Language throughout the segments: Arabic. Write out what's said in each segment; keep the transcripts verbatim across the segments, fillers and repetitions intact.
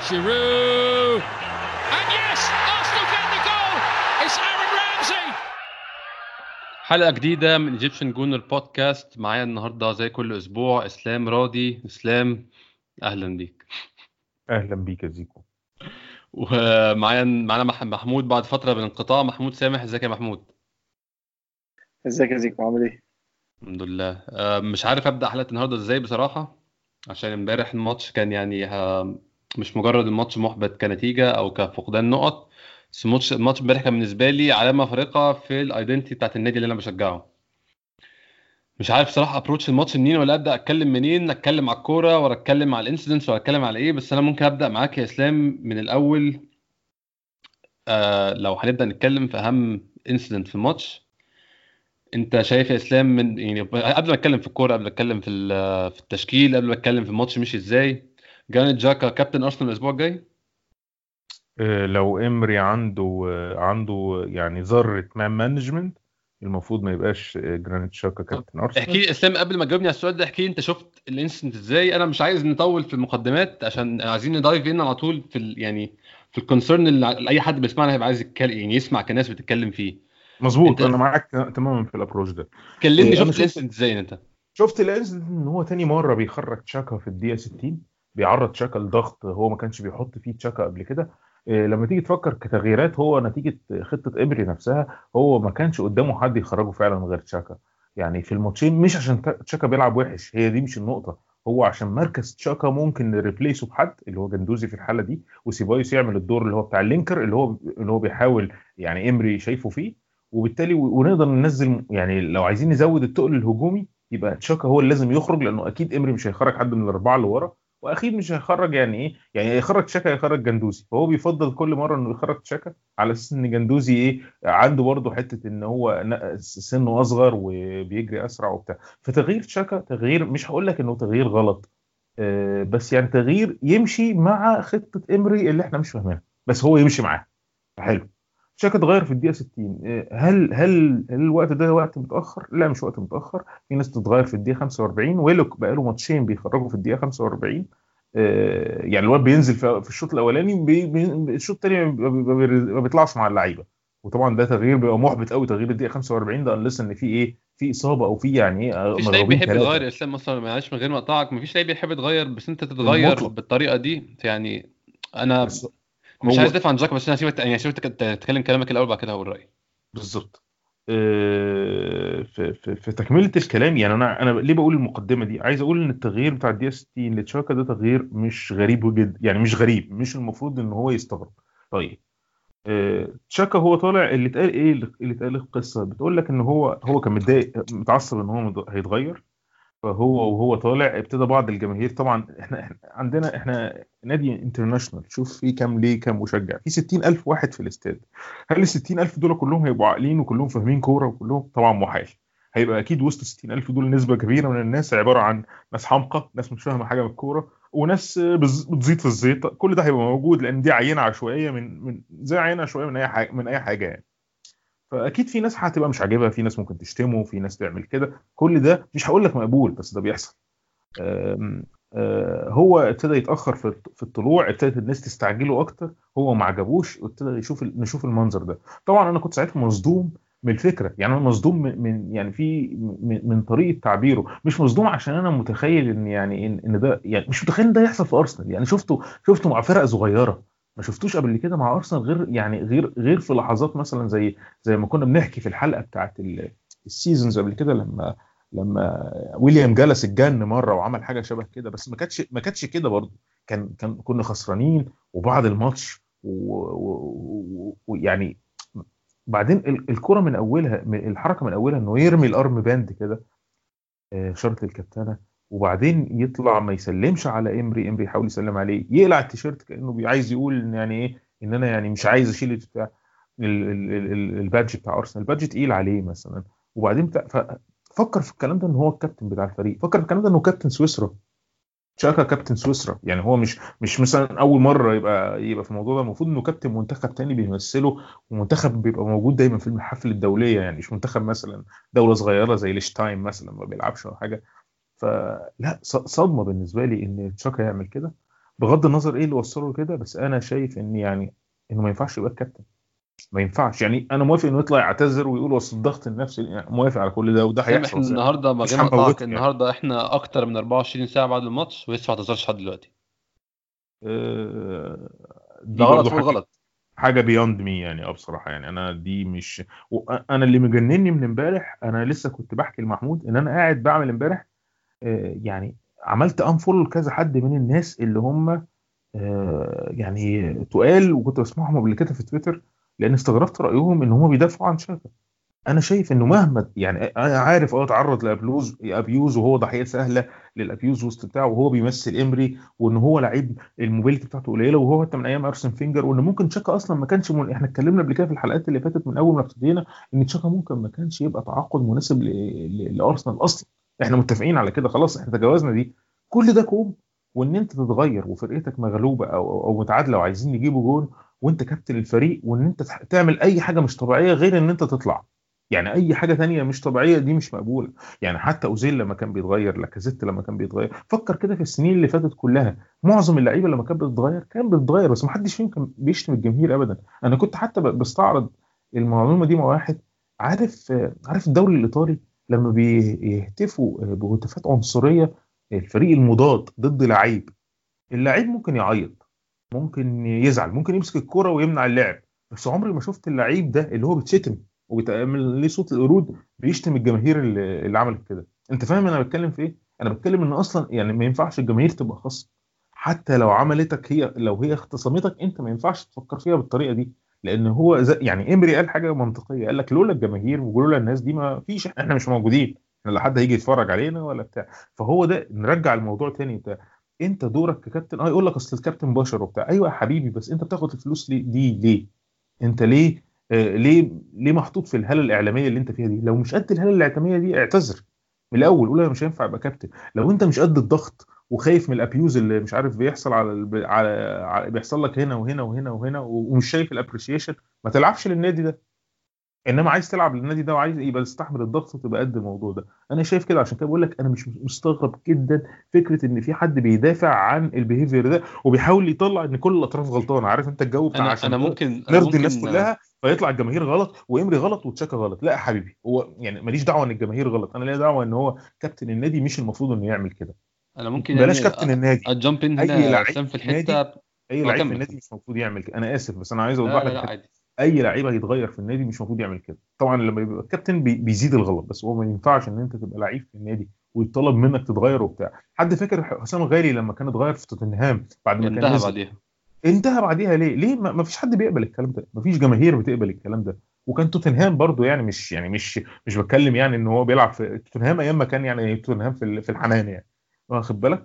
Giroud. And yes, Arsenal get the goal. It's Aaron Ramsey. حلقة جديدة من Egyptian Gunner بودكاست. معايا النهاردة زي كل أسبوع إسلام راضي. إسلام أهلا بيك. اهلا بيك يا زيكو. ومعايا معانا مح- محمود بعد فترة من انقطاع. محمود سامح، ازيك يا محمود؟ ازيك يا زيكو، عامل ايه؟ الحمد لله. آه، مش عارف أبدأ حلقة النهاردة ازاي بصراحة، عشان امبارح الماتش كان يعني ها- مش مجرد الماتش محبط كنتيجة أو كفقدان نقط، بس الماتش الماتش امبارح كان بالنسبة لي علامة فارقة في الايدنتي بتاعت النادي اللي أنا بشجعه. مش عارف صراحة ابروتش الماتش منين، ولا ابدا اتكلم منين، اتكلم على الكوره ولا اتكلم على الانسيدنتس ولا اتكلم على ايه. بس انا ممكن ابدا معاك يا اسلام من الاول. آه لو هنبدا نتكلم في اهم انسيدنت في الماتش، انت شايف يا اسلام من يعني قبل ما اتكلم في الكوره، قبل ما اتكلم في ال- في التشكيل، قبل ما اتكلم في الماتش مشي ازاي، جرانيت جاكا كابتن ارسنال الاسبوع الجاي؟ آه، لو امري عنده آه، عنده يعني ذره مان مانجمنت، المفروض ما يبقاش آه، جرانيت شاكا طب كابتن احكي ارسنال. لي اسلام قبل ما تجاوبني على السؤال ده، احكي لي انت شفت الانسيدنت ازاي. انا مش عايز نطول في المقدمات عشان عايزين ندايف ان على طول في ال... يعني في الكونسيرن اللي اي حد بيسمعنا هيبقى عايز يتكلم، يعني يسمع كناس بتتكلم فيه. مظبوط، انت انا معاك تماما في الابروش ده. كلمني، آه، انا شفت شفت الانسيدنت ازاي انت؟ شفت الانسيدنت ان هو تاني مره بيخرج تشاكا في الدقيقه ستين، بيعرض تشاكا لضغط هو ما كانش بيحط فيه تشاكا قبل كده. إيه، لما تيجي تفكر كتغييرات، هو نتيجه خطه ابري نفسها، هو ما كانش قدامه حد يخرجه فعلا غير تشاكا. يعني في الماتشين مش عشان تا- تشاكا بيلعب وحش، هي دي مش النقطه، هو عشان مركز تشاكا ممكن نريبليسه بحد اللي هو جندوزي في الحاله دي، وسيبايوس يعمل الدور اللي هو بتاع اللينكر اللي هو اللي هو بيحاول يعني امري شايفه فيه. وبالتالي ونقدر ننزل، يعني لو عايزين نزود التقل الهجومي يبقى تشاكا هو اللي لازم يخرج، لانه اكيد امري مش هيخرج حد من الاربعه اللي ورا، واكيد مش هيخرج يعني ايه، يعني يخرج تشاكا يخرج جندوزي، فهو بيفضل كل مره انه يخرج تشاكا على اساس ان جندوزي ايه عنده برضه حته ان هو ن- سنه اصغر وبيجري اسرع وبتاع. فتغيير تشاكا تغيير، مش هقول لك انه تغيير غلط، آه، بس يعني تغيير يمشي مع خطه امري اللي احنا مش فاهمينها، بس هو يمشي معاها حلو. شاكا اتغير في الدقيقه ستين. إيه، هل هل هل الوقت ده وقت متاخر؟ لا، مش وقت متاخر. في ناس تتغير في الدقيقه خمسة وأربعين، ويلوك بقى له ماتشين بيخرجوا في الدقيقه خمسة وأربعين. آه، يعني الواد بينزل في في الشوط الاولاني، بي- بي- الشوط الثاني ما بي- ما بي- ما بيطلعش مع اللعيبه. وطبعا ده تغيير بيبقى محبط قوي، تغيير الدقيقه خمسة وأربعين ده، لسه ان في ايه، في اصابه او في يعني ايه، آه، مفيش لعيب مضروبين بيحب يتغير ثلاثه يا اسلام اصلا، معلش من غير ما اقطعك، مفيش لعيب بيحب يتغير، بس انت في تتغير المطلق. بالطريقه دي يعني. انا بس مش عايز هو ادافع عن جاكا، بس انا هسيبك يعني هسيبك تك- تتكلم كلامك الاول، بعد كده هقول رايي. بالظبط. آه، في في في تكمله الكلام، يعني انا انا ليه بقول المقدمه دي، عايز اقول ان التغيير بتاع الدقيقه ستين لتشاكا ده تغيير مش غريب جدا، يعني مش غريب، مش المفروض ان هو يستغرب. طيب، آه، تشاكا هو طالع، اللي اتقال ايه، اللي اتقال القصه بتقول لك ان هو هو كان متضايق متعصب ان هو مد- هيتغير. فهو وهو طالع ابتدى بعض الجماهير، طبعا احنا احنا عندنا احنا نادي انترناشونال، شوف في كام، ليه كام مشجع، في ستين ألف واحد في الاستاد. هل ال ستين ألف دول كلهم هيبقوا عاقلين وكلهم فاهمين كوره وكلهم؟ طبعا محال. هيبقى اكيد وسط ستين ألف دول نسبه كبيره من الناس عباره عن ناس حمقى، ناس مش فاهمه حاجه من الكوره، وناس بز- بتزيد في الزيط. كل ده هيبقى موجود لان دي عينه عشوائيه من من زي عينه عشوائيه من اي حاجه، من اي حاجه يعني. فاكيد في ناس هتبقى مش عاجبها، في ناس ممكن تشتمه، في ناس تعمل كده، كل ده مش هقول لك مقبول، بس ده بيحصل. آم، آه، هو ابتدى يتاخر في في الطلوع، ابتدت الناس تستعجله اكتر، هو ما عجبوش وابتدى يشوف ال- نشوف المنظر ده. طبعا انا كنت ساعتها مصدوم من الفكره، يعني انا مصدوم من من- يعني في من, من طريقه تعبيره، مش مصدوم عشان انا متخيل ان يعني ان إن ده، يعني مش متخيل ان ده يحصل في ارسنال، يعني شفته شفته مع فرق صغيره، ما شفتوش قبل كده مع ارسنال، غير يعني غير غير في لحظات مثلا زي زي ما كنا بنحكي في الحلقه بتاعت ال- السيزونز قبل كده، لما لما ويليام جالس اتجن مره وعمل حاجه شبه كده، بس ما كانتش ما كانتش كده برضه. كان كان كنا خسرانين وبعد الماتش ويعني بعدين ال- الكره من اولها، من الحركه من اولها انه يرمي الارم باند كده، آه، شرط الكابتنه، وبعدين يطلع ما يسلمش على امري، امري يحاول يسلم عليه، يقلع التيشيرت كانه بي- عايز يقول ان يعني ايه، ان انا يعني مش عايز اشيل بتاع ال- ال- ال- ال- البادج بتاع ارسنال، البادج تقيل عليه مثلا. وبعدين بتاع ف- فكر في الكلام ده ان هو الكابتن بتاع الفريق، فكر في الكلام ده انه كابتن سويسرا، تشاكا كابتن سويسرا، يعني هو مش مش مثلا اول مره يبقى يبقى في الموضوع ده، المفروض انه كابتن منتخب تاني بيمثله، ومنتخب بيبقى موجود دايما في المحافل الدوليه، يعني مش منتخب مثلا دوله صغيره زي ليشتاين مثلا ما بيلعبش او حاجه. فلا، ص- صدمه بالنسبه لي ان تشاكا يعمل كده. بغض النظر ايه اللي وصله كده، بس انا شايف ان يعني انه ما ينفعش يبقى الكابتن. ما ينفعش. يعني انا موافق انه يطلع يعتذر ويقول وسط الضغط النفسي، يعني موافق على كل ده وده سامح هيحصل، احنا بس النهارده من مش غير ما اقطعك، هموته يعني. النهارده احنا اكتر من أربعة وعشرين ساعه بعد الماتش ولسه ما اعتذرش لحد دلوقتي. آه، ده دي غلط برضو فوق حاجه، الغلط. حاجه بيوند مي يعني. اه بصراحه يعني انا دي مش، انا اللي مجنني من امبارح، انا لسه كنت بحكي لمحمود ان انا قاعد بعمل امبارح آه، يعني عملت انفولو لكذا حد من الناس اللي هم آه، يعني تقال، وكنت بسمعهم قبل كده في تويتر، لان استغربت رايهم ان هم بيدافعوا عن شاكا. انا شايف انه مهما يعني انا عارف اه اتعرض لابيوز ابيوز وهو ضحيه سهله للابيوز وسط بتاعه، وهو بيمثل امري، وان هو لعيب الموبيليتي بتاعته قليله، وهو حتى من ايام ارسن فينجر، وان ممكن تشاكا اصلا ما كانش من... احنا اتكلمنا قبل كده في الحلقات اللي فاتت من اول ما ابتدينا ان تشاكا ممكن ما كانش يبقى تعاقد مناسب ل... ل... لارسنال اصلا. احنا متفقين على كده خلاص، احنا تجاوزنا دي. كل ده كوم، وان انت تتغير وفرقتك مغلوبه او او أو متعادله وعايزين يجيبوا جون، وانت كابتن الفريق، وان انت تعمل اي حاجه مش طبيعيه غير ان انت تطلع. يعني اي حاجه تانية مش طبيعيه دي مش مقبوله. يعني حتى اوزيل لما كان بيتغير، لاكازيت لما كان بيتغير، فكر كده في السنين اللي فاتت كلها، معظم اللعيبه لما كانت بتتغير كان بيتغير، بس ما حدش فيهم كان بيشتم الجماهير ابدا. انا كنت حتى ب- بستعرض المعلومه دي مع واحد، عارف آه، عارف الدوري الايطالي لما بيهتفوا آه، بهتافات عنصريه، الفريق المضاد ضد لعيب، اللعيب ممكن يعيط، ممكن يزعل، ممكن يمسك الكرة ويمنع اللعب، بس عمري ما شفت اللعيب ده اللي هو بيتشتم وبيتعمل ليه صوت القرود بيشتم الجماهير اللي, اللي عملت كده. انت فاهم انا بتكلم في ايه؟ انا بتكلم ان اصلا يعني ما ينفعش الجماهير تبقى خاصه، حتى لو عملتك هي، لو هي اختصمتك انت ما ينفعش تفكر فيها بالطريقه دي. لان هو زي يعني امري قال حاجه منطقيه، قال لك لولا الجماهير ولولا الناس دي ما فيش، احنا مش موجودين، احنا لا حد هيجي يتفرج علينا ولا بتاع. فهو ده نرجع الموضوع تاني بتاع، انت دورك ككابتن اه يقول لك اصل الكابتن بشر وبتاع، ايوه يا حبيبي، بس انت بتاخد الفلوس ليه دي ليه؟ انت ليه آه ليه ليه محطوط في الهاله الاعلاميه اللي انت فيها دي؟ لو مش قد الهاله الاعلاميه دي اعتذر من الاول، قول انا مش هينفع ابقى كابتن. لو انت مش قد الضغط وخايف من الابيوز اللي مش عارف بيحصل على, الب... على... على بيحصل لك هنا وهنا وهنا وهنا ومش شايف الابريشيشن، ما تلعبش للنادي ده. انما عايز تلعب للنادي ده وعايز يبقى تستحمل الضغط وتبقى قد الموضوع ده. انا شايف كده، عشان كده بقول لك انا مش مستغرب جدا فكره ان في حد بيدافع عن البيهيفير ده وبيحاول يطلع ان كل الاطراف غلطانه. عارف انت الجو بتاع انا انا عشان ممكن انا نرضي الناس ممكن كلها فيطلع الجماهير غلط وامري غلط وتشاكا غلط. لا يا حبيبي، هو يعني ماليش دعوه ان الجماهير غلط، انا ليا دعوه ان هو كابتن النادي مش المفروض انه يعمل كده. انا ممكن بلاش يعني كابتن النادي، اجامب ان اي هنا يا لعيب اسلام في في النادي، الحته. اي لعيب في واكمل النادي كمل. مش المفروض يعمل كده. انا اسف بس انا عايز اوضح لا لا لك لا الحته. عادي. اي لعيب هيتغير في النادي مش المفروض يعمل كده. طبعا لما يبقى الكابتن بي بيزيد الغلط، بس هو ما ينفعش ان انت تبقى لعيب في النادي ويطلب منك تتغير وبتاع. حد فاكر حسام غالي لما كان اتغير في توتنهام بعد ما كان انتهى نزل؟ بعديها. انتهى بعديها ليه؟ ليه ما ما فيش حد بيقبل الكلام ده، ما فيش جماهير بتقبل الكلام ده. وكان توتنهام برضو يعني مش يعني مش مش بتكلم يعني ان هو بيلعب في توتنهام ايام ما كان يعني توتنهام في ال- في الحنان يعني، واخد بالك؟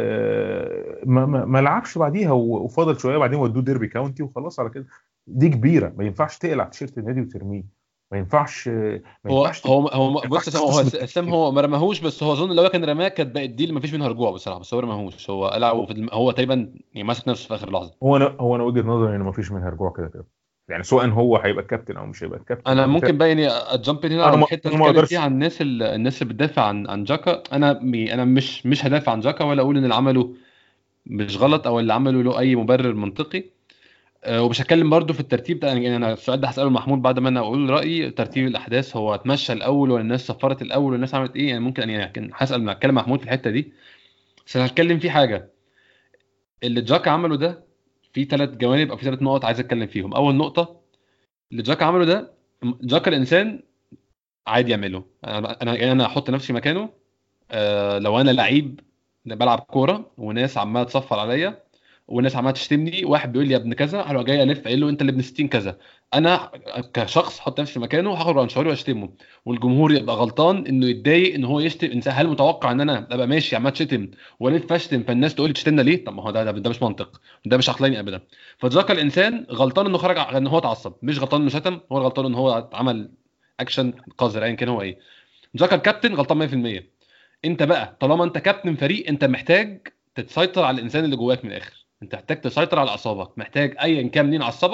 آه، ما ما ما لعبش بعديها و- وفضل شويه، بعدين ودوه ديربي كاونتي وخلاص على كده. دي كبيره، ما ينفعش تقلع تيشيرت النادي وترميه. ما ينفعش ما هو ينفعش تبقى، هو هو ما بص ينفعش يا سام، هو تختصم اسلام الجماهير. هو ما رماهوش، بس هو اظن لو كان رماه كانت بقت دي اللي ما فيش منها رجوع بصراحه، بس هو ما رماهوش، هو قلع في الم... هو تقريبا يعني ماسك نفسه في اخر لحظه. هو انا هو انا وجهه نظري ان ما فيش منها رجوع كده كده، يعني سواء هو هيبقى الكابتن او مش هيبقى الكابتن انا بتاع. ممكن بقى يعني اتجامب هنا انا على ما الحته اللي انا ما اتكلم فيها اقدرش. عن الناس ال... الناس اللي بتدافع عن عن جاكا. انا مي... انا مش مش هدافع عن جاكا ولا اقول ان اللي عمله مش غلط او اللي عمله له اي مبرر منطقي. أه ومش هتكلم برضو في الترتيب ده، يعني انا السؤال ده هساله لمحمود بعد ما انا اقول رايي ترتيب الاحداث، هو اتمشى الاول ولا الناس صفرت الاول والناس عملت ايه، يعني ممكن يعني هسال هتكلم مع محمود في الحته دي. بس انا هتكلم في حاجه اللي جاكا عمله ده، في ثلاث جوانب او في ثلاث نقط عايز اتكلم فيهم. اول نقطه، اللي جاكا عمله ده، جاكا الانسان عادي يعمله. انا انا يعني انا احط نفسي مكانه. أه لو انا لعيب بلعب كوره وناس عماله تصفر عليا والناس عماله تشتمني، واحد بيقول لي يا ابن كذا، هروح جاي الف قايل له انت اللي ابن ستين كذا. انا كشخص احط نفسي مكانه هاخد عن شعوري واشتمه، والجمهور يبقى غلطان انه يتضايق ان هو يشتم انسان. هل متوقع ان انا ابقى ماشي عمال تشتم والف اشتم فالناس تقول لي تشتمنا ليه؟ طب ما هو ده, ده, ده مش منطق، ده مش عقلاني ابدا. فذاك الانسان غلطان انه خرج ع- ان هو اتعصب، مش غلطان انه شتم، هو غلطان ان هو عمل اكشن قذر ايا كان هو ايه. ذاك الكابتن غلطان مية في المية. انت بقى طالما انت كابتن فريق، انت محتاج تتسيطر على الانسان اللي جواك من الاخر، انت محتاج تسيطر على اعصابك، محتاج ايا كان مين عصبك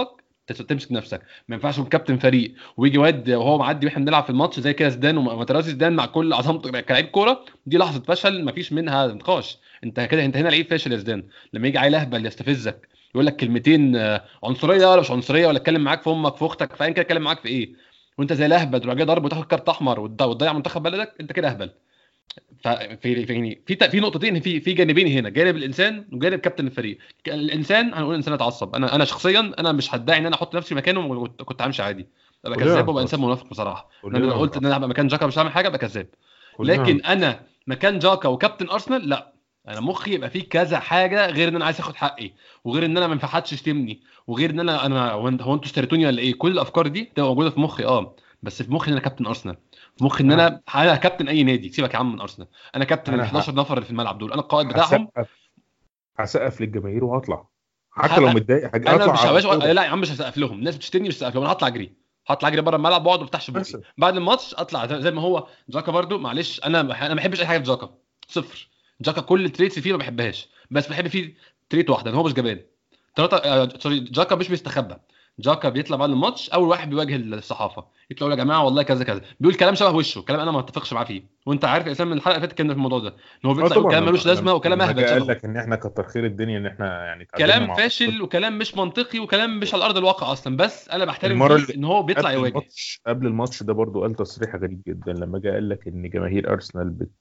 تمسك نفسك. ما ينفعش تكون كابتن فريق ويجي واد وهو معدي واحنا بنلعب في الماتش زي كده زيدان وماتراسي زيدان مع كل عظمته كلاعب كوره، دي لحظه فشل ما فيش منها نقاش. انت كده انت هنا لعيب فاشل يا زيدان. لما يجي عيل اهبل يستفزك يقول لك كلمتين عنصريه ولا مش عنصريه ولا اتكلم معاك في امك في اختك فاين كده اتكلم معاك في ايه، وانت زي الاهبل تروح جاي ضرب وتاخد كارت احمر وتضيع منتخب بلدك، انت كده اهبل. ففي في يعني في في نقطتين، في في جانبين هنا، جانب الانسان وجانب كابتن الفريق. الانسان هنقول انسان اتعصب، انا انا شخصيا انا مش هدعي ان انا احط نفسي مكانه وكنت همشي عادي، ابقى كذاب وابقى انسان منافق بصراحه. انا لو قلت ان انا هبقى مكان جاكا مش هعمل حاجه ابقى كذاب. لكن انا مكان جاكا وكابتن ارسنال لا، انا مخي يبقى فيه كذا حاجه غير ان انا عايز اخد حقي، وغير ان انا ما ينفعش تشتمني، وغير ان انا انا هو انتوا اشتريتوني ولا ايه. كل الافكار دي تبقى موجوده في مخي اه، بس في مخي ان انا كابتن ارسنال، في مخي ان انا انا كابتن اي نادي، سيبك يا عم من ارسنال، انا كابتن ال احداشر نفر اللي في الملعب دول، انا القائد بتاعهم. هسقف للجماهير وهطلع حتى لو متضايق حاجه انا اطلع. مش هبقى لا يا عم مش هسقف لهم، الناس بتشتمني مش هسقف لهم، انا هطلع اجري هطلع اجري بره الملعب واقعد ما افتحش بوقي بعد الماتش اطلع زي ما هو. جاكا برضو معلش انا انا ما بحبش اي حاجه في جاكا صفر. جاكا كل التريتس فيه ما بحبهاش، بس بحب فيه تريت واحده ان هو مش جبان. ثلاثه سوري جاكا مش بيستخبى. جاكا بيطلع بعد الماتش اول واحد بيواجه الصحافه يطلعوا يا جماعه والله كذا كذا، بيقول كلام شبه وشه، كلام انا ما اتفقش معاه فيه، وانت عارف يا اسلام من الحلقه اللي فاتت كنا في الموضوع ده ان هو بيطلع يقول كلام ملوش لازمه وكلام اهبل. قال لك ان احنا كتر خير الدنيا ان احنا يعني كلام فاشل وكلام مش منطقي وكلام مش على ارض الواقع اصلا، بس انا بحترم فيه ان هو بيطلع يواجه. الماتش قبل الماتش ده برضو قال تصريح غريب جدا لما جه قال لك ان جماهير ارسنال بت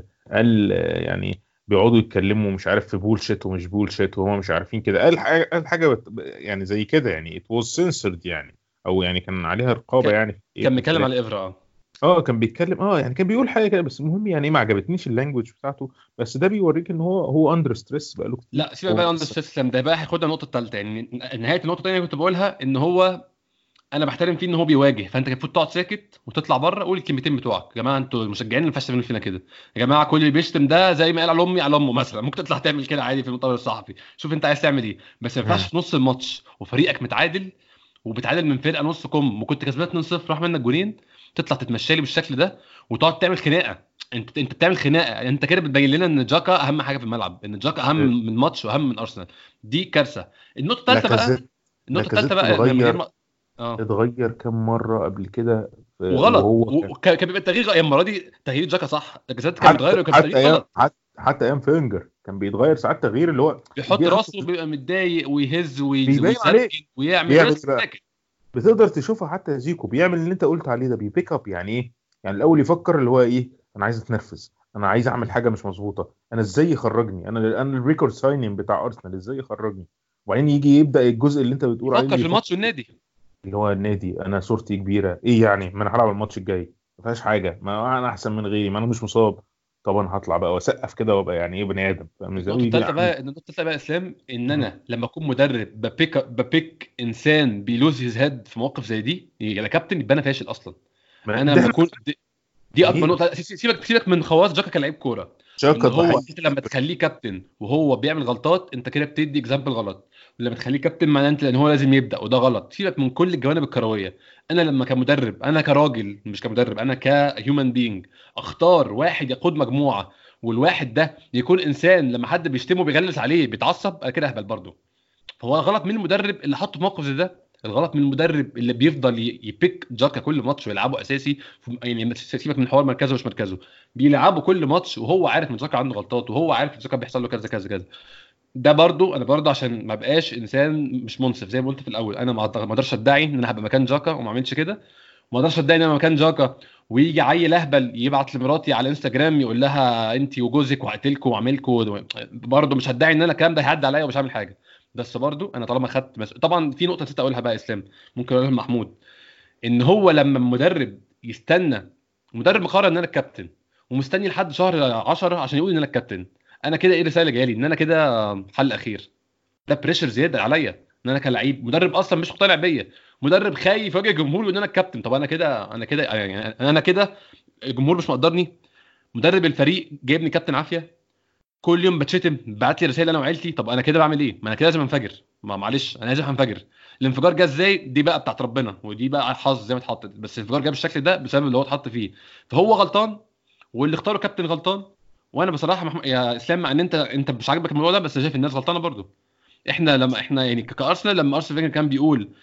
قال يعني بيقعدوا يتكلموا مش عارف في بولشيت ومش بولشيت وهم مش عارفين كده. قال حاجه قال حاجه يعني زي كده يعني it was censored يعني او يعني كان عليها رقابه يعني. كان بيتكلم على افرا اه كان بيتكلم اه يعني كان بيقول حاجه كده، بس المهم يعني ايه ما عجبتنيش اللانجوج بتاعته، بس ده بيوريك ان هو هو اندر ستريس بقى له كتير. لا سيبك بقى اندر ستريس ده بقى هياخدنا النقطه الثالثه يعني نهايه النقطه الثانيه اللي كنت بقولها ان هو انا بحترم فيه ان هو بيواجه، فانت المفروض تقعد ساكت وتطلع بره قول الكلمتين بتوعك. يا جماعه انتوا المشجعين ما ينفعش تعملوا فينا كده، يا جماعه كل اللي بيشتم ده زي ما قال على امي على امه مثلا، ممكن تطلع تعمل كده عادي في المؤتمر الصحفي، شوف انت عايز تعمل ايه، بس ما ينفعش في نص الماتش وفريقك متعادل وبتعادل من فرقه نص كم وكنت كسبان اتنين صفر راح منك جولين تطلع تتمشى لي بالشكل ده وتقعد تعمل خناقه. انت انت بتعمل خناقه، انت كده بتبين لنا ان جاكا اهم حاجه في الملعب، ان جاكا اهم من الماتش واهم من ارسنال. دي كارثه. النقطه الثالثه بقى النقطه الثالثه بقى من غير ما اه اتغير كم مره قبل كده وغلط وكان بيبقى التغيير المره دي تغيير جاكا صح، الجزات كان بيتغير وكان بيتغير غلط. حتى حتى ايام فينجر كان بيتغير ساعات تغيير اللي هو بيحط راسه بيبقى متضايق ويهز ويزرق ويعمل بس بتقدر تشوفها. حتى زيكو بيعمل اللي انت قلت عليه ده، بيبيك اب يعني ايه يعني الاول يفكر اللي هو ايه انا عايز اتنرفز، انا عايز اعمل حاجه مش مظبوطه، انا ازاي يخرجني، انا انا الريكورد سايننج بتاع ارسنال ازاي يخرجني، وبعدين يجي يبدا الجزء اللي انت بتقول عليه يفكر في الماتش والنادي اللي هو النادي انا صورتي كبيره ايه يعني ما انا هلعب الماتش الجاي ما فيهاش حاجه، ما انا احسن من غيري، ما انا مش مصاب، طبعا هطلع بقى واسقف كده وابقى يعني ايه بني ادم. فاهم ازاي؟ النقطه الثالثه بقى النقطه الثالثه بقى اسلام ان انا لما اكون مدرب ببيك ببيك انسان بيلوز هيز هيد في مواقف زي دي يا كابتن يبقى انا فاشل اصلا. انا لما اكون دي, دي اكبر نقطه. سيبك سيبك من خواص جاكا كلاعب كوره، ان هو انت لما تخليه كابتن وهو بيعمل غلطات انت كده بتدي اكزامبل غلط، لما تخليه كابتن معناه انت لان هو لازم يبدا وده غلط. سيبك من كل الجوانب الكرويه. انا لما كمدرب انا كراجل مش كمدرب انا كهيومن بينج اختار واحد يقود مجموعه والواحد ده يكون انسان لما حد بيشتمه بيغلس عليه بيتعصب انا كده اهبل برضه. فهو غلط من المدرب اللي حطه في موقف زي ده، الغلط من المدرب اللي بيفضل يبيك جاكا كل ماتش ويلعبه اساسي يعني سيبك من حوار مركزه مش مركزه بيلعبه كل ماتش وهو عارف ان جاكا عنده غلطات وهو عارف ان جاكا بيحصل له كذا كذا كذا. ده برضو انا برضو عشان ما بقاش انسان مش منصف زي ما قلت في الاول، انا ما اقدرش ادعي ان انا هبقى مكان جاكا وما اعملش كده، وما اقدرش ادعي ان انا مكان جاكا ويجي عيل اهبل يبعت لمراتي على انستجرام يقول لها انت وجوزك وهقتلكوا واعملكوا، برضو مش هدعي ان انا الكلام ده هيعدي عليا ومش هعمل حاجه. بس برضو انا طالما خدت مس... طبعا في نقطه نسيت اقولها بقى اسلام ممكن اقولها محمود، ان هو لما المدرب يستنى مدرب مقرر ان انا الكابتن ومستني لحد شهر عشرة عشان يقول ان انا الكابتن، انا كده ايه رساله جايه لي ان انا كده حل اخير. ده بريشر زياده عليا ان انا كلاعب مدرب اصلا مش مقتنع بيا، مدرب خايف يواجه جمهور وان انا الكابتن. طب انا كده انا كده يعني انا كده الجمهور مش مقدرني، مدرب الفريق جايبني كابتن عافيه كل يوم بتشتم بعت لي رسائل انا وعيلتي، طب انا كده بعمل ايه؟ ما انا كده لازم انفجر، ما معلش انا لازم انفجر. الانفجار جه ازاي؟ دي بقى بتاعت ربنا ودي بقى حظ زي ما اتحطت، بس الانفجار جه بالشكل ده بسبب اللي هو اتحط فيه. فهو غلطان واللي اختاره كابتن غلطان. وانا بصراحه محم... يا اسلام مع ان انت انت مش عاجبك الموضوع ده بس شايف الناس غلطانه برضو. احنا لما احنا يعني كارسنال لما ارسنال فينجر كان بيقول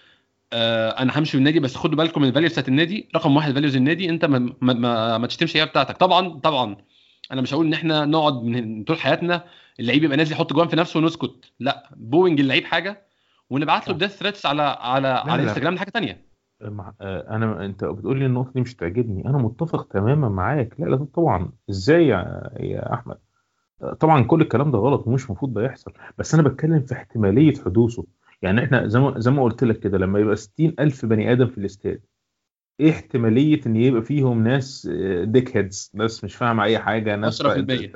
آه انا همشي من النادي، بس خدوا بالكم من الفاليوز بتاعت النادي. رقم واحد فاليوز النادي، انت ما ما, ما, ما تشتمش ايه بتاعتك. طبعا طبعا انا مش هقول ان احنا نقعد من طول حياتنا اللعيب يبقى نازل يحط جوان في نفسه ونسكت، لا. بوينج اللعيب حاجه، ونبعت له صح. ديث ثريتس على على لا على لا انستجرام دي حاجه تانية. مع... آه، انا انت بتقول لي النقطه دي مش تعجبني، انا متفق تماما معاك. لا لا طبعا، ازاي يا, يا احمد؟ آه، طبعا كل الكلام ده غلط ومش المفروض ده يحصل، بس انا بتكلم في احتماليه حدوثه. يعني احنا زي ما زي ما قلت لك كده، لما يبقى ستين ألف بني ادم في الاستاد، ايه احتماليه ان يبقى فيهم ناس ديك هيدز، ناس مش فاهمه اي حاجه، ناس عشرة في المية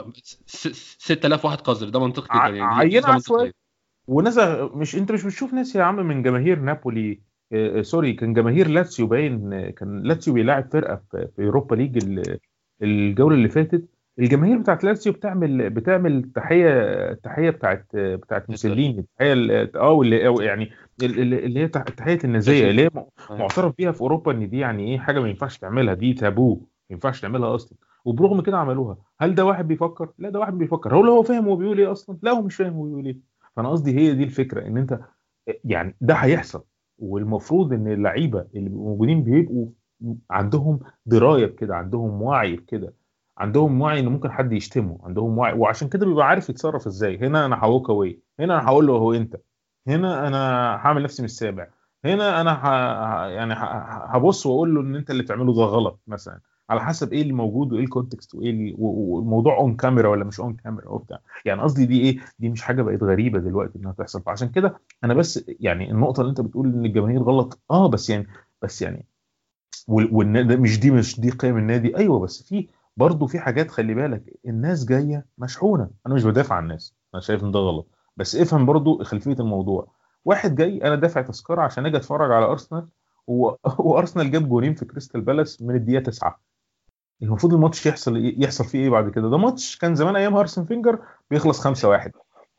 ستة آلاف واحد قذر، ده منطقي جدا يعني، دي عينه نسبه عشوائيه. منطقيه. وناس مش انت مش بتشوف ناس يا عم من جماهير نابولي؟ آه، آه، سوري، كان جماهير لاتسيو باين، آه، كان لاتسيو بيلاعب فرقه في في اوروبا ليج ال- الجوله اللي فاتت. الجماهير بتاعت لاتسيو بتعمل بتعمل تحيه تحيه بتاعت آه، بتاعت هتلر. موسوليني، التحيه ال- اه واللي أو يعني ال- ال- اللي هي تح- تحيه النازيه، اللي فاشيزم. هي م- معترف بيها في اوروبا ان دي يعني ايه، حاجه ما ينفعش تعملها، دي تابو، ما ينفعش تعملها اصلا. وبرغم كده عملوها. هل ده واحد بيفكر؟ لا، ده واحد بيفكر. هو لو هو فاهم هو بيقول ايه اصلا؟ لا، هو مش فاهم هو بيقول ايه. فانا قصدي هي دي الفكره، ان انت يعني ده هيحصل. والمفروض ان اللعيبه اللي بيبقوا موجودين بيبقوا عندهم درايه بكده، عندهم وعي بكده، عندهم وعي ان ممكن حد يشتمه، عندهم وعي، وعشان كده بيبقى عارف يتصرف ازاي. هنا انا هوك اواي، هنا انا هقول له هو انت، هنا انا هعمل نفسي مش سامع، هنا انا ه... ه- يعني ه... ه- هبص واقول له ان انت اللي بتعمله ده غلط مثلا، على حسب ايه اللي موجود وايه الكونتكست وايه اللي... و- والموضوع اون كاميرا ولا مش اون كاميرا وبتاع. يعني قصدي دي ايه، دي مش حاجه بقت غريبه دلوقتي انها تحصل. فعشان كده انا بس يعني النقطه اللي انت بتقول ان الجماهير غلط، اه بس يعني بس يعني والنادي مش دي مش دي قيم النادي، ايوه، بس في برضه في حاجات. خلي بالك الناس جايه مشحونه، انا مش بدافع عن الناس، انا شايف ان ده غلط، بس افهم برضه خلفيه الموضوع. واحد جاي انا دافع تذكره عشان اجي اتفرج على ارسنال و... وارسنال جاب جولين في كريستال بالاس من الدقيقه تسعة. المفروض الماتش يحصل يحصل فيه ايه بعد كده؟ ده ماتش كان زمان ايام هارسن فينجر بيخلص خمسة واحد،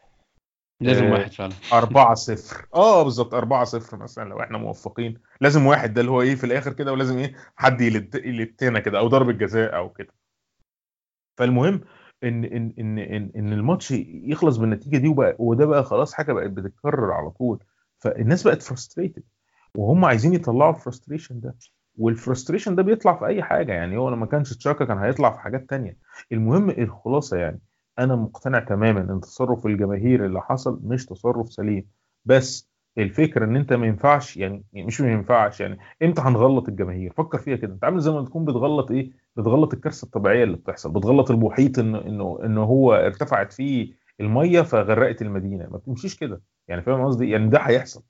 لازم واحد فعلا. أربعة صفر، اه بالظبط أربعة صفر مثلا لو احنا موفقين. لازم واحد، ده اللي هو ايه في الاخر كده، ولازم ايه حد يلت يلتنا كده، او ضربة جزاء او كده. فالمهم ان ان ان ان, إن الماتش يخلص بالنتيجة دي، وبقى وده بقى خلاص حاجة بقت بتتكرر على طول. فالناس بقت فرستريتد، وهم عايزين يطلعوا الفرستريشن ده، والفرستريشن ده بيطلع في اي حاجه. يعني هو لما كانش تشاكا كان هيطلع في حاجات تانية. المهم الخلاصه يعني، انا مقتنع تماما ان تصرف الجماهير اللي حصل مش تصرف سليم. بس الفكره ان انت ما ينفعش يعني، مش ما ينفعش يعني، امتى هنغلط الجماهير؟ فكر فيها كده، انت عامل زي ما تكون بتغلط ايه، بتغلط الكارثه الطبيعيه اللي بتحصل، بتغلط المحيط انه انه انه هو ارتفعت فيه الميه فغرقت المدينه. ما بتمشيش كده يعني، فاهم قصدي؟ يعني ده هيحصل.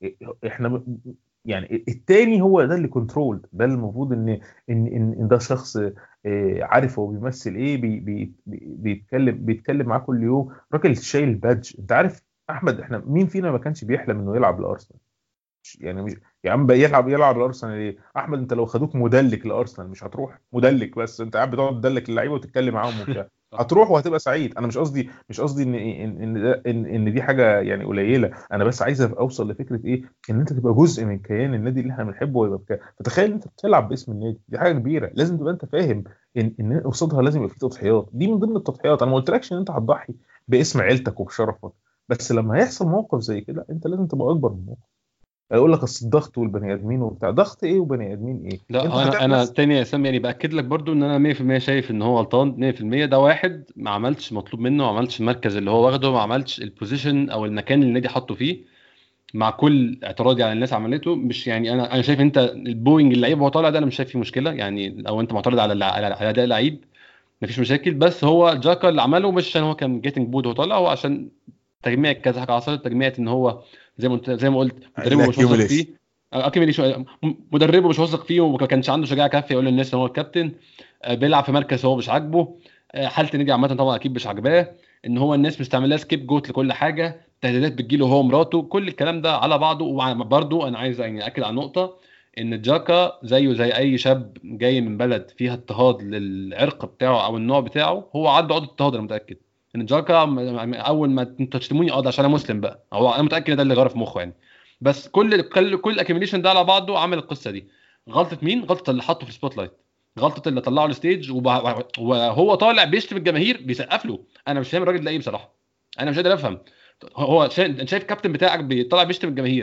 احنا يعني التاني هو ده اللي كنترول، ده اللي المفروض ان ان ان إن ده شخص آه، عارف هو بيمثل ايه، بي بي بي- بيتكلم بيتكلم معاه كل يوم، راجل شايل بادج. انت عارف احمد، احنا مين فينا ما كانش بيحلم انه يلعب لارسنال؟ يعني مش يا عم بقى يلعب يلعب لارسنال ايه؟ احمد انت لو خدوك مدلك لارسنال مش هتروح؟ مدلك بس انت قاعد بتقعد تدلك اللعيبه وتتكلم معاهم وبتاع، صح. هتروح وهتبقى سعيد. انا مش قصدي مش قصدي ان ان ان ده- ان, إن دي حاجه يعني قليله، انا بس عايز اوصل لفكره ايه، ان انت تبقى جزء من كيان النادي اللي احنا بنحبه ويبقى بكا. فتخيل انت بتلعب باسم النادي، دي حاجه كبيره، لازم تبقى انت فاهم ان ان قصادها لازم يبقى في تضحيات. دي من ضمن التضحيات. انا ما قلتلكش ان انت هتضحي باسم عيلتك وبشرفك، بس لما هيحصل موقف زي كده انت لازم تبقى اكبر من الموقف. يقول لك اصل الضغط والبني ادمين وبتاع، ضغط ايه وبني ادمين ايه؟ انت لا انا هتعمل انا نفس. تاني يا سام يعني باكد لك برضو ان انا مية في المية شايف ان هو غلطان مية في المية. ده واحد ما عملش مطلوب منه، ما عملش المركز اللي هو واخده، ما عملش البوزيشن او المكان اللي النادي حطه فيه. مع كل اعتراضي على الناس عملته، مش يعني انا انا شايف انت البوينج اللعيب وهو طالع ده انا مش شايف فيه مشكله يعني، او انت معترض على الع- على على اداء اللعيب مفيش مشاكل. بس هو جاكا اللي عمله مش عشان هو كان جيتنج بود وهو طالع، هو عشان تجميع كذا حاجه حصلت. تجميع ان هو زي ما قلت زي ما قلت مدربه مش واثق الاكيوميليشن. فيه. اكيد مدربه مش واثق فيه وما كانش عنده شجاعه كافيه يقول للناس ان هو الكابتن. آه، بيلعب في مركز هو مش عاجبه. آه، حاله النادي عامه طبعا اكيد مش عاجباه. ان هو الناس مستعملاه سكيب جوت لكل حاجه، تهديدات بتجيله هو ومراته، كل الكلام ده على بعضه. وبرده انا عايز يعني اكد على نقطه، ان جاكا زيه زي اي شاب جاي من بلد فيها اضطهاد للعرق بتاعه او النوع بتاعه، هو عنده عقده اضطهاد. انا متاكد ان جاكا م- اول ما انتوا تشتموني اه ده عشان انا مسلم بقى، هو انا متاكد ان ده اللي غرف في مخه يعني. بس كل كل كل الاكيميليشن ده على بعضه عمل القصه دي. غلطه مين؟ غلطه اللي حطه في السبوت لايت، غلطه اللي طلعه الستيج وب- وهو طالع بيشتم الجماهير بيسقف له. انا مش فاهم الراجل ده ايه بصراحه، انا مش قادر افهم. هو شا... انت شايف الكابتن بتاعك بيطلع بيشتم الجماهير،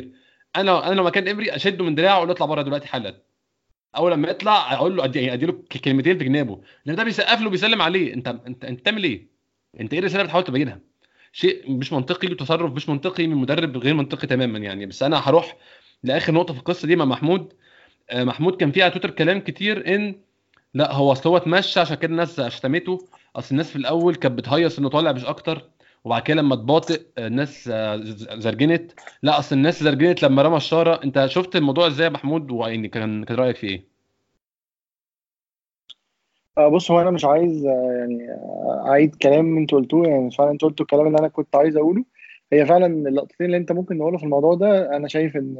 انا انا لو مكان امري اشده من دراعه واقول له اطلع بره دلوقتي حالا. اول لما يطلع اقول له ادي ادي له كلمتين في جنابه، لان ده بيسقف له بيسلم عليه. انت انت انت بتعمل ايه؟ انت ايه الرساله بتحاول تبينها؟ شيء مش منطقي، تصرف مش منطقي من مدرب، غير منطقي تماما يعني. بس انا هروح لاخر نقطه في القصه دي مع محمود. آه، محمود كان فيها تويتر كلام كتير ان لا هو اصل هو اتمشى عشان كده الناس شتمته. اصل الناس في الاول كانت بتهيص انه طالع مش اكتر، وبعد كده لما تباطئ آه، الناس آه، ز- زرجنت. لا اصل الناس زرجنت لما رمى الشاره. انت شفت الموضوع ازاي يا محمود؟ ويعني كان كان رايك فيه ايه؟ آه، بص، هو انا مش عايز آه، يعني آه، اعيد كلام انتوا قلتوه. يعني فعلا انتوا قلتوا الكلام اللي انا كنت عايز اقوله. هي فعلا اللقطتين اللي انت ممكن نقوله في الموضوع ده. انا شايف ان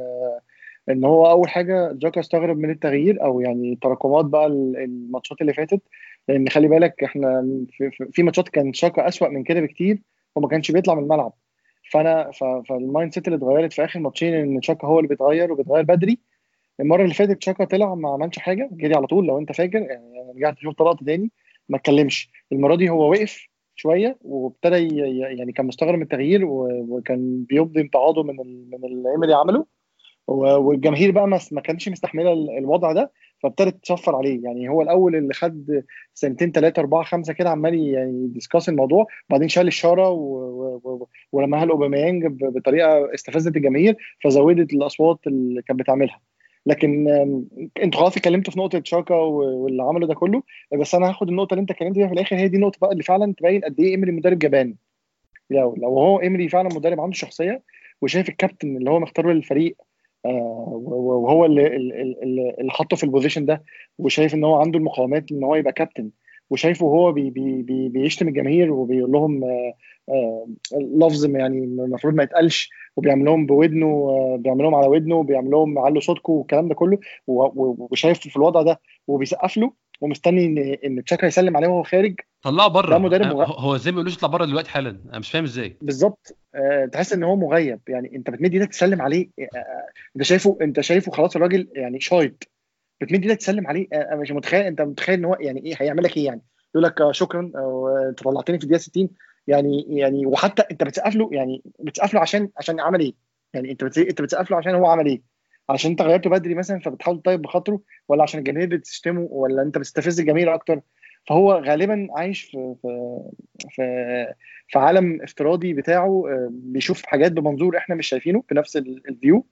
ان هو اول حاجه جاكا استغرب من التغيير، او يعني تراكمات بقى ال- الماتشات اللي فاتت. لان خلي بالك احنا في, في, في ماتشات كان شاكا اسوأ من كده بكتير وما كانش بيطلع من الملعب. فانا ف- فالمايند سيت اللي اتغيرت في اخر ماتشين ان شاكا هو اللي بيتغير وبيتغير بدري. المره اللي فاتت شاكا طلع ما عملش حاجه، جري على طول لو انت فاكر. يعني انا رجعت شفت لقطه تاني ما اتكلمش. المره دي هو وقف شويه وابتدى ي- ي- يعني كان مستغرب من التغيير و- وكان بيبدي امتعاضه من ال- من اللي ايمري عمله. و- والجماهير بقى ما ما كانتش مستحمله ال- الوضع ده، فابتدت تصفر عليه. يعني هو الاول اللي خد سنتين ثلاثه اربعه خمسه كده عمال يعني ديسكاس الموضوع، وبعدين شال الشاره و- و- و- ورماها لاوباميانج ب- بطريقه استفزت الجماهير، فزودت الاصوات اللي كانت بتعملها. لكن آم، انتوا خلاص اتكلمتوا في نقطه شاكا و- واللي عمله ده كله. بس انا هاخد النقطه اللي انت اتكلمت فيها في الاخر، هي دي النقطه بقى اللي فعلا تبين قد ايه ايمري مدرب جبان. لو لو هو ايمري فعلا مدرب عنده شخصيه، وشايف الكابتن اللي هو مختاره للفريق آه، وهو اللي اللي اللي حطه في البوزيشن ده، وشايف ان هو عنده المقاومات ان هو يبقى كابتن، وشايفه هو بي بي بي بيشتم الجماهير وبيقول لهم آه، آه، لفظ يعني المفروض ما يتقالش، وبيعمل لهم بودنه، آه، بيعمل لهم على ودنه، وبيعمل لهم علوا صوتكم والكلام ده كله. و- و- وشايفه في الوضع ده وبيسقف له ومستني ان ان تشاكا يسلم عليه وهو خارج. طلعه ده بره. مدرب هو هو ازاي ما بيقولوش اطلع بره دلوقتي حالا؟ انا مش فاهم ازاي. بالظبط. آه، تحس ان هو مغيب. يعني انت بتمد ايدك تسلم عليه، آه، آه، انت شايفه انت شايفه خلاص الراجل يعني شايط، بتمد ايدك تسلم عليه. آه، انا مش متخيل. انت متخيل ان هو يعني ايه هيعمل لك ايه؟ يعني يقول لك آه، شكرا، او آه، انت طلعتني في الدقيقه ستين. يعني يعني وحتى انت بتسقف له، يعني بتسقف له عشان عشان عمل ايه؟ يعني انت بت- انت بتسقف له عشان هو عمل ايه؟ عشان انت غيرته بدري مثلا فبتحاول تطيب بخاطره، ولا عشان الجماهير بتشتمه، ولا انت بتستفز الجماهير اكتر؟ فهو غالبا عايش في في في في عالم افتراضي بتاعه، آه، بيشوف حاجات بمنظور احنا مش شايفينه بنفس ال- الفيو.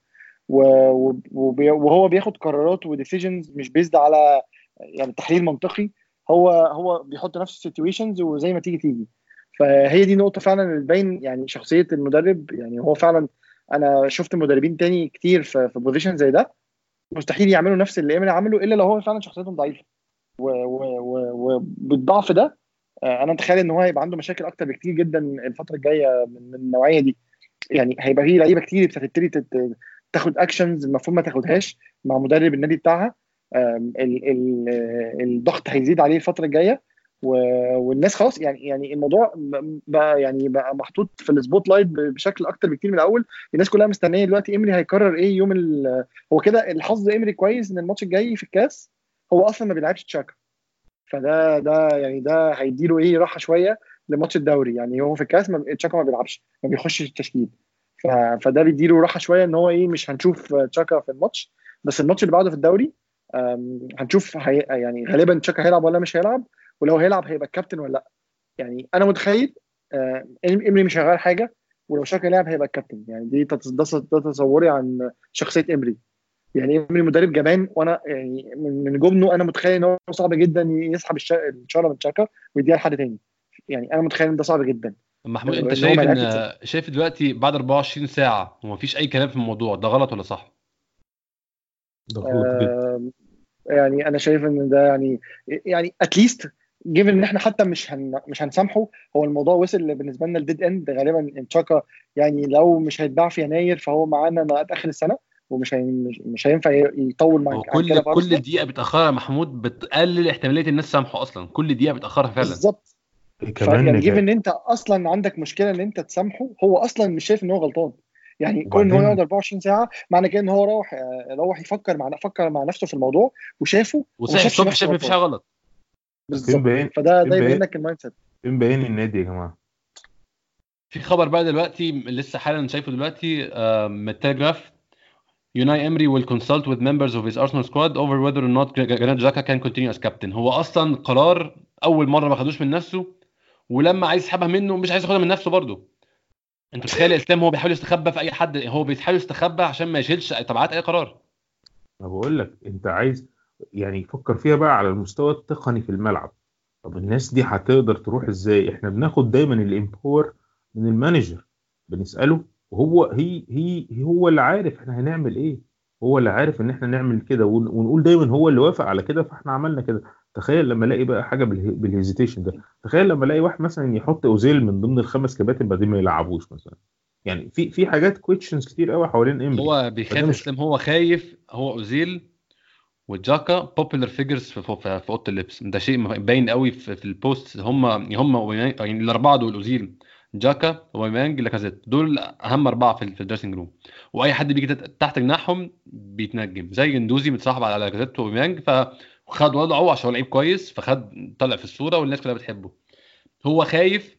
و- وبي- وهو بياخد قرارات وديسيجنز مش بيزد على يعني تحليل منطقي. هو هو بيحط نفسه في سيتويشنز وزي ما تيجي تيجي. فهي دي نقطة فعلا اللي تبين يعني شخصية المدرب. يعني هو فعلا أنا شفت مدربين تاني كتير في في بوزيشن زي ده مستحيل يعملوا نفس اللي ايمري عمله إلا لو هو فعلا شخصيتهم ضعيفة. و- و- و- وبالضعف ده آه، أنا متخيل إن هو هيبقى عنده مشاكل أكتر بكتير جدا الفترة الجاية من من النوعية دي. يعني هيبقى فيه لعيبه كتير بتبتدي تت- تاخد اكشنز المفروض ما تاخدهاش مع مدرب النادي بتاعها. آم، ال- ال- الضغط هيزيد عليه الفتره الجايه. و- والناس خلاص يعني يعني الموضوع ب- بقى يعني بقى محطوط في السبوت لايت ب- بشكل اكتر بكتير من الاول. الناس كلها مستنيه دلوقتي ايمري هيقرر ايه يوم ال... هو كده الحظ ايمري كويس ان الماتش الجاي في الكاس هو اصلا ما بيلعبش تشاكا. فده ده يعني ده هيديله ايه راحه شويه لماتش الدوري. يعني هو في الكاس ما تشاكا ما بيلعبش، ما بيخشش التشكيل. ف- فده بيديله راحه شويه ان هو ايه مش هنشوف تشاكا في الماتش. بس الماتش اللي بعده في الدوري أم، هنشوف هي يعني غالبا تشاكا هيلعب ولا مش هيلعب، ولو هيلعب هيبقى الكابتن ولا لا. يعني انا متخيل آه، امري مش هيغير حاجه، ولو شاكا لعب هيبقى الكابتن. يعني دي تتص- ده ده تصوري عن شخصيه امري. يعني امري مدرب جبان، وانا يعني من من جبنه انا متخيل ان هو صعب جدا يسحب الش- الشاره من تشاكا ويديها لحد تاني. يعني انا متخيل ان ده صعب جدا محمود انت ان هو ما شايف ان يلعبش. شايف دلوقتي بعد اربعة وعشرين ساعه ومفيش اي كلام في الموضوع ده، غلط ولا صح؟ ده غلط جدا. آه يعني انا شايف ان ده يعني يعني اتليست جيفن ان احنا حتى مش هن مش هنسامحه. هو الموضوع وصل بالنسبه لنا الديد اند غالبا ان تشاكا. يعني لو مش هيتباع في يناير فهو معانا لغايه اخر السنه، ومش هي مش مش هينفع يطول مع- هو عن كل كده في كل ارسنال. دقيقه بتاخرها يا محمود بتقلل احتماليه الناس سامحه اصلا. كل دقيقه بتاخرها فعلا. بالظبط. فيعني كمان جيف جا- ان انت اصلا عندك مشكله ان انت تسامحه، هو اصلا مش شايف ان هو غلطان. يعني كون ان هو يقعد وبعدين اربعه وعشرين ساعه معنى كده ان هو روح آه، روح يفكر مع فكر مع نفسه في الموضوع وشافه وما وصحي شافش الصبح نفسه شايف مفيش غلطان. حاجه غلط. فين بالظبط. بيان فده فين ده يبين بيان لك المايند سيت. فين بيان النادي يا جماعه؟ في خبر بقى دلوقتي لسه حالا شايفه دلوقتي آه، من التلجراف. Unai Emery will consult with members of his Arsenal squad over whether or not Granit Xhaka can continue as captain. هو اصلا قرار اول مره ما خدوش من نفسه، ولما عايز يسحبها منه مش عايز ياخدها من نفسه برضه. انت تخيل الاسلام هو بيحاول يستخبى في اي حد، هو بيحاول يستخبى عشان ما يشيلش تبعات اي قرار. انا بقول لك انت عايز يعني فكر فيها بقى على المستوى التقني في الملعب. طب الناس دي هتقدر تروح ازاي؟ احنا بناخد دايما الامباور من المانجر، بنساله وهو هي هي هو اللي عارف احنا هنعمل ايه، هو اللي عارف ان احنا نعمل كده، ون- ونقول دايما هو اللي وافق على كده فاحنا عملنا كده. تخيل لما الاقي بقى حاجه باله- بالهيزيتيشن ده، تخيل لما الاقي واحد مثلا يحط اوزيل من ضمن الخمس كباتن بعدين ما يلعبوش مثلا. يعني في في حاجات كويشنز كتير قوي حوالين امري. هو فده بيخاف مش اسلام، هو خايف. هو اوزيل وجاكا بوبولار فيجرز في في في اوضه اللبس، ده شيء باين قوي في, في البوست. هم هم يعني الاربعه دول، اوزيل جاكا ومانج لاكازيت، دول اهم اربعه في في الدريسنج روم. واي حد بيجي تحت جناحهم بيتنجم، زي جندوزي متصاحب على لاكازيت ومانج، فخد وضعه عشان هو لعيب كويس، فخد طلع في الصوره والناس كلها بتحبه. هو خايف،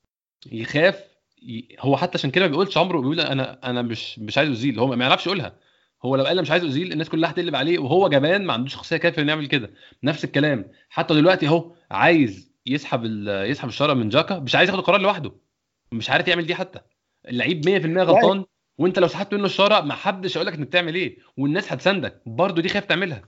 يخاف ي... هو حتى عشان كده ما بيقولش عمره، بيقول انا انا مش مش عايز ازيل. هو ما يعرفش يقولها. هو لو قال أنا مش عايز ازيل الناس كلها هتقلب عليه، وهو جبان ما عندوش شخصيه كافيه انه يعمل كده. نفس الكلام حتى دلوقتي اهو، عايز يسحب ال... يسحب الشاره من جاكا، مش عايز ياخد القرار لوحده، مش عارف يعمل دي. حتى اللعيب مية في المية لا غلطان، وانت لو سحبت منه الشاره ما حدش هيقول لك انك تعمل ايه، والناس هتساندك برضه، دي خايف تعملها.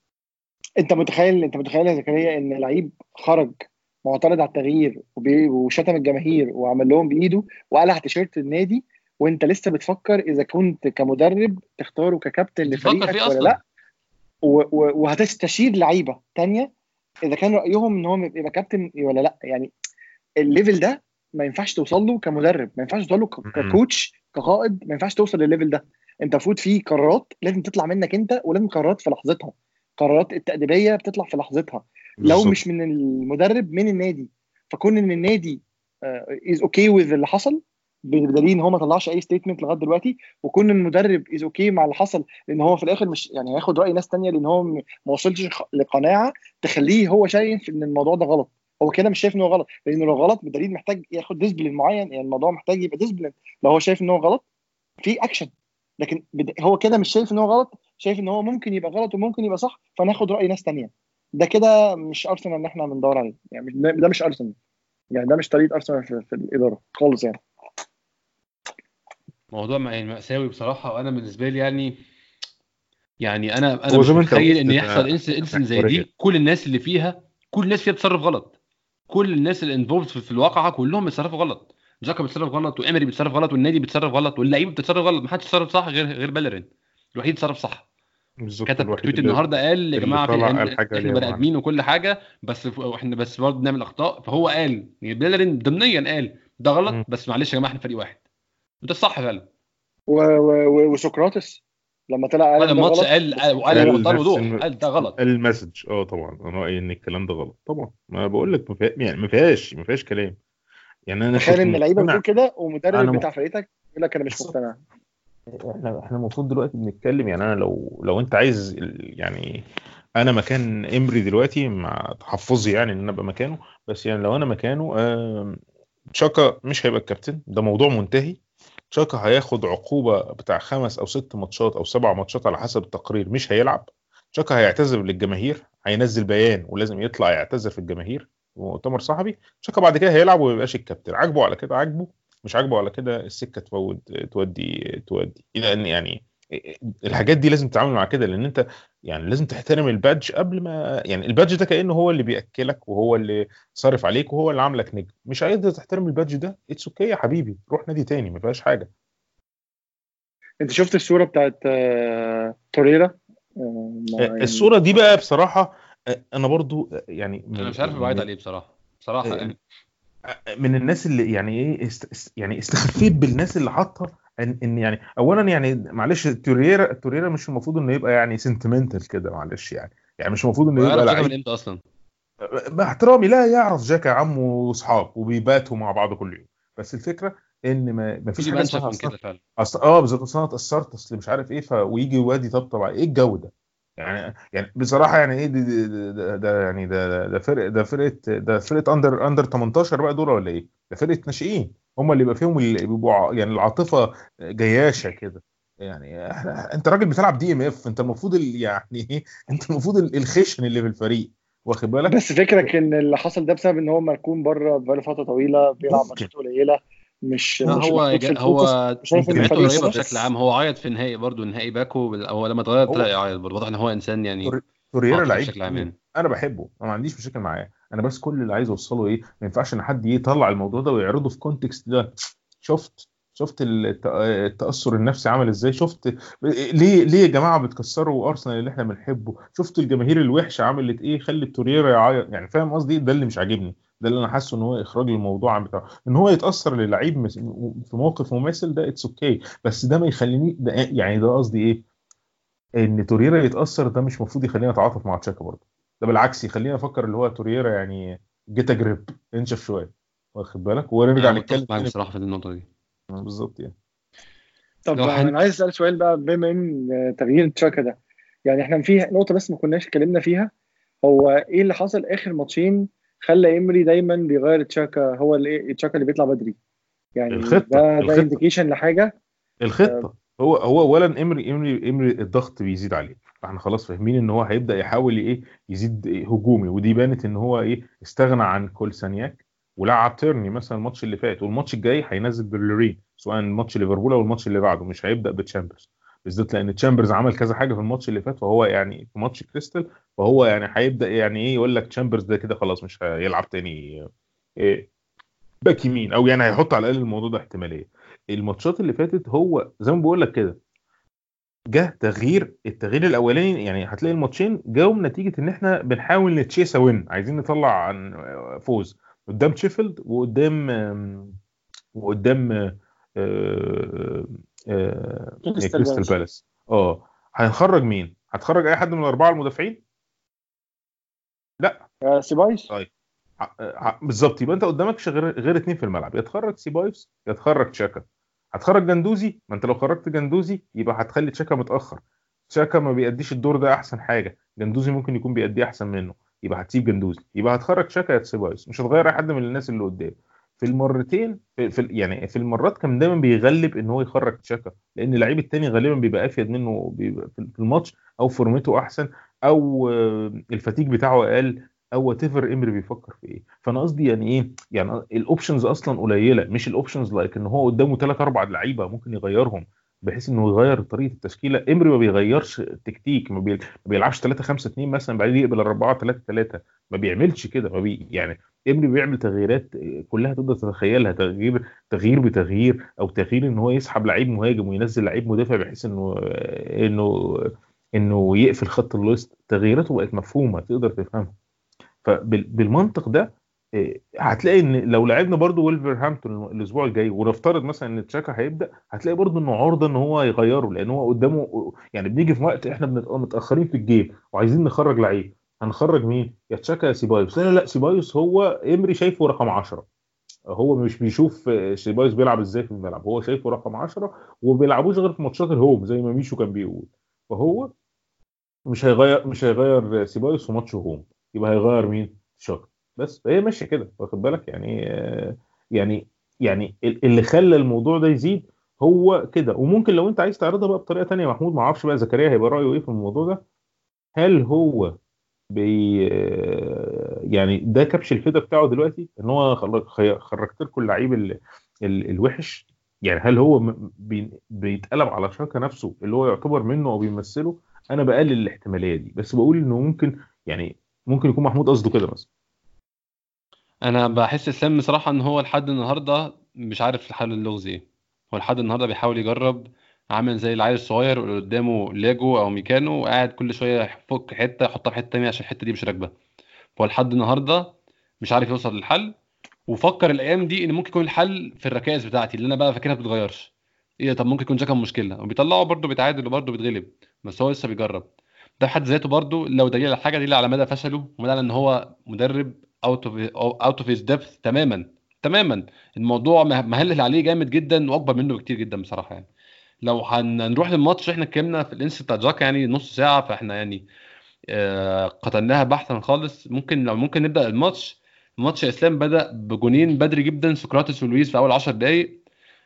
انت متخيل انت متخيل يا زكريا ان لعيب خرج معترض على التغيير وبي- وشتم الجماهير وعمل لهم بايده وقلع تيشيرت النادي، وانت لسه بتفكر اذا كنت كمدرب تختاره ككابتن بتفكر في لفريقك ايه ولا اصلا؟ لا، و- و- وهتستشير لعيبه تانية اذا كان رايهم ان هو يبقى كابتن ولا لا. يعني الليفل ده ما ينفعش توصل له كمدرب، ما ينفعش توصل له ك- م- ككوتش كقائد، ما ينفعش توصل للليفل ده. انت المفروض في قرارات لازم تطلع منك انت، ولازم قرارات في لحظتها، قرارات التأديبية بتطلع في لحظتها، لو بالظبط. مش من المدرب من النادي. فكون ان النادي از اوكي وذ اللي حصل، بدليل ان هو ما طلعش اي ستيتمنت لغايه دلوقتي، وكون ان المدرب از اوكي مع اللي حصل، لان هو في الاخر مش يعني هياخد راي ناس تانية، لان هو م- ما وصلش خ- لقناعه تخليه هو شايف ان الموضوع ده غلط. هو كده مش شايف ان هو غلط، لانه لو غلط بدليل محتاج ياخد ديسبلين معين، يعني الموضوع محتاج يبقى ديسبلين. لو هو شايف ان هو غلط في اكشن، لكن بد... هو كده مش شايف ان هو غلط، شايف ان هو ممكن يبقى غلط وممكن يبقى صح، فناخد راي ناس تانية. ده كده مش ارسنال اللي احنا بندور عليه، يعني مش ده, ده مش ارسنال، يعني ده مش طريقه ارسنال في, في الاداره خالص يعني. موضوع مع- يعني مأساوي بصراحه. وانا بالنسبه لي يعني يعني انا انا هو زي مش ما انت متخيل قلت ان يحصل ده انسيدنت زي محوريه. دي. كل الناس اللي فيها كل الناس فيها بتصرف غلط، كل الناس اللي انفولد في, في الواقعه كلهم بيتصرفوا غلط. جاكا بيتصرف غلط، وامري بيتصرف غلط، والنادي بيتصرف غلط، واللعيبه بتصرف غلط. ما حدش يتصرف صح غير غير بيلرين، الوحيد يتصرف صح. بالظبط، كتب الوحيد تويت اللي النهارده قال يا اللي جماعه في طلع إن قال حاجه احنا ليها بني معنى. ادمين وكل حاجه، بس ف- واحنا بس برضه بنعمل اخطاء. فهو قال يعني بيلرين ضمنيا قال ده غلط، مم. بس معلش يا جماعه احنا فريق واحد، وده الصح فعلا. و... و... وسقراطس لما طلع قال بعد ان ده الماتش غلط قال بس قال- كان وقال فريق واحد. قال بمنتهى نفس الوضوح، الم... قال ده غلط. المسج. اه طبعا انا رايي ان الكلام ده غلط طبعا. ما بقول لك ما فيها... يعني ما فيهاش ما فيهاش كلام. يعني انا تخيل كنت ان لعيبه بتقول مقتنع. كده ومدرب انا بتاع مقتنع. فريقك يقول لك انا مش بالظبط. مقتنع. احنا احنا المفروض دلوقتي بنتكلم، يعني انا لو لو انت عايز ال- يعني انا مكان امري دلوقتي مع تحفظي يعني ان انا ابقى مكانه، بس يعني لو انا مكانه آم، تشاكا مش هيبقى الكابتن، ده موضوع منتهي. تشاكا هياخد عقوبة بتاع خمس او ست ماتشات او سبع ماتشات على حسب التقرير، مش هيلعب. تشاكا هيعتذر للجماهير، هينزل بيان ولازم يطلع يعتذر في الجماهير ومؤتمر صحفي. تشاكا بعد كده هيلعب وما يبقاش الكابتن. عاجبه على كده عاجبه، مش عاجبه على كده السكه تفوت تودي تودي لان يعني الحاجات دي لازم تتعامل مع كده، لان انت يعني لازم تحترم البادج قبل ما يعني البادج ده كانه هو اللي بياكلك وهو اللي صارف عليك وهو اللي عاملك نجم. مش عايز تحترم البادج ده، اتس اوكي يا حبيبي، روح نادي تاني ما فيهاش حاجه. انت شفت الصوره بتاعت آه، توريرا؟ آه، ما يعني الصوره دي بقى بصراحه انا برضو يعني انا من مش عارف ابعد من عليه بصراحه، بصراحه يعني. من الناس اللي يعني ايه است... است- يعني استخفيت بالناس اللي حاطه ان ان يعني اولا يعني معلش توريرا توريرا مش المفروض انه يبقى يعني سنتيمنتال كده، معلش يعني يعني مش المفروض انه يبقى ويعرف جاكا لعيب. من امتى اصلا؟ باحترامي لا يعرف جاكا عمه واصحاب وبيباتوا مع بعض كل يوم، بس الفكره ان ما, ما فيش في حاجه منشف اسمها من اصلا. كده فعلا. اصل اه بالظبط اصل انا اتاثرت اصل مش عارف ايه ف... ويجي وادي طبطب على ايه الجو ده. يعني يعني بصراحه يعني ايه ده, ده, ده, ده يعني ده ده فرق ده فرقه ده فرقه اندر اندر تمنتاشر بقى دول ولا ايه؟ ده فرقه ناشئين هم اللي يبقى فيهم اللي بيبقوا ع- يعني العاطفه جياشه كده. يعني احنا انت راجل بتلعب دي ام اف، انت المفروض ال... يعني ايه، انت المفروض ال- الخشن اللي في الفريق، واخد بالك. بس فكرك ان اللي حصل ده بسبب ان هو مركون بره بقاله فتره طويله بيلعب ممكن. ماتشات قليله، مش لا مش هو محطوط في جا- هو الفوكس. شايف ان امكانياته الفريق قريبه كده. بشكل بس عام. هو عيط في نهائي برضه، نهائي باكو بال- هو لما اتغير طلع هو يعيط برضه. واضح ان هو انسان يعني تور- توريرا عاطفي لعيب بشكل عام جميل، يعني. انا بحبه، انا ما عنديش مشاكل معاه، انا بس كل اللي عايز اوصله ايه، ما ينفعش ان حد يطلع الموضوع ده ويعرضه في كونتكست ده. شفت شفت الت- التأثر النفسي عمل ازاي، شفت ليه ليه يا جماعه بتكسروا ارسنال اللي احنا بنحبه، شفت الجماهير الوحشه عملت ايه، خلت توريرا يعيط يعني، فاهم قصدي؟ ده اللي مش عاجبني، ده اللي انا حاسه ان هو اخراج الموضوع عن بتاعه، ان هو يتأثر للعيب مس- في موقف مماثل ده اتس اوكي، بس ده ما يخليني ده يعني، ده قصدي ايه، ان توريرا يتاثر ده مش المفروض يخلينا نتعاطف مع تشاكا برضه، ده بالعكس يخلينا نفكر اللي هو توريرا يعني جيتا جريب، انشف شويه، واخد بالك، ونرجع انا نتكلم متفق معاك تاني بصراحه في النقطه دي. بالظبط يعني. طب لو حن... انا عايز اسال سؤال بقى، بما ان تغيير تشاكا ده، يعني احنا في نقطه بس ما كناش اتكلمنا فيها، هو ايه اللي حصل اخر ماتشين خلى امري دايما بيغير تشاكا، هو اللي تشاكا اللي بيطلع بدري، يعني الخطه ده ده الخطه انديكيشن لحاجه. آه، الخطه هو هو اولا امري امري امري الضغط بيزيد عليه، فاحنا خلاص فاهمين ان هو هيبدا يحاول ايه، يزيد إيه هجومي، ودي بانت ان هو ايه، استغنى عن كولسانياك ولعب تيرني مثلا الماتش اللي فات، والماتش الجاي هينزل برلورين، سواء ماتش ليفربول او الماتش اللي بعده، مش هيبدا بتشامبرز، بالذات لان تشامبرز عمل كذا حاجه في الماتش اللي فات، فهو يعني في ماتش كريستال، فهو يعني هيبدا يعني ايه، يقول لك تشامبرز ده كده خلاص مش هيلعب تاني إيه باك يمين، او يعني هيحط على الاقل الموضوع ده احتماليه. الماتشات اللي فاتت هو زي ما بقول لك كده، جه تغيير، التغيير الاولاني يعني هتلاقي الماتشين جاوا من نتيجه ان احنا بنحاول نتشيس وين، عايزين نطلع عن فوز قدام تشيفيلد وقدام وقدام آه، آه، آه، كريستال كريستال بالاس. بالاس. اه هنخرج مين؟ هتخرج اي حد من الاربعه المدافعين؟ لا. آه، سيبايوس. طيب ع- ع- بالظبط، يبقى انت قدامكش غير غير اتنين في الملعب، يا تخرج سيبايوس يا تخرج تشاكا. هتخرج جندوزي، ما انت لو خرجت جندوزي يبقى هتخلي تشاكا متاخر، تشاكا ما بيأديش الدور ده احسن حاجه، جندوزي ممكن يكون بيأدي احسن منه، يبقى هتسيب جندوزي، يبقى هتخرج تشاكا يا سيبايوس، مش هتغير اي حد من الناس اللي قدام. في المرتين في, في يعني في المرات كان دايما بيغلب ان هو يخرج تشاكا، لان اللعيب التاني غالبا بيبقى افيد منه، بيبقى في في الماتش، او فورمته احسن، او آه، الفتيج بتاعه اقل، او وات ايفر امري بيفكر في ايه. فانا قصدي يعني ايه، يعني الاوبشنز اصلا قليله، مش الاوبشنز لايك ان هو قدامه ثلاث اربع لعيبه ممكن يغيرهم، بحيث انه يغير طريقه التشكيله. امري ما بيغيرش التكتيك، ما, بي... ما بيلعبش ثلاثة خمسة اتنين مثلا بعدين يقبل اربعة ثلاثة ثلاثة، ما بيعملش كده، ما بي... يعني امري بيعمل تغييرات كلها تقدر تتخيلها، تغيير تغيير بتغيير، او تغيير ان هو يسحب لعيب مهاجم وينزل لعيب مدافع بحيث انه انه انه يقفل خط الوسط، تغييراته بقت مفهومه تقدر تفهمها. فبالمنطق ده إيه، هتلاقي ان لو لعبنا برضو ويلفرهامبتون الاسبوع الجاي، ونفترض مثلا ان تشاكا هيبدا، هتلاقي برضو انه عرضه ان هو يغيره، لان هو قدامه يعني، بنيجي في وقت احنا بنبقى متاخرين في الجيم وعايزين نخرج لعيب، هنخرج مين؟ يا تشاكا يا سيبايوس. لا لا لا، سيبايوس هو امري شايفه رقم عشرة، هو مش بيشوف آه، سيبايوس بيلعب ازاي في الملعب، هو شايفه رقم عشرة، وما بيلعبوش غير في ماتشات الهوم زي ما ميشو كان بيقول، فهو مش هيغير مش هيغير سيبايوس في ماتش هجوم، يبقى هيغير مين؟ شاكا. بس هي ماشيه كده، واخد بالك يعني آه، يعني يعني ال- اللي خلى الموضوع ده يزيد هو كده. وممكن لو انت عايز تعرضها بقى بطريقه تانية يا محمود، ما اعرفش بقى زكريا هيبقى رايه ايه في الموضوع ده، هل هو بي آه، يعني ده كبش الفدا بتاعه دلوقتي، ان هو خرج- خي- خرجت لكم اللعيب ال- ال- الوحش، يعني هل هو م- بي- بيتقلب على شاكا نفسه اللي هو يعتبر منه او بيمثله؟ انا بقلل الاحتماليه دي، بس بقول انه ممكن يعني، ممكن يكون محمود قصده كده مثلا. انا بحس سام بصراحه ان هو لحد النهارده مش عارف الحل اللغز ايه. هو لحد النهارده بيحاول يجرب، عامل زي العيل الصغير اللي قدامه ليجو او ميكانو، وقاعد كل شويه يفك حته يحطها في حته تانية عشان الحته دي مش راكبه. هو لحد النهارده مش عارف يوصل للحل. وفكر الايام دي ان ممكن يكون الحل في الركائز بتاعتي اللي انا بقى فاكرها ما بتتغيرش. ايه طب ممكن يكون شكل مشكله، وبيطلعه برضه بيتعادل وبرضه بيتغلب، بس هو لسه بيجرب. ده في حد ذاته برضه لو دليل على حاجه، دليل على مدى فشله ومدى على ان هو مدرب اوت اوف اوت اوف هيز ديبث تماما تماما. الموضوع مه- مهلل عليه جامد جدا واكبر منه بكتير جدا بصراحه يعني. لو هنروح للماتش، احنا اتكلمنا في الانس بتاع جاكا يعني نص ساعه، فاحنا يعني آه، قتلناها بحثا خالص. ممكن لو ممكن نبدا الماتش. ماتش اسلام بدا بجونين بدري جدا، سقراطس ولويس في اول عشر دقائق.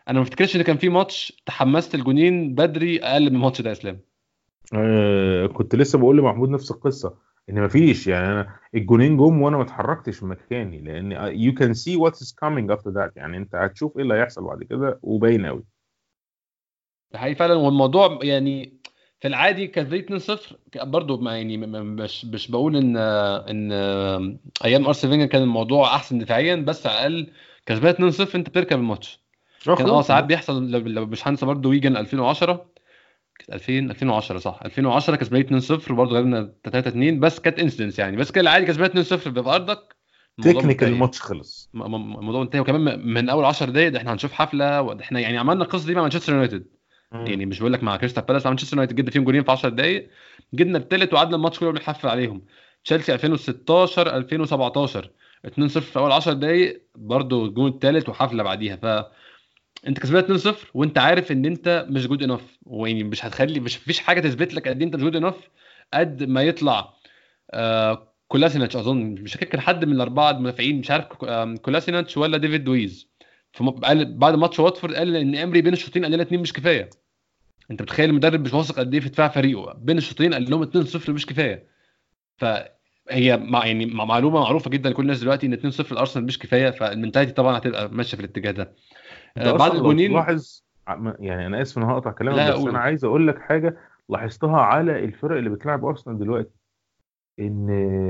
انا ما افتكرش ان كان في ماتش تحمست الجونين بدري اقل من الماتش ده يا اسلام. آه كنت لسه بقول لمحمود نفس القصه، ان مفيش يعني انا الجونين جم وانا ما اتحركتش من مكاني، لان you can see what is coming after that، يعني انت هتشوف ايه اللي هيحصل بعد كده وباين قوي. ده حقيقي فعلا. والموضوع يعني في العادي كسبان اتنين صفر برضه، ما يعني م- م- مش مش بقول ان ان ايام ارسنال فينجر كان الموضوع احسن دفاعيا، بس على الاقل كسبان اتنين صفر انت بتركب الماتش. اه كان اه خلاص ساعات الماتش. بيحصل، لو لو مش هنسى برضه ويجن ألفين وعشرة، كانت ألفين ألفين وعشرة صح، ألفين وعشرة كسبان اتنين صفر برضه غلبنا تلاتة اتنين، بس كانت انسيدنس يعني، بس كان العادي كسبان اتنين صفر في ارضك الموضوع تكنيكال منتهي. الماتش خلص. م- م- الموضوع منتهي. وكمان من اول عشر دقايق ده احنا هنشوف حفله، وده احنا يعني عملنا القصه دي مع مانشستر يونايتد. مم. يعني مش بقول لك مع كريستال بالاس، مع مانشستر يونايتد جبنا فيهم جولين في عشر دقائق، جبنا الثالث وقعدنا الماتش كله بنحفل عليهم. تشيلسي ألفين وستاشر ألفين وسبعتاشر اتنين صفر في اول عشر دقائق برضه الجون الثالث وحفله بعديها. فانت كسبان اتنين صفر وانت عارف ان انت مش جود انف، ويعني مش هتخلي، مش فيش حاجه تثبت لك قد إيه انت مش جود انف قد ما يطلع آه كولاسيناتش. اظن مش فاكر كان حد من الاربعه المدافعين، مش عارف آه كولاسيناتش ولا ديفيد لويز، فم- قال بعد ماتش واتفورد قال ان امري بين الشوطين قال لنا اتنين مش كفايه. انت متخيل المدرب مش واثق قد ايه في دفاع فريقه؟ بين الشوطين قال لهم اتنين صفر مش كفايه. فهي مع يعني مع معلومه معروفه جدا لكل الناس دلوقتي ان اتنين صفر الارسنال مش كفايه، فالمنتاليتي طبعا هتبقى ماشيه في الاتجاه ده. انت آه بعد اصلا لو الجونين. تلاحظ ع- يعني انا اسف ان أنا هقطع كلامك، لا بس انا اقوله. عايز اقول لك حاجه لاحظتها على الفرق اللي بتلعب ارسنال دلوقتي، ان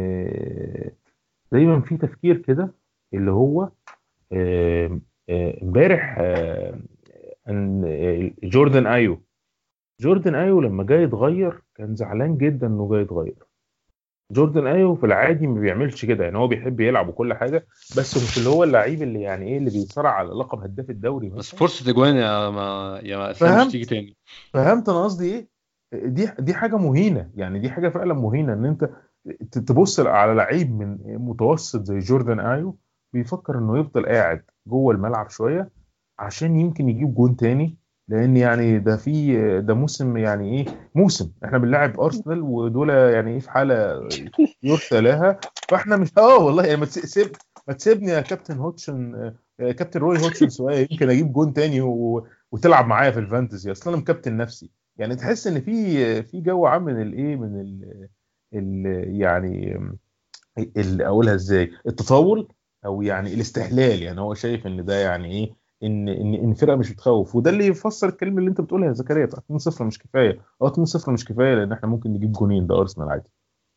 دايما في تفكير كده اللي هو آه، آه، امبارح آه، ان آه، جوردن ايو جوردن ايو لما جاي يتغير كان زعلان جدا انه جاي يتغير. جوردن ايو في العادي ما بيعملش كده، يعني هو بيحب يلعب وكل حاجه، بس مش اللي هو اللعيب اللي يعني ايه اللي بيصارع على لقب هداف الدوري بس مثلا. فرصه اجوان يا ما يا ما اسلام مش تيجي فهمت تاني. فهمت انا قصدي ايه. دي دي حاجه مهينه، يعني دي حاجه فعلا مهينه ان انت ت- تبص على لعيب من متوسط زي جوردن ايو بيفكر انه يفضل قاعد جوه الملعب شويه عشان يمكن يجيب جون تاني، لان يعني ده في ده موسم، يعني ايه موسم احنا بنلعب ارسنال ودول يعني ايه في حاله يرثى لها. فاحنا مش اه والله يعني ما تسيب ما تسيبني يا كابتن هوتشن، آه، كابتن روي هوتشن شويه يمكن اجيب جون تاني و... وتلعب معايا في الفانتزي، اصلا انا مكابتن نفسي. يعني تحس ان في في جو عام من الايه من ال... ال... يعني ال... اقولها ازاي التطاول او يعني الاستحلال، يعني هو شايف ان ده يعني ايه ان ان ان فرقه مش بتخوف، وده اللي يفسر الكلمه اللي انت بتقولها يا زكريا بتاعت اتنين صفر مش كفايه. اه اتنين صفر مش كفايه لان احنا ممكن نجيب جونين، ده ارسنال عادي.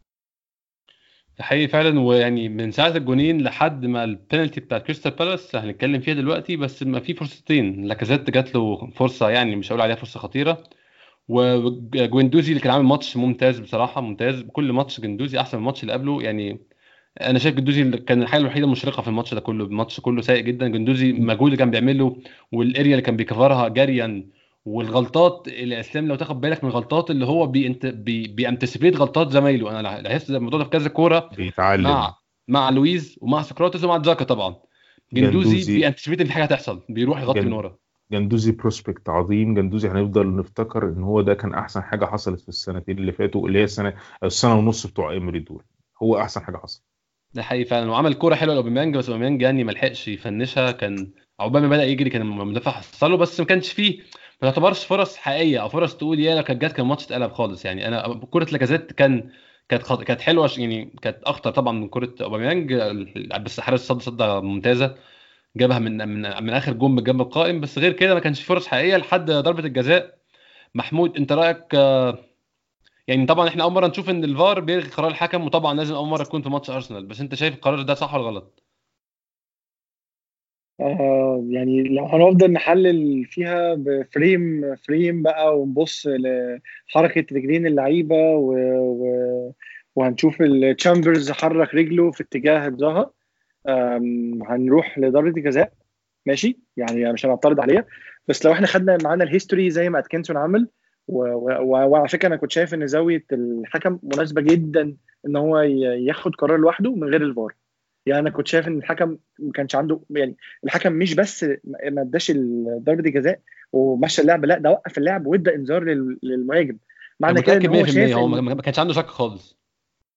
ده حقيقي فعلا. ويعني من ساعه الجونين لحد ما البينالتي بتاع كريستال بالاس هنتكلم فيها دلوقتي، بس ما في فرصتين لاكازيت جات له فرصه، يعني مش هقول عليها فرصه خطيره، وجويندوزي اللي كان عامل ماتش ممتاز بصراحه، ممتاز. كل ماتش جندوزي احسن من الماتش اللي قبله يعني. انا شايف جندوزي اللي كان الحاجه الوحيده المشرقه في الماتش ده كله. الماتش كله سيء جدا. جندوزي المجهود اللي كان بيعمله والاريا اللي كان بيكفرها جريا، والغلطات اللي اسلام لو تاخد بالك من الغلطات اللي هو بينت بي بيانتسيبيت غلطات زمايله. انا لاحظت الموضوع ده في كذا كوره بيتعلم. مع مع لويز ومع سقراطس ومع جاكا طبعا. جندوزي جندوزي بيانتسيبيت ان في حاجه هتحصل، بيروح يغطي من جن... ورا. جندوزي بروسبكت عظيم. جندوزي هنفضل نفتكر ان هو ده كان احسن حاجه حصلت في السنتين اللي فاتوا، اللي هي السنه السنه ونص بتوع ايمري دول، هو احسن حاجه حصلت. ده حقيقي فعلا. وعمل كوره حلوه لاوباميانج، بس اوباميانج يعني ما لحقش يفنشها. كان عقبال ما بدا يجري كان المدافع حصله، بس ما كانش فيه، ما تعتبرش فرص حقيقيه او فرص تقول يا لو كانت جت كان الماتش اتقلب خالص. يعني انا كوره لاكازيت كان كانت خط... كانت حلوه ش- يعني كانت اخطر طبعا من كوره اوباميانج، بس حارس صد صد ممتازه، جابها من من من اخر جون بالجنب القائم. بس غير كده ما كانش فرص حقيقيه لحد ضربه الجزاء. محمود انت رايك؟ يعني طبعا احنا اول مره نشوف ان الفار بيلغي قرار الحكم، وطبعا لازم اول مره تكون في ماتش ارسنال، بس انت شايف القرار ده صح ولا غلط؟ آه يعني لو هنفضل نحلل فيها بفريم فريم بقى ونبص لحركة رجلين اللعيبة و... و... وهنشوف التشامبرز حرك رجله في اتجاه الظهر، آم، هنروح لضربة الجزاء. ماشي يعني مش هنعترض عليها. بس لو احنا خدنا معانا الهيستوري زي ما اتكنسون عمل و... و... وعلى فكرة انا كنت شايف ان زاوية الحكم مناسبة جدا ان هو ي- ياخد قرار لوحده من غير الفار. يعني انا كنت شايف ان الحكم ما كانش عنده، يعني الحكم مش بس ما اداش ال- ضربه الجزاء ومشى اللعب، لا ده وقف اللعب وادى انذار لل- للمهاجم. انا معنى كده ان متاكد هو مية في المية شاف هو ان ما ما كانش عنده شك خالص.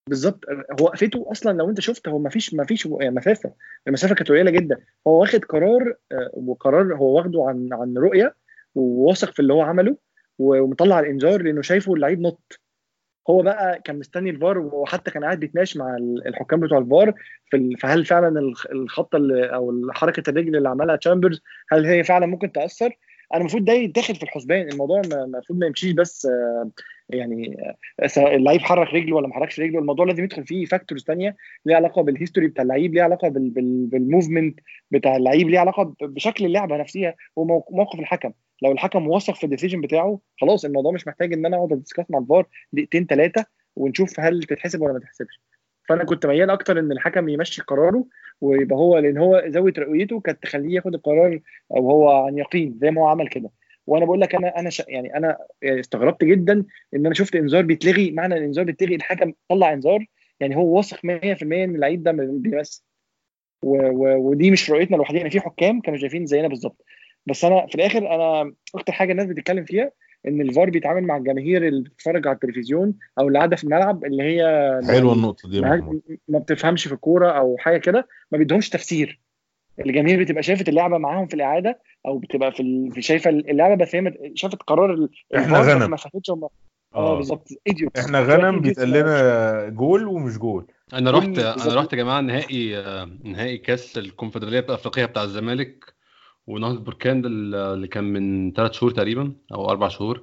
بالظبط. هو وقفته اصلا لو انت شفت هو ما فيش ما فيش مسافه، المسافه كانت قليله جدا. هو واخد قرار، آه، وقرار هو واخده عن عن رؤيه وواثق في اللي هو عمله، ومطلع الانذار لانه شايفه اللعيب نط. هو بقى كان مستني الفار، وحتى كان قاعد بيتناقش مع الحكام بتوع الفار في ال- فهل فعلا الخ- الخطه اللي او حركه الرجل اللي عملها تشامبرز هل هي فعلا ممكن تاثر. انا المفروض ده يتاخد في الحسبان، الموضوع ما- المفروض ما يمشيش بس آه، يعني آه، سواء اللعيب حرك رجله ولا ما حركش رجله. الموضوع لازم يدخل فيه فاكتورز تانية ليها علاقه بالهيستوري بتاع اللعيب، ليها علاقه بال- بال- بالموفمنت بتاع اللعيب، ليها علاقه ب- بشكل اللعبه نفسها وموقف الحكم. لو الحكم واثق في الديسيجن بتاعه خلاص الموضوع مش محتاج ان انا اقعد ادسكاس مع الفار دقيقتين ثلاثه ونشوف هل تتحسب ولا ما تتحسبش. فانا كنت ميال اكتر ان الحكم يمشي قراره ويبقى هو، لان هو زاويه رؤيته كانت تخليه ياخد القرار او هو عن يقين زي ما هو عمل كده. وانا بقول لك انا انا ش... يعني انا استغربت جدا ان انا شفت انذار بيتلغي. معنى الانذار بيتلغي الحكم طلع انذار، يعني هو واثق مية في المية ان اللعيب ده بيمثل. و... و... ودي مش رؤيتنا لوحدنا، يعني في حكام كانوا شايفين زينا بالظبط. بس انا في الاخر انا اكتر حاجه الناس بتتكلم فيها ان الفار بيتعامل مع الجماهير اللي بتتفرج على التلفزيون او اللي قاعده في الملعب، اللي هي حلوه يعني النقطه دي يا ما, محمود. ما بتفهمش في الكوره او حاجه كده، ما بيدهمش تفسير. الجماهير بتبقى شافت اللعبه معاهم في الاعاده، او بتبقى في, ال... في شايفه اللعبه بس هي مت- شافت قرار ال- احنا الفار بس غنم. ما شافتش هم. اه اه بالظبط، ايديوتس احنا شويه غنم ايديوتس. بيتقال لنا جول ومش جول. انا رحت كل انا رحت يا جماعه نهائي آه، نهائي كاس الكونفدراليه الافريقيه بتاع الزمالك ونهضه بركان ده اللي كان من ثلاث شهور تقريبا او اربع شهور.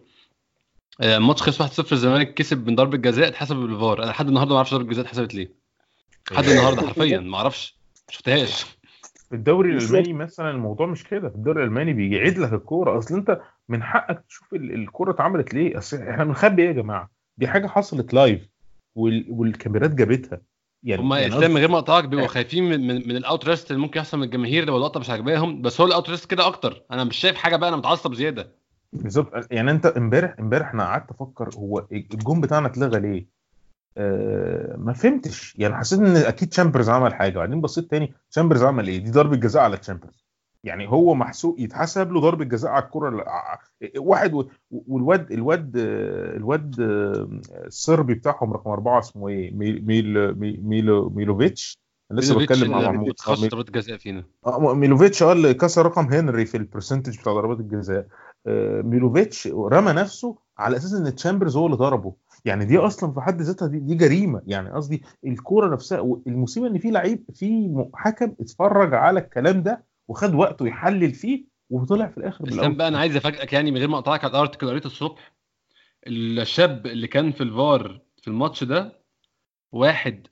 آه، الماتش خلص واحد صفر، الزمالك كسب من ضربه جزاء اتحسب بالفار. انا لحد النهارده ما اعرفش ضربه الجزاء اتحسبت ليه، لحد النهارده حرفيا بالظبط ما اعرفش، ما شفتهاش. في الدوري بالظبط. الالماني مثلا الموضوع مش كده. في الدوري الالماني بيعيد لك الكوره. اصل انت من حقك تشوف ال- الكوره اتعملت ليه. اصل احنا بنخبي ايه يا جماعه؟ دي حاجه حصلت لايف وال... والكاميرات جابتها. يعني هما يعني اسلام من قصدي غير ما اقطعك بيبقوا خايفين من من, من الاوت ريست اللي ممكن يحصل من الجماهير لو اللقطه مش عاجباهم، بس هو الاوت ريست كده اكتر. انا مش شايف حاجه بقى، انا متعصب زياده. بالظبط. يعني انت امبارح امبارح انا قعدت افكر هو الجون بتاعنا اتلغى ليه؟ آه ما فهمتش. يعني حسيت ان اكيد تشامبرز عمل حاجه، بعدين بصيت تاني تشامبرز عمل ايه؟ دي ضربه جزاء على تشامبرز. يعني هو محسوب يتحسب له ضربه جزاء على الكره اللي- ع- واحد و- والواد الواد آه، الواد آه، الصربي بتاعهم رقم أربعة اسمه ايه؟ ميل ميل ميل ميلو ميلوفيتش. أنا لسه ميلوفيتش بتكلم مع اللي ما محمود. اه بتخش ميل- ضربات جزاء فينا. آه، ميلوفيتش اه اللي كسر رقم هنري في البرسنتج بتاع ضربات الجزاء. آه، ميلوفيتش رمى نفسه على اساس ان تشامبرز هو اللي ضربه. يعني دي اصلا في حد ذاتها دي, دي جريمه. يعني قصدي الكوره نفسها. المصيبه ان في لعيب في م- حكم اتفرج على الكلام ده وخد وقته يحلل فيه وطلع في الاخر اسلام بالاوت. بقى انا عايز افاجئك يعني من غير ما اقطعك على الارتكل قريته الصبح. الشاب اللي كان في الفار في الماتش ده واحد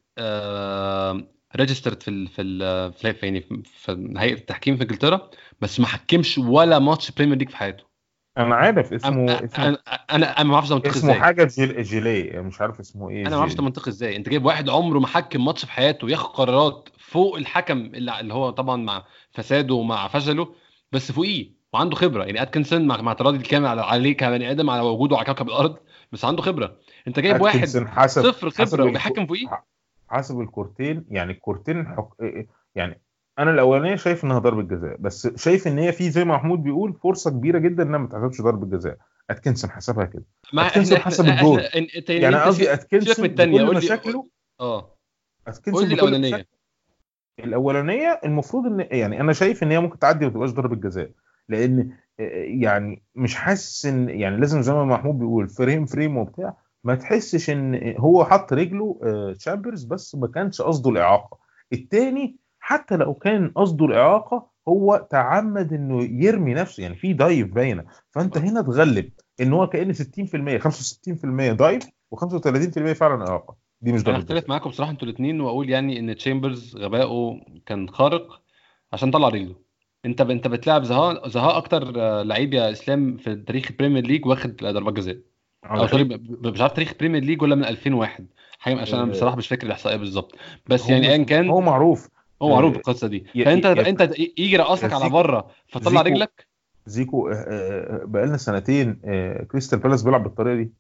آه ريجسترد في ال في ال في في- يعني في في هيئه التحكيم في انجلترا، بس ما حكمش ولا ماتش بريمير ليج في حياته. انا عارف انا اسمه اسمه انا انا أنا ما اعرفش ده منطقي اسمه ازاي. حاجه جيل جيليه. مش عارف اسمه ايه. انا ما اعرفش ده جيل. منطقي ازاي. انت جايب واحد عمره ما حكم ماتش في حياته ياخد قرارات فوق الحكم اللي, اللي هو طبعا مع فساده ومع فشله، بس فوقيه وعنده خبره. يعني اتكنسون مع مع اعتراضي الكامل على عليه كبني ادم على وجوده على كوكب الارض، بس عنده خبره. انت جايب واحد اتكنسون حسب صفر حسب خبره الكو... وبيحكم فوقيه. حسب الكورتين. يعني الكورتين حك... يعني انا الاولانيه شايف انها ضربه جزاء، بس شايف ان هي في زي ما محمود بيقول فرصه كبيره جدا انها ما تحسبش ضربه جزاء. اتكنسون حسبها كده. ما احنا اتكنسون احنا حسب الجول. احنا انت يعني يعني انت قصدي سي- سيبك من اتكنسون الثانيه، بكل قول لي. مشاكله. اه قول اتكنسون لي بكل الاولانيه. مشاكله. الاولانيه المفروض ان يعني انا شايف ان هي ممكن تعدي وما تبقاش ضربه جزاء. لان آه، يعني مش حاسس ان يعني لازم زي ما محمود بيقول فريم فريم وبتاع ما تحسش ان هو حط رجله آه، تشامبرز بس ما كانش قصده الاعاقه. التاني حتى لو كان قصده الاعاقه هو تعمد انه يرمي نفسه. يعني في دايف باينه. فانت هنا تغلب ان هو كأن ستين في المية خمسة وستين في المية دايف و35% فعلا اعاقه. دي مش انا ضربه اختلف جزاء. معاكم بصراحه انتوا الاثنين، واقول يعني ان تشامبرز غبائه كان خارق عشان طلع رجله. انت ب... انت بتلعب زها زها اكتر آه، لعيب يا اسلام في تاريخ البريمير ليج واخد ضربات جزاء، على او سوري حقيقة. ب... ب- مش عارف تاريخ البريمير ليج ولا من ألفين وواحد حاجه، عشان انا آه، بصراحه مش فاكر الاحصائيه بالظبط. بس هو يعني ايا مش كان هو معروف. هو معروف آه، بالقصه دي. يا فانت يا انت يجي يا رقصك على زيكو بره فتطلع زيكو رجلك. زيكو آه، آه، بقالنا سنتين آه، كريستال بالاس بيلعب بالطريقه دي.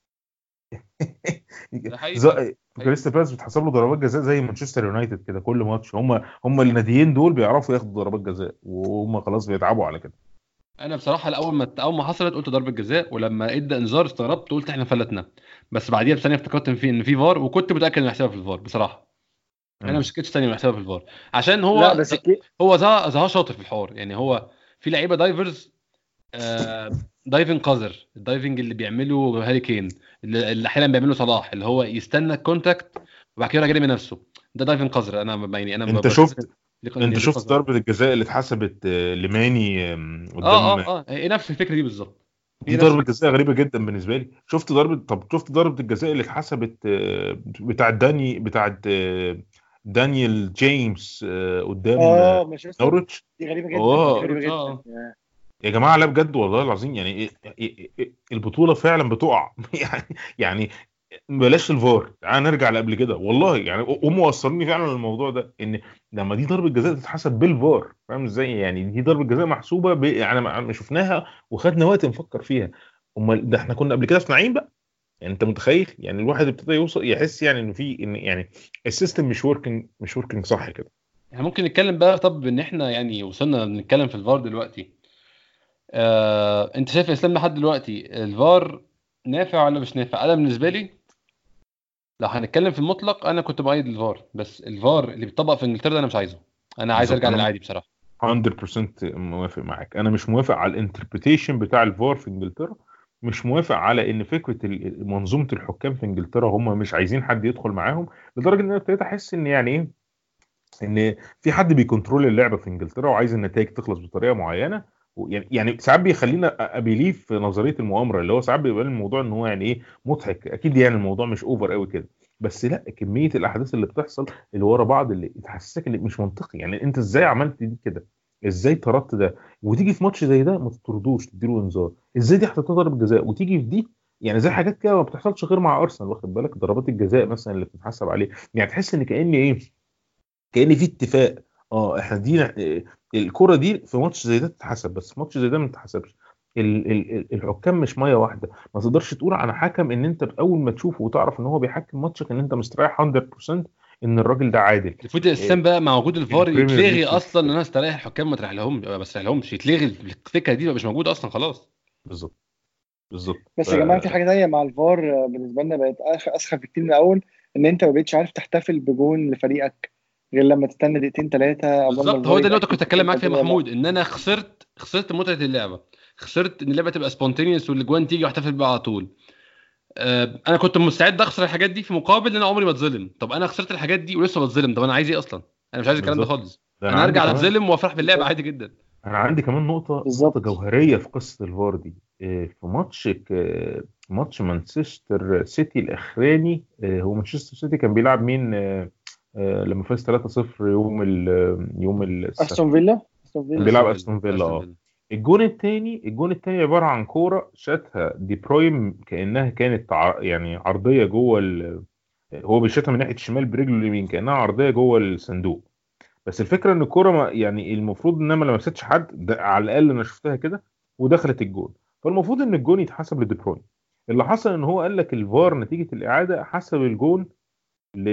ده حقيقي ز- فعلا. حقيقي. كريستال بالاس بتحسب له ضربات جزاء زي مانشستر يونايتد كده. كل ماتش هم هم الناديين دول بيعرفوا ياخدوا ضربات جزاء وهم خلاص بيتعبوا على كده. انا بصراحه الاول ما اول ما حصلت قلت ضربه جزاء، ولما ادى انذار استغربت قلت احنا فلتنا، بس بعديها بثانيه افتكرت ان في ان في فار، وكنت متاكد انه هيحسبها في الفار بصراحه. انا مش مم. شكيتش تاني انه يحسبها في الفار، عشان لا هو بس الكي... هو ظهر ظهر شاطر في الحوار. يعني هو في لعيبه دايفرز، آه دايفنج قذر، الدايفنج اللي بيعمله هاري كين، اللي اللي احيانا بيعمله صلاح، اللي هو يستنى الكونتاكت وبعد كده يراجع من نفسه. ده دايفنج قذر. انا ب- يعني انا ب- انت بشوف شفت ان انت دي شفت قذر. ضربة الجزاء اللي اتحسبت آه، لماني آم، اه قدام. اه اه هي نفس الفكره دي بالظبط. هي دي نفس ضربة الفكره. جزاء غريبة جدا بالنسبة لي. شفت ضربة طب شفت ضربة الجزاء اللي اتحسبت آه، بتاعت داني بتاعت آه، دانيال جيمس آه، قدام آه، اه مانشستر، نورwich. دي غريبه جدا، دي اه غريبه نورتش جدا اه. يا- يا جماعة لا بجد والله العظيم يعني إيه إيه إيه البطولة فعلا بتقع يعني يعني بلاش الفار، تعال نرجع لقبل كده والله. يعني هم وصلوني فعلا للموضوع ده، ان لما دي ضربه جزاء تتحسب بالفار، فاهم ازاي؟ يعني دي ضربه جزاء محسوبه ب... يعني ما ما شفناها وخدنا وقت نفكر فيها. امال ده احنا كنا قبل كده في نعيم بقى. يعني انت متخيل؟ يعني الواحد ابتدى يوصل يحس يعني انه في ان يعني السيستم مش وركينج مش وركينج صح كده. احنا ممكن نتكلم بقى، طب ان احنا يعني وصلنا نتكلم في الفار دلوقتي. آه، انت شايف يا اسلام لحد دلوقتي الفار نافع ولا مش نافع؟ انا بالنسبه لي لو هنتكلم في المطلق انا كنت مؤيد الفار، بس الفار اللي بيطبق في انجلترا ده انا مش عايزه. انا عايز بالظبط. ارجع انا للعادي بصراحه. مية بالمية موافق معاك. انا مش موافق على الانتربريتيشن بتاع الفار في انجلترا. مش موافق على ان فكره ال- منظومه الحكام في انجلترا هم مش عايزين حد يدخل معاهم، لدرجه ان انا ابتديت احس ان يعني ايه، ان في حد بيكنترول اللعبه في انجلترا وعايز النتائج تخلص بطريقه معينه. و- يعني يعني ساعات بيخلينا ابيليف في نظريه المؤامره، اللي هو ساعات بيبقى الموضوع ان هو يعني ايه مضحك اكيد، يعني الموضوع مش اوفر قوي كده. بس لا، كميه الاحداث اللي بتحصل اللي ورا بعض اللي تحسسك ان مش منطقي. يعني انت ازاي عملت دي كده؟ ازاي طردت ده وتيجي في ماتش زي ده ما تطردوش تديله انذار؟ ازاي دي حطيتها ضربه جزاء وتيجي في دي؟ يعني زي حاجات كده ما بتحصلش غير مع ارسنال، واخد بالك؟ ضربات الجزاء مثلا اللي بتتحسب عليه، يعني تحس ان كأن ايه، كأن في اتفاق. اه احنا دي آه، الكرة دي في ماتش زي ده تتحسب، بس في ماتش زي ده ما تتحسبش. ال- ال- ال- الحكام مش ميه واحده. ما تقدرش تقول على حكم ان انت اول ما تشوفه وتعرف ان هو بيحكم ماتشك ان انت مستريح مية بالمية ان الراجل ده عادل. المفروض الاسلام بقى مع وجود الفار البريمير ليج يتلغي كده. اصلا، ان انا استريح الحكام ما تريح لهم ما بستريح لهمش، يتلغي الفكره دي، مش موجوده اصلا خلاص. بالظبط بالظبط. ف- بس يا جماعه في حاجه تانيه مع الفار، آه، بالنسبه لنا بقت أخ- اسخف بكتير من الاول. ان انت ما بقتش عارف تحتفل بجون لفريقك غير لما تستنى دقيقتين ثلاثه قبل ما بالظبط، هو الفار ده النقطه يتاكد كنت اذا اتكلم كنت معاك فيها هتجيبه ولا لا. محمود، ان انا خسرت خسرت متعه اللعبه. خسرت ان اللعبه تبقى سبونتينيوس والاجوان تيجي واحتفل بيها على طول. آه، انا كنت مستعد اخسر الحاجات دي في مقابل ان انا عمري ما اتظلم. طب انا خسرت الحاجات دي ولسه بتظلم، طب انا عايز ايه اصلا؟ انا مش عايز الكلام ده بالظبط. خالص. ده انا انا عندي ارجع كمان اتظلم وافرح باللعبه بالظبط عادي جدا. انا عندي كمان نقطه نقطه بالظبط. جوهريه في قصه الفار دي. إيه، في ماتش ك- ماتش مانشستر سيتي الاخراني. إيه، هو مانشستر سيتي كان بيلعب مين آه، آه، لما فاز ثلاثة صفر يوم ال يوم السبت؟ استون فيلا استون كان فيلا بيلعب استون فيلا استون فيلا. استون اه فيلا. الجون الثاني الجون الثاني عباره عن كوره شاتها دي برويم كانها كانت ع- يعني عرضيه جوه ال... هو بيشوطها من ناحيه الشمال برجله اليمين كانها عرضيه جوه الصندوق. بس الفكره ان الكوره ما يعني المفروض انها ما لمستش حد، ده على الاقل انا شفتها كده، ودخلت الجون. فالمفروض ان الجون يتحسب لدي بروين. اللي حصل ان هو قال لك الفار نتيجه الاعاده حسب الجون ل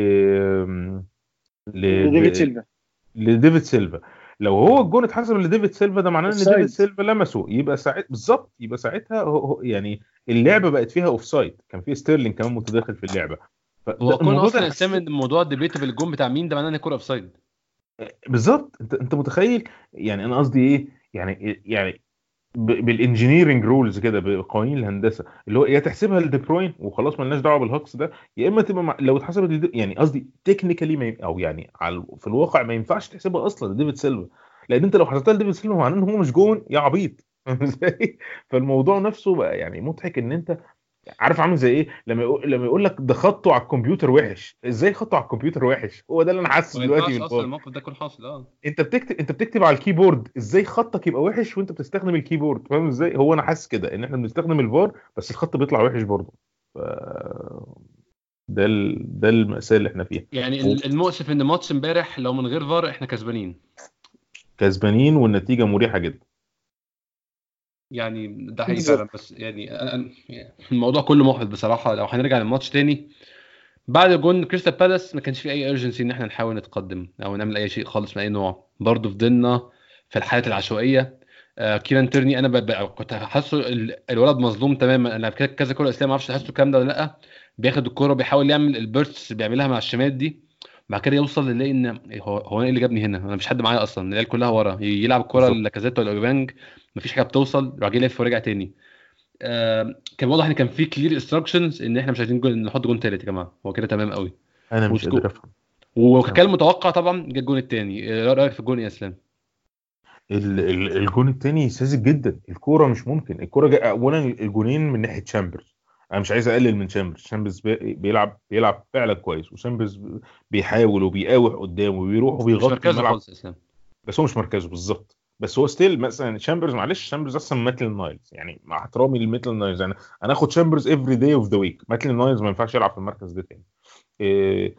لديفيد ل... سيلفا. لديفيد سيلفا. لو هو الجون اتحسب لديفيد سيلفا ده معناه ان ديفيد اوفسايد. سيلفا لمسه، يبقى ساعت بالظبط يبقى ساعتها هو... هو- يعني اللعبه بقت فيها اوف سايد، كان في ستيرلينج كمان متداخل في اللعبه. هو فده كون الموضوع ده اصلا انا اسلام حسيت. ان الموضوع ديبيتبل الجون بتاع مين ده معناه ان الكوره اوف سايد. بالظبط. انت انت متخيل؟ يعني انا قصدي ايه، يعني يعني بالانجينيرنج رولز كده بقوانين الهندسه اللي هو يا تحسبها لدي بروين وخلاص مالناش دعوه بالهوكس ده، يا اما تبقى مع... لو اتحسبت لدي... يعني قصدي تكنيكالي ما... ي- او يعني على... في الواقع ما ينفعش تحسبها اصلا لديفيد سيلفا. لان انت لو حسبتها لديفيد سيلفا معناه ان هو مش جون يا عبيط فاهم ازاي؟ فالموضوع نفسه بقى يعني مضحك. ان انت عارف عامل زي ايه لما يقول لما يقول لك ده خطه على الكمبيوتر وحش. ازاي خطه على الكمبيوتر وحش؟ هو ده اللي انا حاسه ما دلوقتي ينفعش اصلا بالفار. الموقف ده يكون حاصل اه. انت بتكتب انت بتكتب على الكيبورد، ازاي خطك يبقى وحش وانت بتستخدم الكيبورد؟ فاهم ازاي؟ هو انا حاسس كده ان احنا بنستخدم الفار بس الخط بيطلع وحش برضه. ف... ده ال... ده المأساة اللي احنا فيها. يعني ال- المؤسف ان ماتش امبارح لو من غير فار احنا كسبانين. وكسبانين والنتيجة مريحة جدا. يعني ده حقيقي فعلا، بالظبط. بس يعني أنا- يعني الموضوع كله محبط بصراحه. لو هنرجع للماتش تاني بعد جون كريستال بالاس ما كانش في اي ارجنسي ان احنا نحاول نتقدم او نعمل اي شيء خالص من اي نوع. برضه فضلنا في الحاله العشوائيه. آه كيران تيرني انا ب... ب... كنت حاسه ال- الولد مظلوم تماما. انا كده كذا كوره اسلام ما اعرفش حاسه الكلام ده ولا لا. بياخد الكوره بيحاول يعمل البيرتس اللي بيعملها مع الشمال دي، بعد كده يوصل يلاقي ان هو هو انا ايه اللي جابني هنا، انا مش حد معايا اصلا، العيال كلها ورا، يلعب الكوره بالظبط. لاكازيت ولا اوبانج مفيش حاجه بتوصل، راح جاي يلف ورجع تاني. آه كان واضح ان كان في كلير انستراكشنز ان احنا مش عايزين جول نحط جون تالت يا جماعه، هو كده تمام قوي. انا مش وسكو قادر افهم. وكان متوقع طبعا جه الجون الثاني. ايه رايك في الجون يا اسلام؟ ال- ال- الجون التاني ساذج جدا. الكوره مش ممكن، الكوره جا اولا الجونين من ناحيه شامبرز. انا مش عايز اقلل من شامبرز، شامبرز بي- بيلعب بيلعب فعلا كويس، وشامبرز بيحاول وبيقاوح قدام وبيروح مش وبيغطي مركزه الملعب. خالص يا اسلام. بس هو مش مركزه بالظبط. بس هو ستيل مثلا شامبرز، معلش شامبرز احسن من ماتل نايلز، يعني مع احترامي لماتل نايلز، انا انا اخد شامبرز افري داي اوف ذا ويك. ماتل نايلز ما ينفعش يلعب في المركز ده تاني. إيه،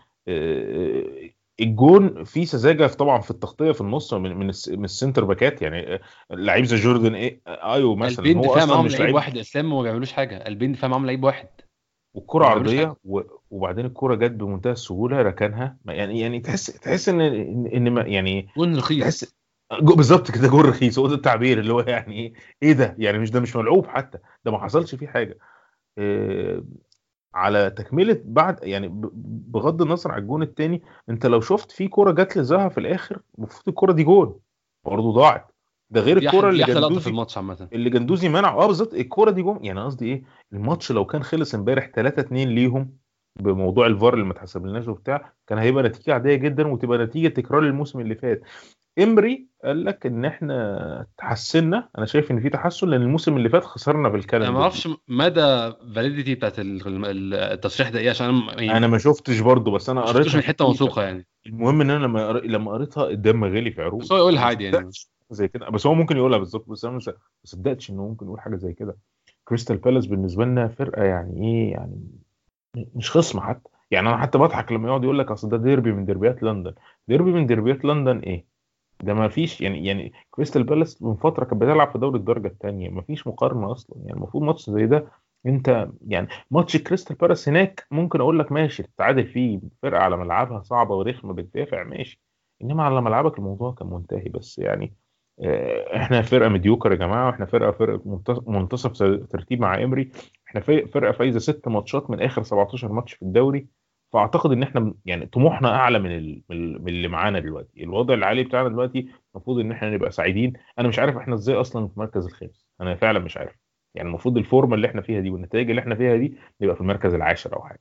إيه، الجون فيه سذاجه طبعا في التغطيه في النص من من الس- من السنتر باكات، يعني لعيب زي جوردن ايه ايو مثلا قلبين هو دفاع اصلا معاهم مش لعيب لعيب. واحد يا اسلام وما بيعملوش حاجه، قلبين دفاع معاهم لعيب واحد والكره وما بيعملوش حاجه. عرضيه و- وبعدين الكره جت بمنتهى السهوله ركنها، ما- يعني يعني تحس تحس ان ان إن ما- يعني جون رخيص. تحس جو- بالظبط كده، جول رخيص، هو ده التعبير اللي هو يعني ايه. ايه ده يعني؟ مش ده مش ملعوب حتى، ده ما حصلش فيه حاجه. إيه، على تكمله بعد يعني ب- بغض النظر عن الجون التاني، انت لو شفت في كوره جت لزها في الاخر، المفروض الكوره دي جون، برضه ضاعت. ده غير دي احلى الكوره اللي دي احلى لقطه في جندوزي الماتش عامه. اللي جندوزي منع. اه بالظبط، الكوره دي جون. يعني قصدي ايه، الماتش لو كان خلص امبارح ثلاثة اتنين ليهم بموضوع الفار اللي ما اتحسبلناش وبتاع، كان هيبقى نتيجه عاديه جدا وتبقى نتيجه تكرار الموسم اللي فات. امري قال لك ان احنا تحسنا، انا شايف ان في تحسن، لان الموسم اللي فات خسرنا في انا ما الكالندر دي. اعرفش مدى فاليديتي بتاعت ال- ال- التصريح ده ايه، عشان انا م- يعني انا ما شفتش برضه، بس انا ما شفتوش قريتها من في حته تويتر. موثوقه يعني. المهم ان انا لما قر- لما قريتها الدم غلي في بس عروقي. هو يقولها انا ما عادي يعني. صدقتش زي كده، بس هو ممكن يقولها بالظبط، بس انا مش- ما صدقتش انه ممكن يقول حاجه زي كده. كريستال بالاس بالنسبه لنا فرقه يعني ايه، يعني مش خصم حتى. يعني انا حتى بضحك لما يقعد يقول لك اصل ده ديربي من ديربيات لندن. ديربي من ديربيات لندن ايه؟ ده ما فيش يعني يعني كريستال بالاس من فتره كانت بتلعب في دوري الدرجه الثانيه، ما فيش مقارنه اصلا. يعني المفروض ماتش زي ده، انت يعني ماتش كريستال بالاس هناك ممكن اقول لك ماشي تتعادل فيه، فرقه على ملعبها صعبه ورخمه بتدافع ماشي، انما على ملعبك الموضوع كان منتهي. بس يعني آه، احنا فرقه مديوكر يا جماعه، واحنا فرقه فرقه منتص- منتصف ترتيب مع امري. احنا في- فرقه فايزه ست ماتشات من اخر سبعتاشر ماتش في الدوري. فاعتقد ان احنا يعني طموحنا اعلى من ال- من ال- من اللي معانا دلوقتي. الوضع العالي بتاعنا دلوقتي المفروض ان احنا نبقى سعيدين. انا مش عارف احنا ازاي اصلا في المركز الخامس، انا فعلا مش عارف. يعني المفروض الفورمه اللي احنا فيها دي والنتائج اللي احنا فيها دي نبقى في المركز العاشر او حاجه.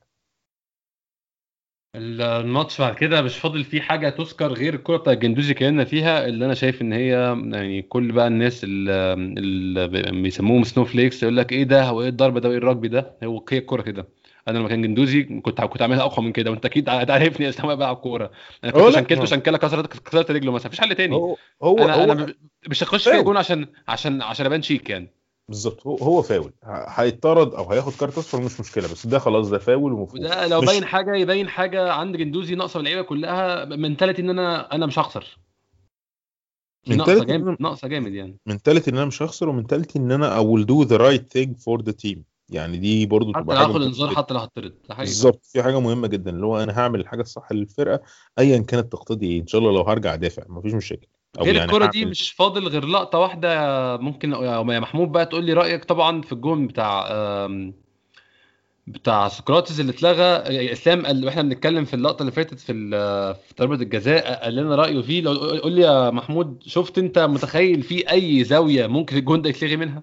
الماتش بعد كده مش فاضل فيه حاجه تذكر غير الكره بتاعت جندوزي كاننا فيها، اللي انا شايف ان هي يعني كل بقى الناس اللي, اللي بيسموهم سنو فليكس يقول لك ايه ده، هو ايه الضربه ده وايه الرجبي ده، هو هي الكوره كده. انا لما كان جندوزي كنت كنت عاملها اقوى من كده، وانت اكيد عارفني يا اسلام أنا بلعب كوره. انا كنت هو لا شنكلته شنكله كسرت كسرت رجله مثلا، مفيش حل تاني. هو هو انا هو انا مش هخش فيها فاول. جون عشان عشان عشان ابان شيك يعني. بالظبط، هو هو فاول، ه- هيطرد او هياخد كارت اصفر مش مشكله، بس ده خلاص ده فاول ومفروض. وده لو باين مش حاجه يبين حاجه عند جندوزي ناقصه اللعيبه كلها، منتاليتي ان انا انا مش هخسر. في ناقصه منتاليتي ان جامد انا ناقصه جامد يعني. منتاليتي ان انا مش هخسر، ومنتاليتي ان انا I will do the right thing for the team. يعني دي برضو حتى تبقى لو حاجه هاخد مهمه انذار، جدا. حتى لو هطرد، ده حقيقي فعلا. بالظبط، في حاجه مهمه جدا اللي هو انا هعمل الحاجه الصح للفرقه، ايا كانت تقتضي ايه. ان شاء الله لو هرجع ادافع مفيش مشاكل، او غير يعني الكرة دي هعمل. مش فاضل غير لقطة واحدة. ممكن يا محمود بقى تقول لي رأيك طبعا في الجون بتاع آم، بتاع سقراطس اللي اتلغى. اسلام قال واحنا بنتكلم في اللقطة اللي فاتت في ال- في ضربة الجزاء، قال لنا رأيه فيه. لو قول لي يا محمود، شفت انت متخيل في اي زاوية ممكن الجون ده يتلغي منها؟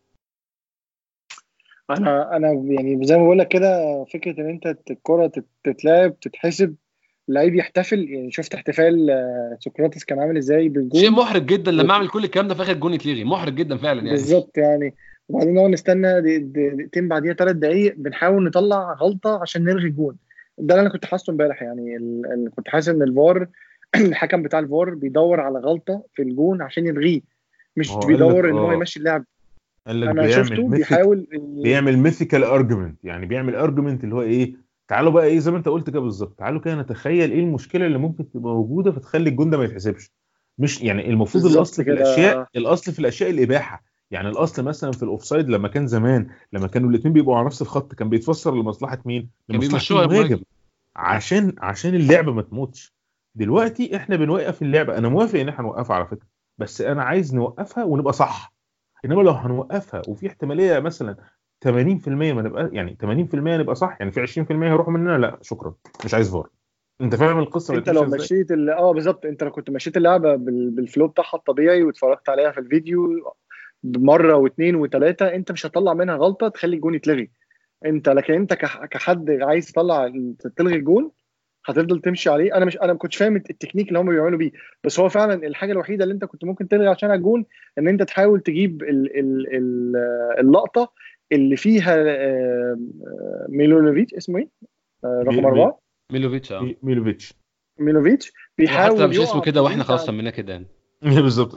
انا انا يعني زي ما بقول لك كده، فكره ان انت الكره تت- تتلعب تتحسب، اللعيب يحتفل. يعني شفت احتفال آه، سقراطس كان عامل ازاي شيء بالجون. محرج جدا لما اعمل كل الكلام ده في اخر الجون يتلغي، محرج جدا فعلا يعني. بالظبط يعني. وبعدين نقعد نستنى دي- دي- دقيقتين، بعديها ثلاث دقايق بنحاول نطلع غلطه عشان نلغي الجون. ده اللي انا كنت حاسه امبارح. يعني ال- ال- كنت حاسس ان الفار الحكم بتاع الفار بيدور على غلطه في الجون عشان يلغيه، ما مش هو قال لك بيدور ان هو اه يمشي اللعب. قال لك انا بيعمل شفته ميثيك بيحاول ي- بيعمل ميثيكال ارجيومنت، يعني بيعمل ارجيومنت اللي هو ايه. تعالوا بقى ايه زي ما انت قلت كده بالظبط، تعالوا كده نتخيل ايه المشكله اللي ممكن تبقى موجوده فتخلي الجون ده ما يتحسبش. مش يعني المفروض بالظبط الاصل في كده. الاشياء، الاصل في الاشياء الاباحه. يعني الاصل مثلا في الاوفسايد لما كان زمان، لما كانوا الاثنين بيبقوا على نفس الخط، كان بيتفسر لمصلحه مين؟ كان لمصلحه بيمشوها يا المهاجم، مهاجم. عشان عشان اللعبه ما تموتش. دلوقتي احنا بنوقف اللعبه، انا موافق ان احنا نوقفها على فكره، بس انا عايز نوقفها ونبقى صح. انما لو هنوقفها وفي احتماليه مثلا ثمانين في المية ما نبقى يعني ثمانين في المية نبقى صح، يعني في عشرين في المية هيروحوا مننا، لا شكرا مش عايز فار. انت فاهم القصه انت بتمشي لو ازاي؟ مشيت ال... اه بالظبط، انت لو كنت مشيت اللعبه بال... بالفلو بتاعها الطبيعي واتفرجت عليها في الفيديو مره واثنين وثلاثه، انت مش هتطلع منها غلطه تخلي الجون يتلغي. انت لكن انت كح... كحد عايز تطلع تلغي الجون، هتفضل تمشي عليه. انا مش انا ما كنتش فاهم التكنيك اللي هم بيعملوا بيه، بس هو فعلا الحاجه الوحيده اللي انت كنت ممكن تلغي عشانها الجون ان انت تحاول تجيب ال... ال... ال... اللقطه اللي فيها آه، آه، ميلونوفيتش اسمه ايه، آه، مي... رقم مي... اربعه، ميلوفيتش اه. مي... ميلوفيتش. ميلوفيتش وحتى لو بيحاول مش اسمه يقع كده واحنا بعيد خلاص عن سميناه كده يعني. بالظبط.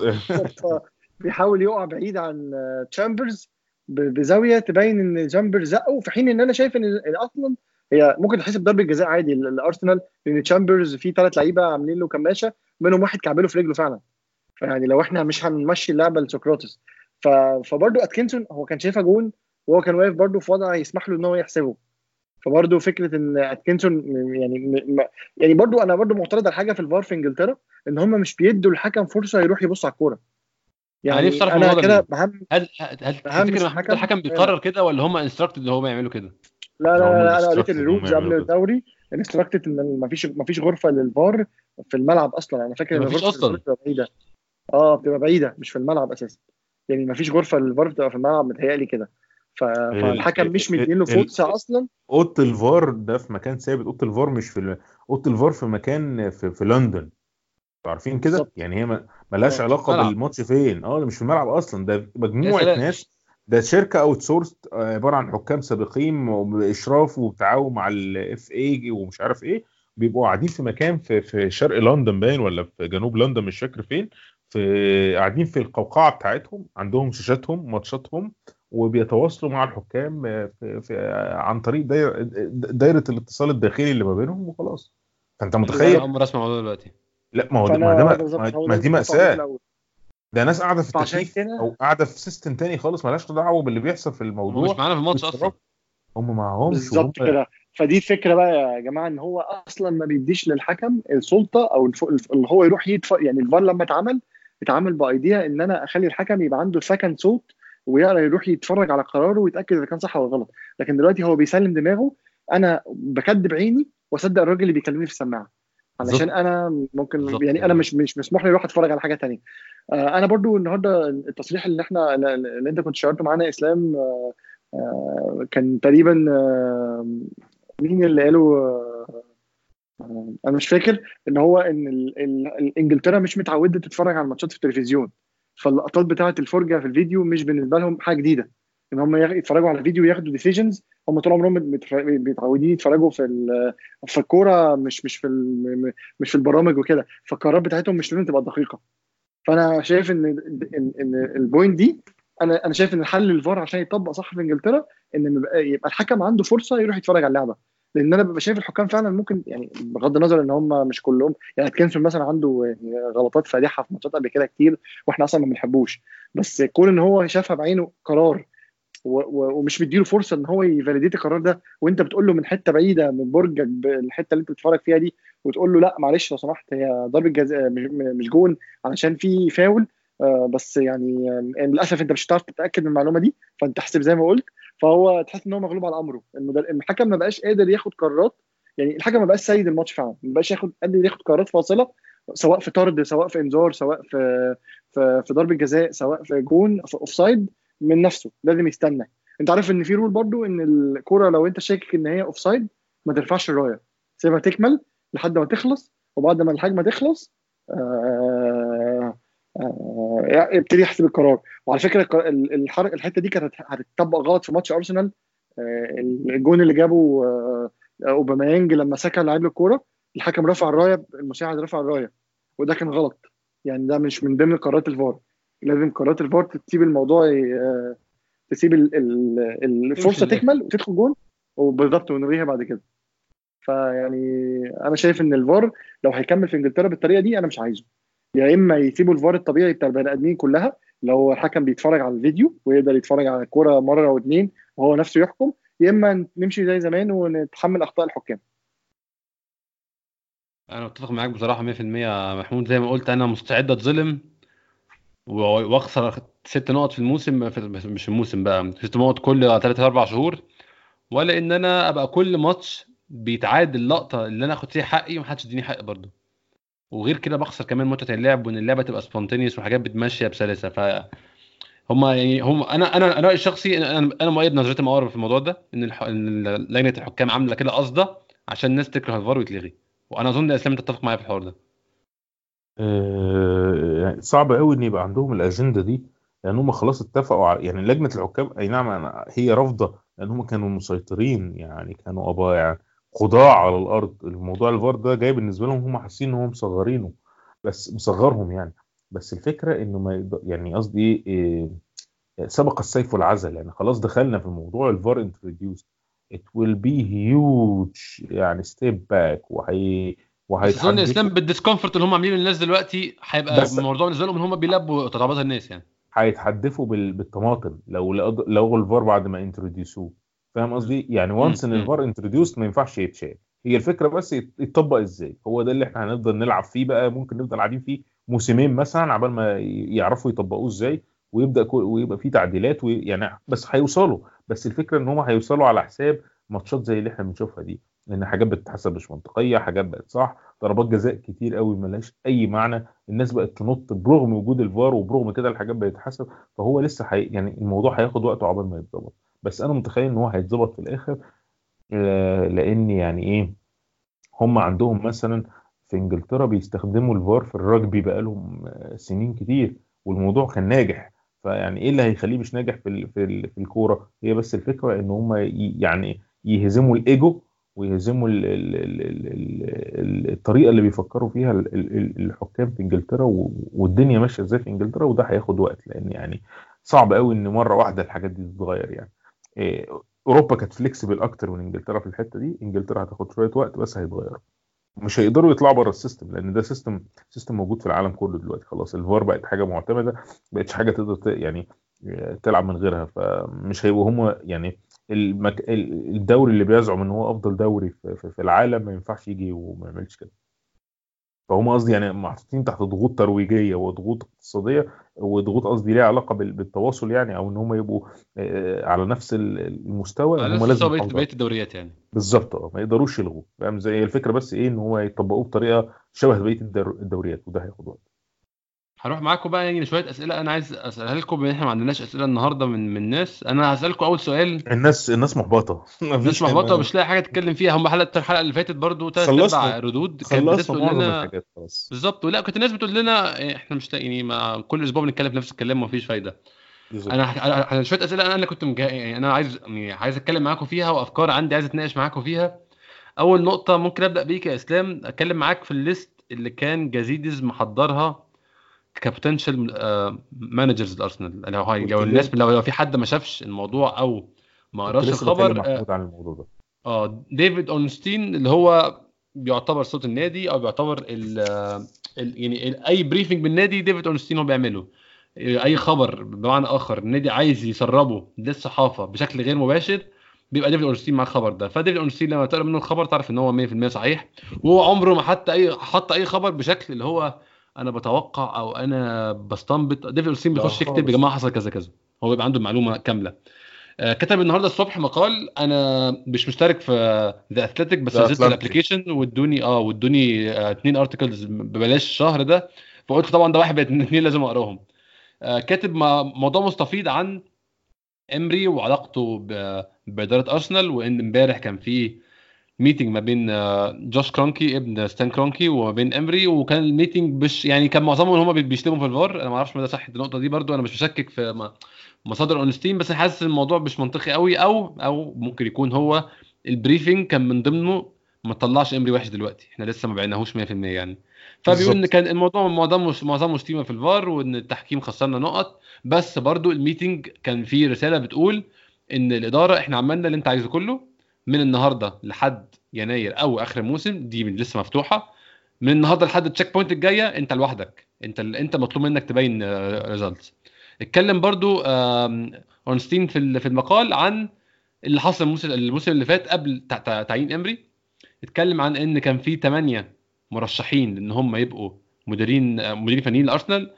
بيحاول يقع بعيد عن تشامبرز بزاويه تبين ان تشامبرز زقه، في حين ان انا شايف ان إن اصلا هي ممكن تحسب ضربه جزاء عادي للارسنال، لان تشامبرز فيه ثلاث لعيبه عاملين له كماشه، منهم واحد كعبله في رجله فعلا. فيعني لو احنا مش هنمشي اللعبه لسقراطس، ف... فبرضه اتكنسون هو كان شايفها جون، وهو كان واقف برضه في وضع يسمح له ان هو يحسبه. فبرضه فكره ان اتكنسون يعني م... م- يعني برضه انا برضه معترض على حاجه في الفار في انجلترا، ان هم مش بيدوا الحكم فرصه يروح يبص على الكوره. انا نفسي يعني اعرف انا الموضوع ده كده ليه. بهم هل هل تفتكر ان بهمش محمود الحكم الحكم هنا. بيقرر كده ولا هم انستراكتد ان هم يعملوا كده؟ لا لا ده هم لا انا قريت الانستراكتد ان هم الرولز قبل يعملوا كده. الدوري، انستراكتد ان مفيش مفيش غرفه للفار في الملعب اصلا. انا فاكر ده ان مفيش غرفه الفار اصلا. بتبقى بعيده. اه بتبقى بعيده مش في الملعب اساسا، يعني مفيش غرفه للفار بتبقى في الملعب، متهيألي كده. ف... ال... فالحكم مش ال... مدين له ال... فرصه اصلا. اوضه الفار ده في مكان ثابت، اوضه الفار مش في ال- اوضه الفار في مكان في, في لندن. عارفين كده بالظبط. يعني هي ما- ملهاش اه مش في علاقه الملعب. بالماتش فين، اه ده مش في الملعب اصلا، ده يا مجموعه سلام. ناس. ده شركه اوت سورس عباره عن حكام سابقين وباشراف وتعاون مع الاف اي ومش عارف ايه، بيبقوا قاعدين في مكان في في شرق لندن باين ولا في جنوب لندن مش فاكر فين، في قاعدين في القوقعه بتاعتهم، عندهم شاشاتهم ماتشاتهم، وبيتواصلوا مع الحكام في في عن طريق دايره دايره الاتصال الداخلي اللي ما بينهم وخلاص. فانت انا متخيل؟ اول مره اسمع الموضوع دلوقتي. لا ما هو ده ما ده فانا ما بالظبط هو ما ده اللي دي كنت عليه في مأساة. الاول. ده ناس قاعدة في فعشان التكييف كده او قاعدة في سيستم تاني خالص مالهاش دعوة باللي بيحصل في هم مش الموضوع معانا في الماتش اصلا. وبيتفرجوا. هم معهمش وهم. بالظبط كده. فدي الفكره بقى يا جماعه، ان هو اصلا ما بيديش للحكم السلطه او الف... الف- اللي هو يروح يتف... يعني الفار لما اتعمل اتعمل بايديا ان انا اخلي الحكم يبقى عنده سكند صوت، ويقرا يروح يتفرج على قراره ويتاكد اذا كان صح ولا غلط. لكن دلوقتي هو بيسلم دماغه، انا بكدب عيني واصدق الراجل اللي بيكلمني في السماعه، علشان بالظبط. انا ممكن بالظبط يعني انا كده. مش مش مسموح لي اروح اتفرج على حاجه تانية. آه، انا برضو النهارده التصريح اللي احنا اللي انت كنت شاركته معانا اسلام، آه، آه، كان تقريبا آه، مين اللي قاله، آه، آه، انا مش فاكر، ان هو ان ال- ال- انجلترا مش متعوده تتفرج على الماتشات في التلفزيون، فاللقطات بتاعه الفرجه في الفيديو مش بالنسبه لهم حاجه جديده، ان هم يغ- يتفرجوا على الفيديو وياخدوا ديسيجنز. هم طول عمرهم متف- متعودين يتفرجوا في ال- في الكوره، مش مش في ال- مش في البرامج وكده، فالقرارات بتاعتهم مش لازم تبقى دقيقه. فانا شايف ان ان ان البوينت دي، انا انا شايف ان الحل للفار عشان يطبق صح في انجلترا ان يبقى يبقى الحكم عنده فرصه يروح يتفرج على اللعبه. لان انا ببقى شايف الحكام فعلا ممكن، يعني بغض النظر ان هم مش كلهم، يعني كينسون مثلا عنده يعني غلطات فادحه في ماتشات قبل كده كتير، واحنا اصلا ما بنحبوش، بس كون ان هو شافها بعينه قرار و- و- ومش مديله فرصه ان هو يفاليديت القرار ده، وانت بتقول له من حته بعيده من برجك بالحته اللي انت بتتفرج فيها دي، وتقول له لا معلش لو سمحت هي ضربه جزاء مش مش جون علشان في فاول. آه بس يعني آه، للاسف انت مش هتعرف تتاكد من المعلومه دي، فانت تحسب زي ما قلت. فهو تحس ان هو مغلوب على امره، المدر- الحكم ما بقاش قادر ياخد قرارات. يعني الحكم ما بقاش سيد الماتش فعلا، ما بقاش ياخد قادر ياخد قرارات فاصله، سواء في طرد سواء في انذار سواء في في, في ضربه جزاء سواء في جون في اوفسايد. من نفسه لازم يستنى. انت عارف ان في رول برضو ان الكوره لو انت شاكك ان هي اوفسايد ما ترفعش الرايه، سيبها تكمل لحد ما تخلص، وبعد ما الهجمه تخلص آه آه يعني ابتدي يحسب القرار. وعلى فكره الق- ال- الحر- الحته دي كانت هت- هتتطبق غلط في ماتش ارسنال. آه الجون اللي جابه آه اوباميانج لما سكر لعيب الكوره، الحكم رفع الرايه، المساعد رفع الرايه، وده كان غلط. يعني ده مش من ضمن قرارات الفار. لازم قرارات الفار تسيب الموضوع ي- تسيب ال- ال- تمشي الفرصه للاخر. تكمل وتدخل جون، وبالظبط ونلغيها بعد كده. فيعني انا شايف ان الفار لو هيكمل في انجلترا بالطريقه دي انا مش عايزه. يا اما يسيبوا الفار الطبيعي بتاع البني ادمين كلها، لو الحكم بيتفرج على الفيديو ويقدر يتفرج على الكوره مره او اتنين وهو نفسه يحكم، يا اما نمشي زي زمان ونتحمل اخطاء الحكام. انا متفق معاك بصراحه مية في المية يا محمود. زي ما قلت انا مستعد اتظلم و- واخسر ست نقط في الموسم في مش الموسم بقى ست نقط كل ثلاثة اربعة شهور، ولا ان انا ابقى كل ماتش بيتعاد اللقطه اللي انا اخد فيها حقي ومحدش يديني حق برضه. وغير كده بخسر كمان متعه اللعب، وان اللعبه تبقى سبونتينيوس وحاجات بتمشي بسلاسه. فهم يعني هم انا انا انا رايي الشخصي، انا انا مؤيد نظريه مقارب في الموضوع ده، ان الح... ان لجنه الحكام عامله كده قصده عشان الناس تكره الفار ويتلغي. وانا اظن الاسلام تتفق معايا في الحوار ده. آه، يعني صعب قوي ان يبقى عندهم الاجنده دي، لان هم خلاص اتفقوا على، يعني لجنه الحكام اي نعم أنا هي رافضه، لان هم كانوا مسيطرين، يعني كانوا ابا يعني خضاع على الارض. الموضوع الفار ده جاي بالنسبه لهم، هم حاسين ان هم مصغرينه، بس مصغرهم يعني. بس الفكره انه ما يقدر- يعني قصدي ايه، إيه، سبق السيف والعزل، يعني خلاص دخلنا في الموضوع. الفار انتروديوس it will be huge، يعني ستيب باك، وهي بس اظن وهيتحدثوا. الاسلام بالديسكomfort اللي هم عاملينه للناس دلوقتي هيبقى بس الموضوع بالنسبه لهم ان هم بيلبوا تطلبات الناس يعني. هيتحدفوا بال- بالطماطم لو لقوا لقوا الفار بعد ما انتروديوسوه. فاهم قصدي؟ يعني امم وانس ان الفار انتروديوس ما ينفعش يتشال. هي الفكره بس يت- يتطبق ازاي، هو ده اللي احنا هنفضل نلعب فيه بقى. ممكن نفضل قاعدين فيه موسمين مثلا عبال ما ي- يعرفوا يطبقوه ازاي، ويبدا كو- ويبقى فيه تعديلات وي- يعني بس هيوصلوا. بس الفكره ان هم هيوصلوا على حساب ماتشات زي اللي احنا بنشوفها دي، لان حاجات بتتحسب مش منطقيه، حاجات بقت صح، ضربات جزاء كتير قوي ملهاش اي معنى. الناس بقت تنط برغم وجود الفار، وبرغم كده الحاجات بقت تتحسب. فهو لسه حي... يعني الموضوع هياخد وقته عقبال ما يتظبط. بس انا متخيل ان هو هيتظبط في الاخر. آه، لان يعني ايه، هم عندهم مثلا في انجلترا بيستخدموا الفار في الرجبي بقالهم آه، سنين كتير، والموضوع كان ناجح. فيعني ايه اللي هيخليه مش ناجح في ال... في ال... في الكوره؟ هي بس الفكره ان هم ي... يعني يهزموا الايجو، ويهزموا ال... ال... ال... ال... ال... الطريقه اللي بيفكروا فيها ال... ال- الحكام في انجلترا، و... والدنيا ماشيه ازاي في انجلترا. وده هياخد وقت، لان يعني صعب قوي ان مره واحده الحاجات دي تتغير يعني. إيه، اوروبا كانت فليكسبل اكتر من انجلترا في الحته دي. انجلترا هتاخد شويه وقت بس هيتغير. مش هيقدروا يطلعوا بره السيستم، لان ده سيستم سيستم موجود في العالم كله دلوقتي. خلاص الفار بقت حاجه معتمده، ما بقتش حاجه تقدر ت- يعني آه، تلعب من غيرها. فمش هيبقوا هم يعني المك... ال- الدوري اللي بيزعم ان هو افضل دوري في, في, في العالم ما ينفعش يجي وما يعملش كده. فهم قصدي يعني محطوطين تحت ضغوط ترويجيه وضغوط اقتصاديه، وضغوط قصدي ليها علاقه بال- بالتواصل يعني، او ان هم يبقوا آه، على نفس ال- المستوى. على هم نفس لازم مستوى بقيه يحافظوا. بقيه الدوريات يعني. بالظبط اه، ما يقدروش يلغوه. فاهم زي الفكره؟ بس ايه، ان هو يطبقوه بطريقه شبه بقيه الدور- الدوريات، وده هياخد وقت. هروح معاكم بقى يعني شويه اسئله انا عايز اسالها لكم، بما ان احنا ما عندناش اسئله النهارده من من ناس. انا هسالكم اول سؤال. الناس الناس محبطه ما الناس فيش محبطه ما- ومش لاقي حاجه تتكلم فيها. هم حلقه الحلقه اللي فاتت برضو ثلاث خلصنا ارباع ردود كانت الناس خلصنا بتقول معظم لنا. الحاجات خلاص. بالظبط. ولا كنت الناس بتقول لنا إيه، احنا مش لاقي- يعني ما كل اسبوع بنتكلم في نفس الكلام ومفيش فايده. بالظبط. انا أنا- أنا شويه اسئله انا اللي كنت مجا... يعني انا عايز يعني عايز اتكلم معاكم فيها، وافكار عندي عايز اتناقش معاكم فيها. اول نقطه ممكن ابدا بيك يا اسلام، اتكلم معاك في الليست اللي كان جازيدز محضرها كبوتنشال مانجرز الارسنال. لو هاي قلت لو لي، الناس لو لو في حد ما شافش الموضوع او ما كنت قراش لسه بكلم الخبر. اه محمود عن الموضوع ده. آه، ديفيد اورنستين اللي هو بيعتبر صوت النادي، او بيعتبر ال ال يعني ال اي بريفنج بالنادي ديفيد اورنستين هو بيعمله. اي خبر بمعنى اخر النادي عايز يسربه للصحافه بشكل غير مباشر، بيبقى ديفيد اورنستين مع الخبر ده. فديفيد اورنستين لما تقرا منه الخبر تعرف ان هو مية في المية صحيح. وهو عمره ما حتى اي حط اي خبر بشكل اللي هو انا بتوقع او انا بستنبط. ديفيد اورنستين لا بيخش يكتب يا خالص. جماعه حصل كذا كذا. هو بيبقى عنده المعلومه كامله. آه، كتب النهارده الصبح مقال. انا مش مشترك في ذا اثليتيك، بس ده نزلت اتلانتيك. الابلكيشن وادوني اه وادوني آه، اتنين ارتكلز ببلاش الشهر ده. فقلت طبعا ده واحد بقت اتنين لازم اقراهم. آه، كاتب م- موضوع مستفيض عن امري وعلاقته ب- باداره ارسنال، وان امبارح كان في ميتنج ما بين آه، جوش كرونكي ابن ستان كرونكي وما بين امري. وكان الميتنج مش يعني كان معظمهم هم بيشتموا في الفار. انا ما اعرفش مدى صحه النقطه دي برضو. انا مش مشكك في م- مصادر اونستين، بس أنا حاسس الموضوع مش منطقي قوي. او او ممكن يكون هو البريفنج كان من ضمنه ما طلعش امري وحش دلوقتي، احنا لسه ما بعناهوش مية في المية يعني. فبيقول ان بالظبط. كان الموضوع معظمه معظمه شتيمه في الفار، وان التحكيم خسرنا نقط. بس برضو الميتنج كان فيه رساله بتقول ان الاداره احنا عملنا اللي انت عايزه كله من النهارده لحد يناير او اخر الموسم، دي لسه مفتوحه. من النهارده لحد التشيك بوينت الجايه انت لوحدك، انت انت مطلوب منك تبين ريزلتس. اتكلم برضو آم، اورنستين في ال- في المقال عن اللي حصل الموسم الموسم اللي فات قبل تع- تع- تعيين امري. اتكلم عن ان كان في ثمانية مرشحين ان هم يبقوا مديرين آه، مديرين فنيين لارسنال.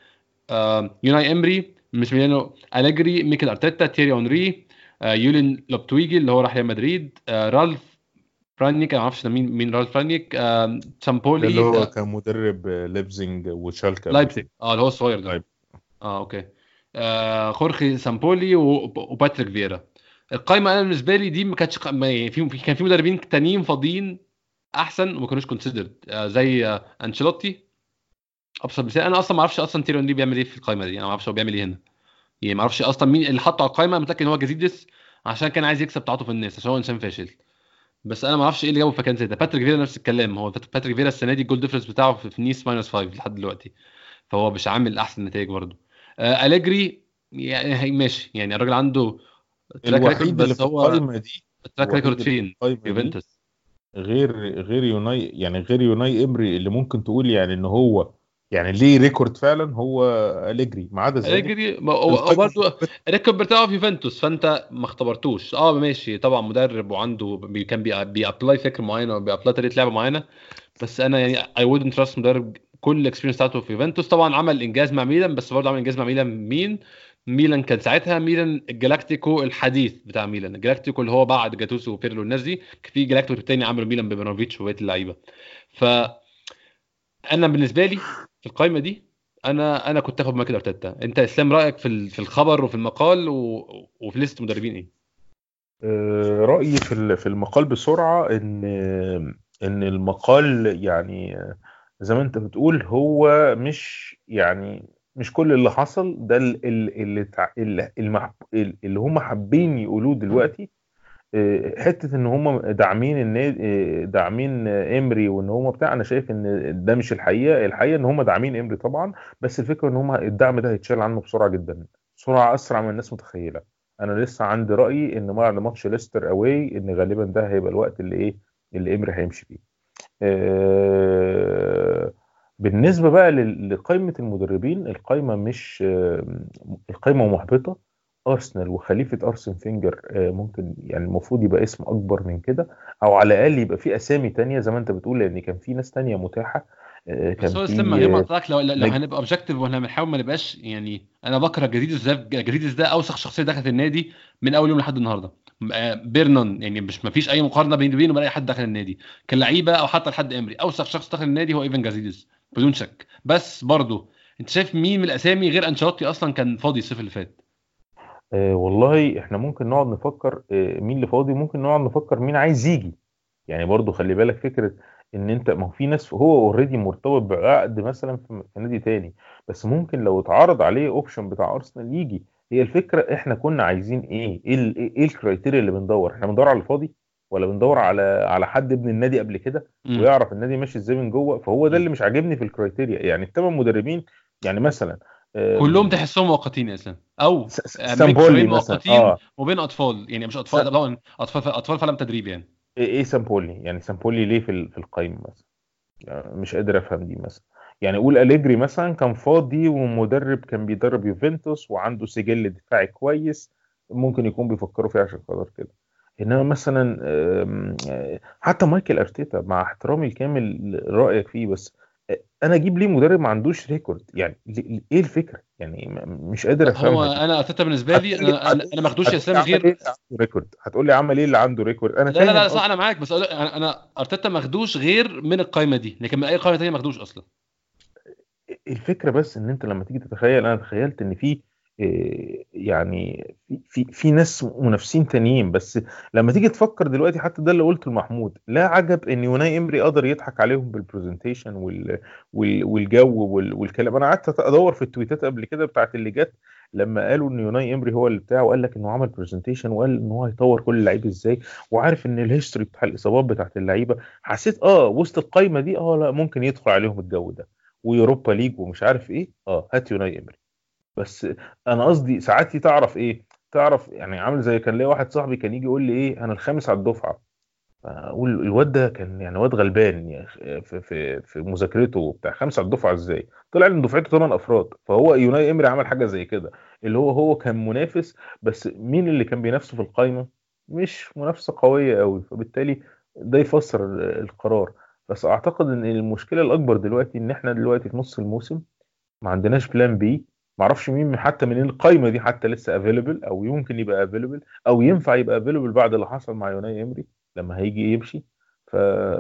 آه يوناي امري، ماسيميليانو أليجري، ميكيل ارتيتا، تيري اونري، آه يولين لوبتويجي اللي هو راح ريال مدريد، آه رالف فرانيك، انا ما اعرفش مين مين رالف فرانيك، آه ده اللي سامبولي، هو آه كان مدرب ليبزينج وشالكه قبل لايبزيج، كده. اه اللي هو الصغير ده. طيب. اه اوكي. آه خورخي سامبولي و- وباتريك فيرا. القايمه انا بالنسبه لي دي ما كانتش ق- ما- يعني في في- كان في مدربين تانيين فاضيين احسن وما كانوش كونسيدرد، آه زي آه انشيلوتي. ابسط مثال، انا اصلا ما اعرفش اصلا تيرون دي بيعمل ايه في القايمه دي، انا ما اعرفش هو بيعمل ايه هنا. يعني ما اعرفش اصلا مين اللي حطه على القايمه، متاكد ان هو جازيدس عشان كان عايز يكسب تعاطف الناس عشان هو انسان فاشل. بس انا ما اعرفش ايه اللي جابه في مكان زي ده. باتريك فيرا نفس الكلام، هو بات- باتريك فيرا السنه دي الجول ديفرنس بتاعه في في نيس ماينس خمسة لحد دلوقتي، فهو مش عامل احسن نتائج برضه. آه أليجري يعني هي ماشي، يعني الراجل عنده تراك ريكورد، الوحيد اللي بس في هو القايمه دي التراك الوحيد ريكورد اللي في فين؟ القايمه دي يوفنتوس. غير غير يوناي يعني غير يوناي امري اللي ممكن تقول يعني ان هو يعني ليه ريكورد فعلا هو أليجري. ما عدا ذلك أليجري ما- هو هو القايمه برضه الريكورد بتاعه في يوفنتوس، فانت ما اختبرتوش. اه ماشي طبعا مدرب وعنده بي كان بي بيابلاي فكر معين او بيابلاي طريقه لعبه معينه، بس انا يعني اي wouldn't trust مدرب كل الاكسبيرينس بتاعته في يوفنتوس. طبعا عمل انجاز مع ميلان، بس برضه عمل انجاز مع ميلان مين؟ ميلان كان ساعتها ميلان الجلاكتيكو الحديث بتاع ميلان، الجلاكتيكو اللي هو بعد جاتوسو وبيرلو والناس دي. كان في جلاكتيكو تاني عملوا ميلان بيبانوفيتش وبقيه اللعيبه. فانا بالنسبه لي في القائمه دي، انا انا كنت اخد مايكل ارتيتا. انت اسلام رايك في ال- في الخبر وفي المقال و... وفي ليست مدربين ايه؟ آه، رأيي في ال- في المقال بسرعة إن إن المقال يعني آه، زي ما أنت بتقول هو مش يعني مش كل اللي حصل ده ال- ال- اللي تع- اللي المح- اللي هم حابين يقولوه دلوقتي. آه، حتة إن هم داعمين النادي، آه، داعمين آه، إمري وإن هم بتاع. أنا شايف إن ده مش الحقيقة. الحقيقة إن هم داعمين إمري طبعا، بس الفكرة إن هم الدعم ده هيتشال عنه بسرعة جدا، بسرعة أسرع من الناس متخيلة. انا لسه عندي رايي ان بعد ماتش ليستر اواي ان غالبا ده هيبقى الوقت اللي ايه اللي امري هيمشي فيه. آه، بالنسبه بقى لل- لقائمه المدربين، القائمه مش آه، القائمه محبطه. ارسنال وخليفه ارسن فينجر آه، ممكن يعني المفروض يبقى اسم اكبر من كده، او على الاقل يبقى في اسامي تانية زي ما انت بتقول، لان كان في ناس تانية متاحه. آه، بس كان هو اسلام من غير في ما آه، اقطعك، لو لو لو نج... هنبقى اوبجكتيف واحنا بنحاول ما نبقاش يعني، انا بكره جريديس ده. جريديس ده اوسخ شخصيه دخلت النادي من اول يوم لحد النهارده. آه، بيرنون يعني مش ما فيش اي مقارنه بين بينه وبين اي حد دخل النادي كلعيبه او حتى لحد امري. اوسخ شخص دخل النادي هو ايفان جريديس بدون شك. بس برضه انت شايف مين من الاسامي غير انشيلوتي اصلا كان فاضي الصيف اللي فات؟ آه، والله احنا ممكن نقعد نفكر آه، مين اللي فاضي، ممكن نقعد نفكر مين عايز يجي. يعني برضو خلي بالك فكرة ان انت ما هو في ناس هو اوريدي مرتبط بعقد مثلا في في نادي تاني، بس ممكن لو اتعرض عليه اوبشن بتاع ارسنال يجي. هي الفكرة احنا كنا عايزين ايه، ايه ال- ايه الكرايتيريا اللي بندور؟ احنا بندور على الفاضي ولا بندور على على حد ابن النادي قبل كده امم ويعرف النادي ماشي ازاي من جوه؟ فهو ده اللي مش عاجبني في الكرايتيريا. يعني الثمان مدربين يعني مثلا كلهم آم، تحسهم مؤقتين يا اسلام، او س- س- آه، ميكس ما سامبولي بين مثلا مؤقتين اه وبين اطفال. يعني مش س- اطفال طبعا، اطفال اطفال في عالم تدريب يعني. ايه إيه سامبولي؟ يعني سامبولي ليه في ال- في القايمة مثلا؟ يعني مش قادر افهم دي مثلا. يعني قول أليجري مثلا كان فاضي ومدرب كان بيدرب يوفنتوس وعنده سجل دفاعي كويس، ممكن يكون بيفكروا فيه عشان خاطر كده. انما مثلا آم، آه، حتى مايكل ارتيتا مع احترامي الكامل رايك فيه، بس آه، انا اجيب ليه مدرب ما عندوش ريكورد؟ يعني ليه- ايه الفكره؟ يعني م- مش قادر لا هو افهمها دي. انا ارتيتا بالنسبه لي، هتقول لي انا انا هتقول أنا لي ما اخدوش يا هتقول لي اسلام عمل ايه غير. اللي عنده ريكورد؟ هتقول لي عمل ايه اللي عنده ريكورد؟ انا لا لا فاهم لا صح، قصدي. انا معاك، بس أقول- انا انا ارتيتا ما اخدوش غير من القائمه دي، لكن من اي قائمه ثانيه ما اخدوش اصلا. الفكره بس ان انت لما تيجي تتخيل، انا تخيلت ان في إيه، يعني في في في ناس منافسين تانيين، بس لما تيجي تفكر دلوقتي حتى ده اللي قلته لمحمود، لا عجب ان يوناي امري قدر يضحك عليهم بالبرزنتيشن وال وال والجو وال والكلام. انا قعدت ادور في التويتات قبل كده بتاعت اللي جت لما قالوا ان يوناي امري هو اللي بتاعه، وقال لك انه عمل برزنتيشن وقال ان هو هيطور كل اللعيبه ازاي، وعارف ان الهيستوري بتاع الاصابات بتاعت اللعيبه. حسيت اه وسط القايمه دي اه لا ممكن يدخل عليهم الجو ده ويوروبا ليج ومش عارف ايه. اه هات يوناي امري. بس انا قصدي ساعات تعرف ايه، تعرف يعني عامل زي كان ليا واحد صاحبي كان يجي يقول لي ايه انا الخامس على الدفعه. اقول الواد ده كان يعني واد غلبان يعني في في في مذاكرته بتاع خامس على الدفعه ازاي؟ طلع ان دفعته ثمان افراد. فهو يوناي امري عمل حاجه زي كده، اللي هو هو كان منافس، بس مين اللي كان بينافسه في القايمه؟ مش منافسه قويه قوي، فبالتالي ده يفسر القرار. بس اعتقد ان المشكله الاكبر دلوقتي ان احنا دلوقتي في نص الموسم، ما عندناش بلان بي. معرفش مين حتى من القايمه دي حتى لسه افيلبل او يمكن يبقى افيلبل او ينفع يبقى افيلبل بعد اللي حصل مع يوناي امري لما هيجي يمشي. ف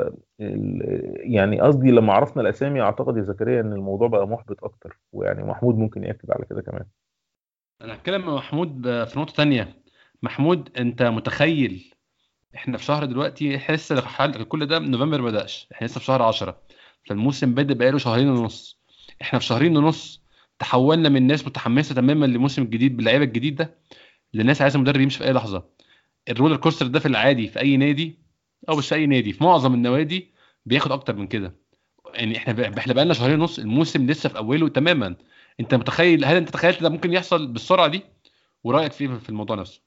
يعني قصدي لما عرفنا الاسامي اعتقد يا زكريا ان الموضوع بقى محبط اكتر، ويعني محمود ممكن ياكد على كده كمان. انا هتكلم مع محمود ب- في نقطة تانية. محمود انت متخيل احنا في شهر دلوقتي، احنا لسه الحل- كل ده نوفمبر ما بدأش، احنا لسه في شهر عشرة، فالموسم بادئ بقاله شهرين ونص. احنا في شهرين ونص تحولنا من ناس متحمسة تماما للموسم الجديد باللعيبة الجديد ده لناس عايزة مدرب يمشي في اي لحظة. الرولر كوستر ده في العادي في اي نادي، او مش في اي نادي، في معظم النوادي بياخد اكتر من كده. يعني احنا ب- احنا بقالنا شهرين ونص، الموسم لسه في اوله تماما. انت متخيل، هل انت تخيلت ده ممكن يحصل بالسرعة دي؟ ورأيك فيه في الموضوع نفسه؟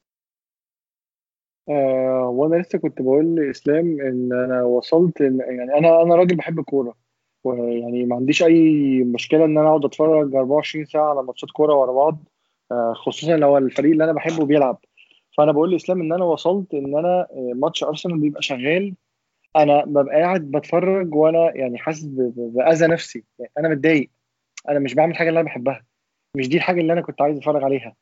آه وانا لسه كنت بقول لاسلام ان انا وصلت إن يعني انا انا راجل بحب الكوره، ويعني ما عنديش اي مشكله ان انا اقعد اتفرج أربعة وعشرين ساعه على ماتشات كوره ورا بعض، آه خصوصا لو الفريق اللي انا بحبه بيلعب. فانا بقول لاسلام ان انا وصلت ان انا آه، ماتش ارسنال بيبقى شغال، انا ببقى قاعد بتفرج وانا يعني حاسس ب- ب- باذى نفسي، يعني انا متضايق، انا مش بعمل حاجه اللي انا بحبها، مش دي الحاجه اللي انا كنت عايز اتفرج عليها.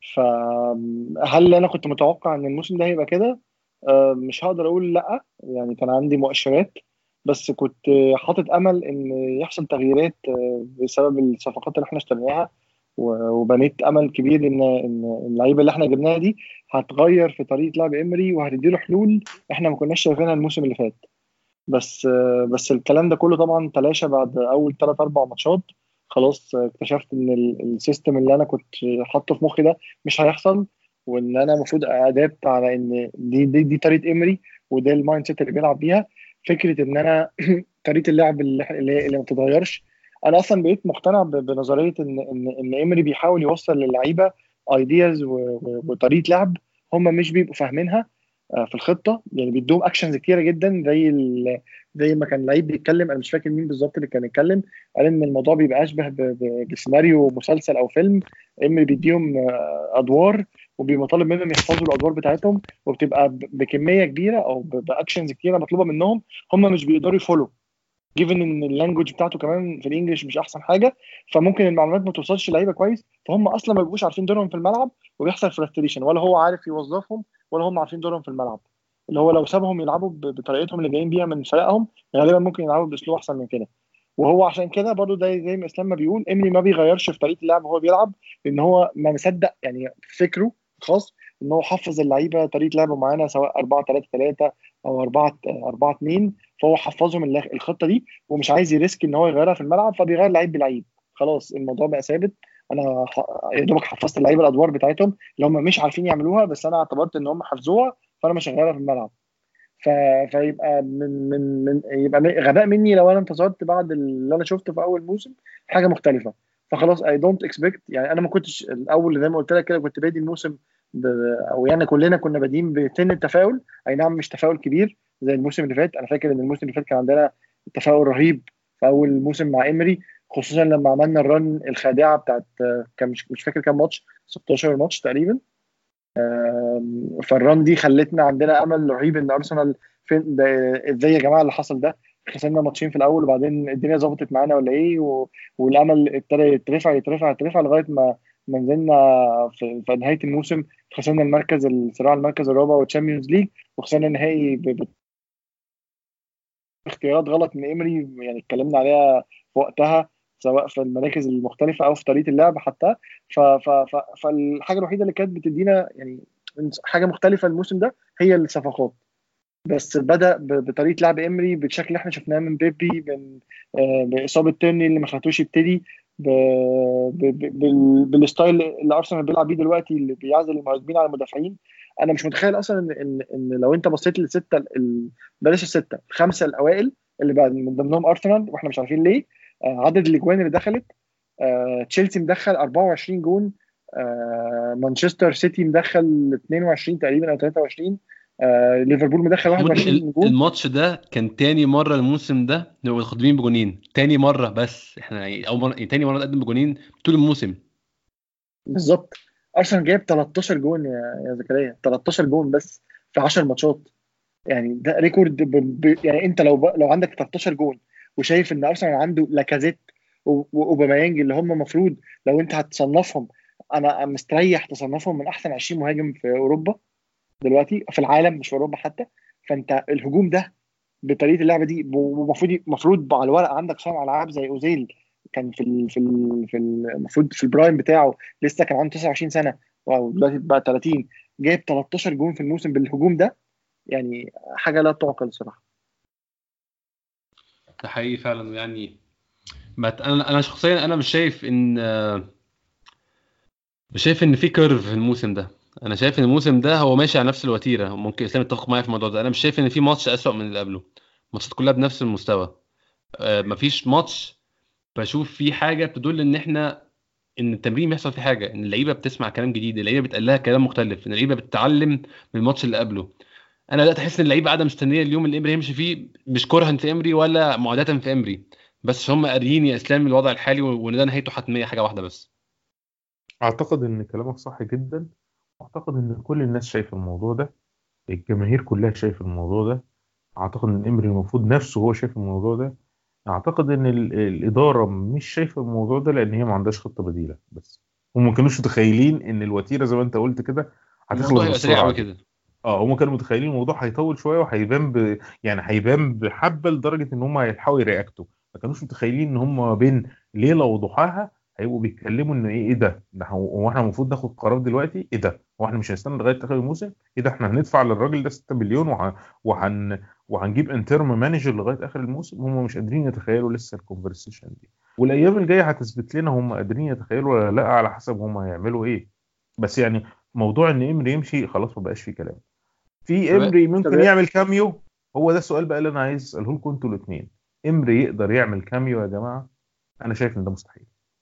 فهل انا كنت متوقع ان الموسم ده هيبقى كده؟ آه، مش هقدر اقول لا، يعني كان عندي مؤشرات، بس كنت حاطط امل ان يحصل تغييرات آه، بسبب الصفقات اللي احنا اشتريناها، و- وبنيت امل كبير ان ان اللعيبه اللي احنا جبناها دي هتغير في طريقه لعب امري وهتديله حلول احنا ما كناش شايفينها الموسم اللي فات. بس بس الكلام ده كله طبعا تلاشى بعد اول ثلاث اربع ماتشات. خلاص اكتشفت ان ال- السيستم اللي انا كنت حاطه في مخي ده مش هيحصل، وان انا المفروض ادابت على ان دي دي, دي طريقه امري، وده المايند سيت اللي بيلعب بيها. فكره ان انا طريقه اللعب اللي, اللي اللي ما بتتغيرش. انا اصلا بقيت مقتنع ب- بنظريه ان ان ان امري بيحاول يوصل للعيبه ايدياز وطريقه لعب هم مش بيبقوا فاهمينها آه، في الخطه، يعني بيدوهم اكشنز كتيره جدا زي ال... زي ما كان لعيب بيتكلم، انا مش فاكر مين بالظبط اللي كان يتكلم، قال ان الموضوع بيبقى اشبه ب... ب... بسيناريو مسلسل او فيلم. اما بيديهم آه، ادوار وبيطالب منهم يحفظوا الادوار بتاعتهم، وبتبقى ب... بكميه كبيره او ب... باكشنز كتيره مطلوبه منهم، هم مش بيقدروا يفولو، جيفن ان اللانجوج بتاعته كمان في الانجليش مش احسن حاجه، فممكن المعلومات ما توصلش للعيبه كويس، فهم اصلا ما بيبقوش عارفين دورهم في الملعب، وبيحصل فرستريشن، ولا هو عارف يوظفهم ولا هم عارفين دورهم في الملعب. اللي هو لو سابهم يلعبوا ب- بطريقتهم اللي جايين بيها من فرقهم غالبا ممكن يلعبوا باسلوب احسن من كده. وهو عشان كده برضو ده زي ما اسلام ما بيقول، امري ما بيغيرش في طريقه اللعب وهو بيلعب، لان هو ما مصدق يعني فكره خاص ان هو حفظ اللعيبه طريقه لعب معينه، سواء أربعة ثلاثة ثلاثة او أربعة أربعة اثنين، فهو حفظهم الل- الخطه دي، ومش عايز يريسك ان هو يغيرها في الملعب، فبيغير لعيب بلعيب. خلاص الموضوع بقى ثابت، انا ح- يا دوبك حفظت اللعيبه الادوار بتاعتهم اللي هم مش عارفين يعملوها، بس انا اعتبرت ان هم حفظوها فانا مش هغيرها في الملعب. ف... فيبقى من من من يبقى من- غباء مني لو انا انتظرت بعد اللي انا شفته في اول موسم حاجه مختلفه. فخلاص اي دونت اكسبكت، يعني انا ما كنتش الاول زي ما قلت لك كده، كنت بادي الموسم ب... او يعني كلنا كنا بادئين بسن التفاؤل، اي نعم مش تفاؤل كبير زي الموسم اللي فات. انا فاكر ان الموسم اللي فات كان عندنا تفاؤل رهيب في اول موسم مع امري، خصوصا لما عملنا الرن الخادعه بتاعت كان مش مش فاكر كام ماتش، ستاشر ماتش تقريبا. فالران دي خلتنا عندنا امل رهيب ان ارسنال فين ده، ازاي يا جماعه اللي حصل ده، خسرنا ماتشين في الاول وبعدين الدنيا ظبطت معانا ولا ايه، و... والامل ابتدى يترفع يترفع يترفع لغايه ما ما نزلنا في... في نهايه الموسم، خسرنا المركز الصراع المركز الرابع والتشامبيونز ليج، وخسرنا النهائي ب... باختيارات غلط من امري يعني اتكلمنا عليها في وقتها، سواء في المراكز المختلفه او في طريقه اللعب حتى. ف... ف... ف... فالحاجه الوحيده اللي كانت بتدينا يعني حاجه مختلفه الموسم ده هي الصفقات، بس بدأ ب- بطريقة لعب إمري بالشكل اللي احنا شفناه من بيبي، من آه، بإصابة تيرني اللي ما خلتوش يبتدي، ب- ب- ب- بال- بالستايل اللي أرسنال بيلعب بيه دلوقتي اللي بيعزل المهاجمين على المدافعين. أنا مش متخيل أصلا إن إن إن لو أنت بصيت للستة ال- بلاش الستة الخمسة الأوائل اللي بقى من ضمنهم أرسنال وإحنا مش عارفين ليه، آه، عدد الأجوان اللي دخلت، آه، تشيلسي مدخل أربعة وعشرين جون، آه، مانشستر سيتي مدخل اتنين وعشرين تقريبا او تلاتة وعشرين، آه، ليفربول مدخل محمود، ال- واحد وعشرين جون. الماتش ده كان تاني مرة الموسم ده نبقى متقدمين بجونين، تاني مرة، بس احنا يعني اول مرة، يعني تاني مرة نقدم بجونين طول الموسم. بالظبط، ارسنال جايب تلتاشر جون يا يا زكريا، تلتاشر جون بس في عشر ماتشات، يعني ده ريكورد ب... ب... يعني انت لو ب... لو عندك تلتاشر جون وشايف ان ارسنال عنده لاكازيت واوباميانج اللي هم المفروض لو انت هتصنفهم، انا مستريح تصنفهم من احسن عشرين مهاجم في اوروبا دلوقتي، في العالم مش في اوروبا حتى. فانت الهجوم ده بطريقه اللعبه دي، المفروض المفروض على الورق عندك صانع العاب زي اوزيل، كان في ال في ال في المفروض في البرايم بتاعه، لسه كان عنده تسعة وعشرين سنه ودلوقتي بقى ثلاثين، جايب تلتاشر جون في الموسم بالهجوم ده، يعني حاجه لا تعقل صراحه. ده حقيقي فعلا. يعني انا انا شخصيا انا مش شايف ان مش شايف ان في كيرف في الموسم ده. انا شايف ان الموسم ده هو ماشي على نفس الوتيره. ممكن اسلام يتفق معايا في الموضوع ده. انا مش شايف ان في ماتش اسوأ من اللي قبله، الماتشات كلها بنفس المستوى. آه مفيش ماتش بشوف فيه حاجه بتدل ان احنا ان التمرين بيحصل فيه حاجه، ان اللعيبه بتسمع كلام جديد، اللعيبه بتقال لها كلام مختلف، ان اللعيبه بتتعلم من الماتش اللي قبله. انا بدات احس ان اللعيبه قاعده مستنيه اليوم اللي امري يمشي فيه، مش كرها في امري ولا معاداه في امري، بس هم قاريين يا اسلام الوضع الحالي وان ده نهايته حتميه حاجه واحده بس. اعتقد ان كلامك صح جدا، واعتقد ان كل الناس شايفه الموضوع ده، الجماهير كلها شايفه الموضوع ده. اعتقد ان امري المفروض نفسه هو شايف الموضوع ده. اعتقد ان ال- الاداره مش شايفه الموضوع ده لان هي ما عندهاش خطه بديله، بس هم ما كانوش متخيلين ان الوتيره زي ما انت قلت كده الموضوع هتخلص هيبقى سريع بالسرعه قوي دي. كده. اه هم كانوا متخيلين الموضوع هيطول شويه وهيبان ب... يعني هيبان بحبه لدرجه ان هم هيلحقوا يرياكتوا. ما كانوش متخيلين ان هم بين ليله وضحاها هيبقوا بيتكلموا ان ايه ايه ده ده هو هو احنا المفروض ناخد قرار دلوقتي، ايه ده هو احنا مش هنستنى لغايه اخر الموسم، ايه ده احنا هندفع للراجل ده ستة مليون وه... وهن وهنجيب انترم مانجر لغايه اخر الموسم. هم مش قادرين يتخيلوا لسه الكونفرسيشن دي، والايام الجايه هتثبت لنا هم قادرين يتخيلوا ولا لا على حسب هم هيعملوا ايه. بس يعني موضوع ان امري يمشي خلاص ما بقاش فيه كلام. في طب امري طب ممكن يعمل كاميو؟ هو ده السؤال بقى اللي انا عايز اساله لكم انتوا الاثنين. امري يقدر يعمل كاميو يا جماعه؟ انا شايف ان ده مستحيل.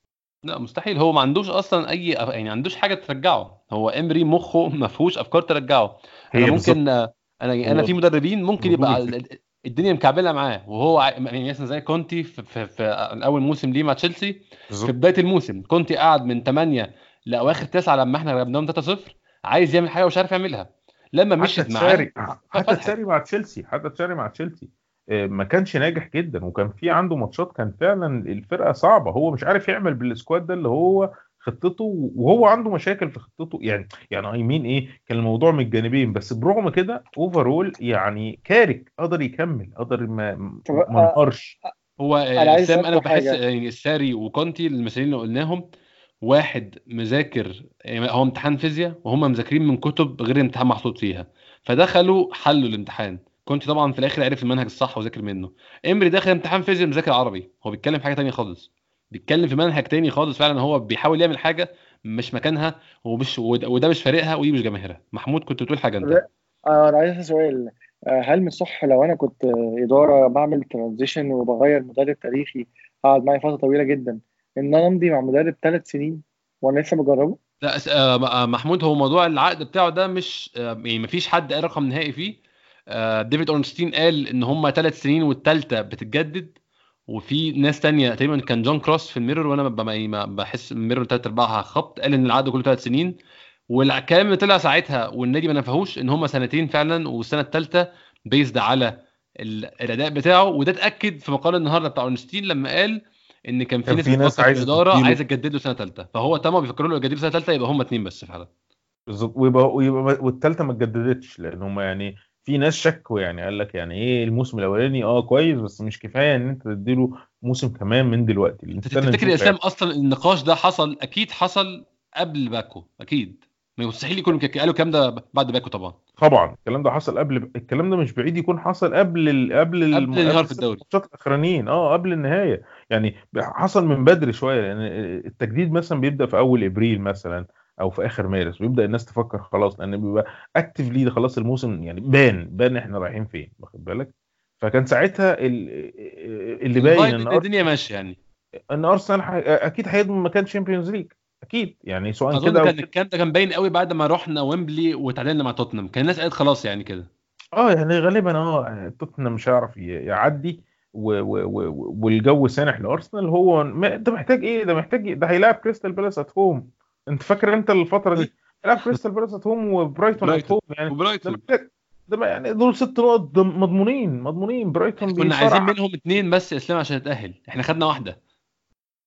لا مستحيل. هو ما عندوش اصلا اي يعني ما عندوش حاجه ترجعه. هو امري مخه ما فيهوش افكار ترجعه. انا هي ممكن بالظبط. انا انا هو في مدربين ممكن مضروب يبقى الفكر. ال- الدنيا مكعبله معاه وهو ع- يعني مثلا زي كونتي في, في, في اول موسم ليه مع تشيلسي. في بالظبط. بدايه الموسم كونتي قعد من ثمانية لاواخر تسعة لما احنا غلبناهم ثلاثة صفر، عايز يعمل حاجه ومش عارف يعملها. لما حتى مشيت معاه تشاري حتى فتحت. تشاري مع تشيلسي حتى تشاري مع تشيلسي آه، ما كانش ناجح جدا، وكان في عنده ماتشات كان فعلا الفرقه صعبه، هو مش عارف يعمل بالسكواد ده اللي هو خطته، وهو عنده مشاكل في خطته. يعني يعني اي مين ايه كان الموضوع من الجانبين، بس برغم كده اوفرول يعني كارك قدر يكمل، قدر ما طب ما آه، انهارش. هو انا آه، عايز اسلام انا اسالكم بحس حاجه. يعني الساري وكونتي المثالين اللي قلناهم، واحد مذاكر يعني هو امتحان فيزياء وهم مذاكرين من كتب غير الامتحان محطوط فيها، فدخلوا حلوا الامتحان. كنت طبعا في الاخر عرف المنهج الصح وذاكر منه. امري داخل امتحان فيزياء مذاكر عربي، هو بيتكلم في حاجه تانية خالص، بيتكلم في منهج تاني خالص. فعلا هو بيحاول يعمل حاجه مش مكانها ومش وده وده مش فارقها ودي مش جماهيرها. محمود كنت بتقول حاجه انت؟ لا، آه، انا عايز اسال سؤال. آه، هل من صح لو انا كنت آه، اداره بعمل ترانزيشن وبغير مدرب تاريخي قعد معايا فتره طويله جدا، ان انا امضي مع مدرب ثلاث سنين وانا لسه بجربه؟ لا أس- آه، آه، محمود هو موضوع العقد بتاعه ده مش آه، يعني مفيش حد قال رقم نهائي فيه. آه، ديفيد اورنستين قال ان هم ثلاث سنين والثالثه بتتجدد. وفي ناس تانية تقريبا كان جون كروس في الميرور، وانا ب- ب- ما بحس الميرور ثلاث ارباعها خبط، قال ان العقد كله ثلاث سنين. والكلام اللي طلع ساعتها والنادي ما نفهوش ان هم سنتين فعلا، والسنه الثالثه بيزد على ال- الاداء بتاعه. وده اتاكد في مقال النهارده بتاع اورنستين لما قال ان كان في كان ناس في ناس بتفكر في عايزه الاداره تديله عايزه تجدد له سنه ثالثه، فهو تمام بيفكروا له يجدد له سنه ثالثه، يبقى هم اتنين بس فعلا. بالظبط. ويبقى ويبقى والثالثه ما اتجددتش لان هم يعني في ناس شكوا، يعني قال لك يعني ايه الموسم الاولاني اه كويس بس مش كفايه ان انت تديله موسم كمان من دلوقتي، انت نستنى تفتكر يا نشوف اسلام يعني. اصلا النقاش ده حصل؟ اكيد حصل قبل باكو، اكيد ما يستحيل يكونوا ك- قالوا الكلام ده بعد باكو طبعا. طبعا الكلام ده حصل قبل، الكلام ده مش بعيد يكون حصل قبل ال... قبل قبل الم... قبل الانهيار في الست الدوري. ماتشات الاخرانيين، اه قبل النهايه. يعني حصل من بدري شويه، لان التجديد مثلا بيبدا في اول ابريل مثلا او في اخر مارس، ويبدا الناس تفكر خلاص لان بيبقى اكتفلي خلاص الموسم، يعني بان بان احنا رايحين فين، واخد بالك. فكان ساعتها ال... اللي باين الفايب ان ان أر... الدنيا ماشيه يعني. ان ارسنال ح... اكيد هيضمن مكان تشامبيونز ليج، اكيد يعني سواء اظن كده او كان كده. الكلام ده كان باين قوي بعد ما رحنا ويمبلي وتعادلنا مع توتنهام، كان الناس قالت خلاص يعني كده. اه يعني غالبا اه توتنهام مش هيعرف ي- يعدي، و و و والجو سانح لارسنال. هو ما ده محتاج ايه، ده محتاج إيه؟ ده هيلاعب كريستال بالاس ات هوم. انت فاكر انت الفتره دي هيلاعب كريستال بالاس ات هوم وبرايتون ات برايتون هوم يعني. ده وبرايتون محتاج، ده ما- يعني دول ست نقط ده مضمونين مضمونين. احنا برايتون كنا عايزين بيصارع. منهم اتنين بس يا اسلام عشان نتاهل، احنا خدنا واحده.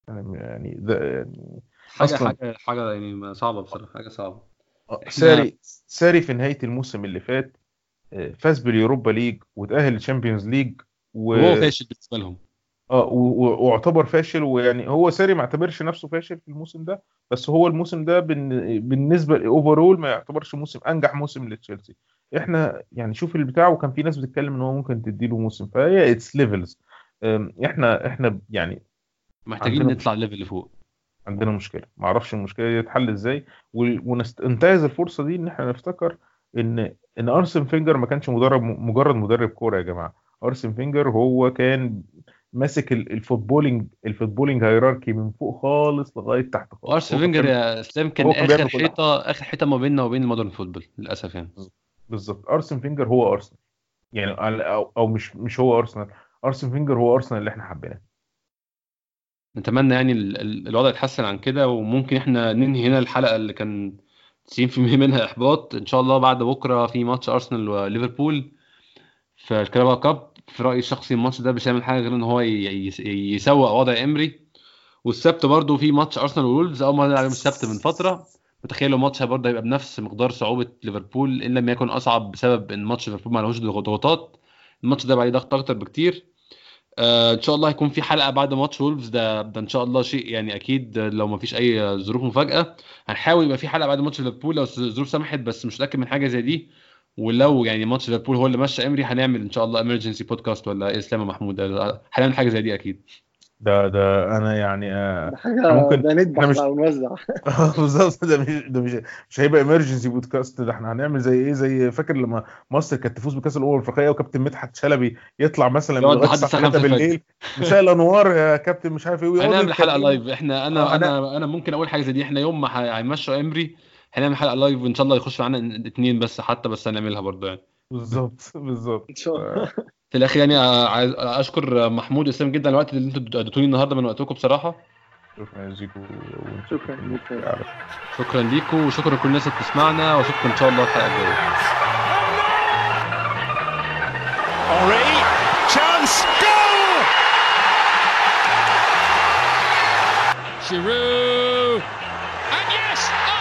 يعني ده يعني حاجه اصلا حاجه حاجه يعني صعبه بصراحه، حاجه صعبه. احنا ساري ساري في نهايه الموسم اللي فات آه، فاز باليوروبا ليج وتاهل للشامبيونز ليج و وهو فاشل بالنسبه لهم. اه و- و- واعتبر فاشل، ويعني هو ساري ما اعتبرش نفسه فاشل في الموسم ده، بس هو الموسم ده بالن- بالنسبه لاوفرول ما يعتبرش موسم انجح موسم لتشيلسي. احنا يعني شوف البتاع، وكان في ناس بتتكلم ان هو ممكن تديله موسم، فهي اتس ليفلز. احنا احنا يعني محتاجين عندنا نطلع مشكله، الليفل اللي فوق. عندنا مشكله ما اعرفش المشكله دي تتحل ازاي، وننتهز الفرصه دي ان احنا نفتكر ان ان ارسن فينجر ما كانش مدرب مجرد مدرب كوره يا جماعه. ارسن فينجر هو كان ماسك ال- الفوتبولينج الفوتبولينج هيراركي من فوق خالص لغايه تحت خالص. وارسن هو كان فينجر بيعمل يا اسلام كان هو كان اخر بيعمل كل حاجه. حيطه اخر حيطه ما بيننا وبين المودرن فوتبول للاسف يعني. بالظبط، ارسن فينجر هو ارسنال، يعني او او مش مش هو ارسنال، ارسن فينجر هو ارسنال اللي احنا حبيناه. نتمنى يعني ال- ال- الوضع يتحسن عن كده، وممكن احنا ننهي هنا الحلقه اللي كان تسعين في المية منها احباط. ان شاء الله بعد بكره في ماتش ارسنال وليفربول في الكاراباو كاب. في رايي الشخصي الماتش ده مش هيعمل حاجه غير ان هو ي- ي- يسوق وضع امري. والسبت برضو في ماتش ارسنال وولفز، اول مره نلعب يوم السبت من فتره. متخيلوا الماتش برضه هيبقى بنفس مقدار صعوبه ليفربول ان لم يكن اصعب، بسبب ان ماتش ليفربول ما لهوش ضغوطات. الماتش ده بعد ضغط اكتر بكتير. آه ان شاء الله هيكون في حلقه بعد ماتش وولفز ده ده ان شاء الله شيء يعني اكيد، لو ما فيش اي ظروف مفاجاه هنحاول يبقى في حلقه بعد ماتش ليفربول لو الظروف سمحت، بس مش متاكد من حاجه زي دي. ولو يعني ماتش ليفربول هو اللي مشى امري هنعمل ان شاء الله امرجنسي بودكاست ولا ايه اسلام يا محمود؟ هنعمل حاجه زي دي اكيد. ده ده انا يعني آه، ده حاجه، احنا ممكن ده احنا نذبح مش بقى ونوزع. بالظبط. ده مش ده مش مش هيبقى ايمرجنسي بودكاست، ده احنا هنعمل زي ايه، زي فاكر لما مصر كانت تفوز بكاس الامم الافريقيه وكابتن مدحت شلبي يطلع مثلا يقعد لغايه لحد الساعه الساعه ثلاثة خمسة الفجر. بالليل، مساء الانوار يا كابتن مش عارف ايه، ويقعدوا هنعمل حلقه يتكلموا. لايف احنا. اه انا انا انا انا ممكن اقول حاجه زي دي. احنا يوم ما ه- هيمشوا امري هنعمل حلقه لايف، وان شاء الله يخش معانا اتنين بس حتى، بس هنعملها برضه يعني. بالظبط بالظبط ان شاء الله. في الاخير يعني عايز اشكر محمود واسلام جدا على الوقت اللي انتوا اديتوني النهارده من وقتكم بصراحه. شكرا يا زيكو، ونشوفك شكرا المره لك. الجايه على شكرا ليكم وشكرا لكل الناس اللي بتسمعنا، واشوفكم ان شاء الله الحلقه الجايه. Henri, chance, goal! Giroud, and yes,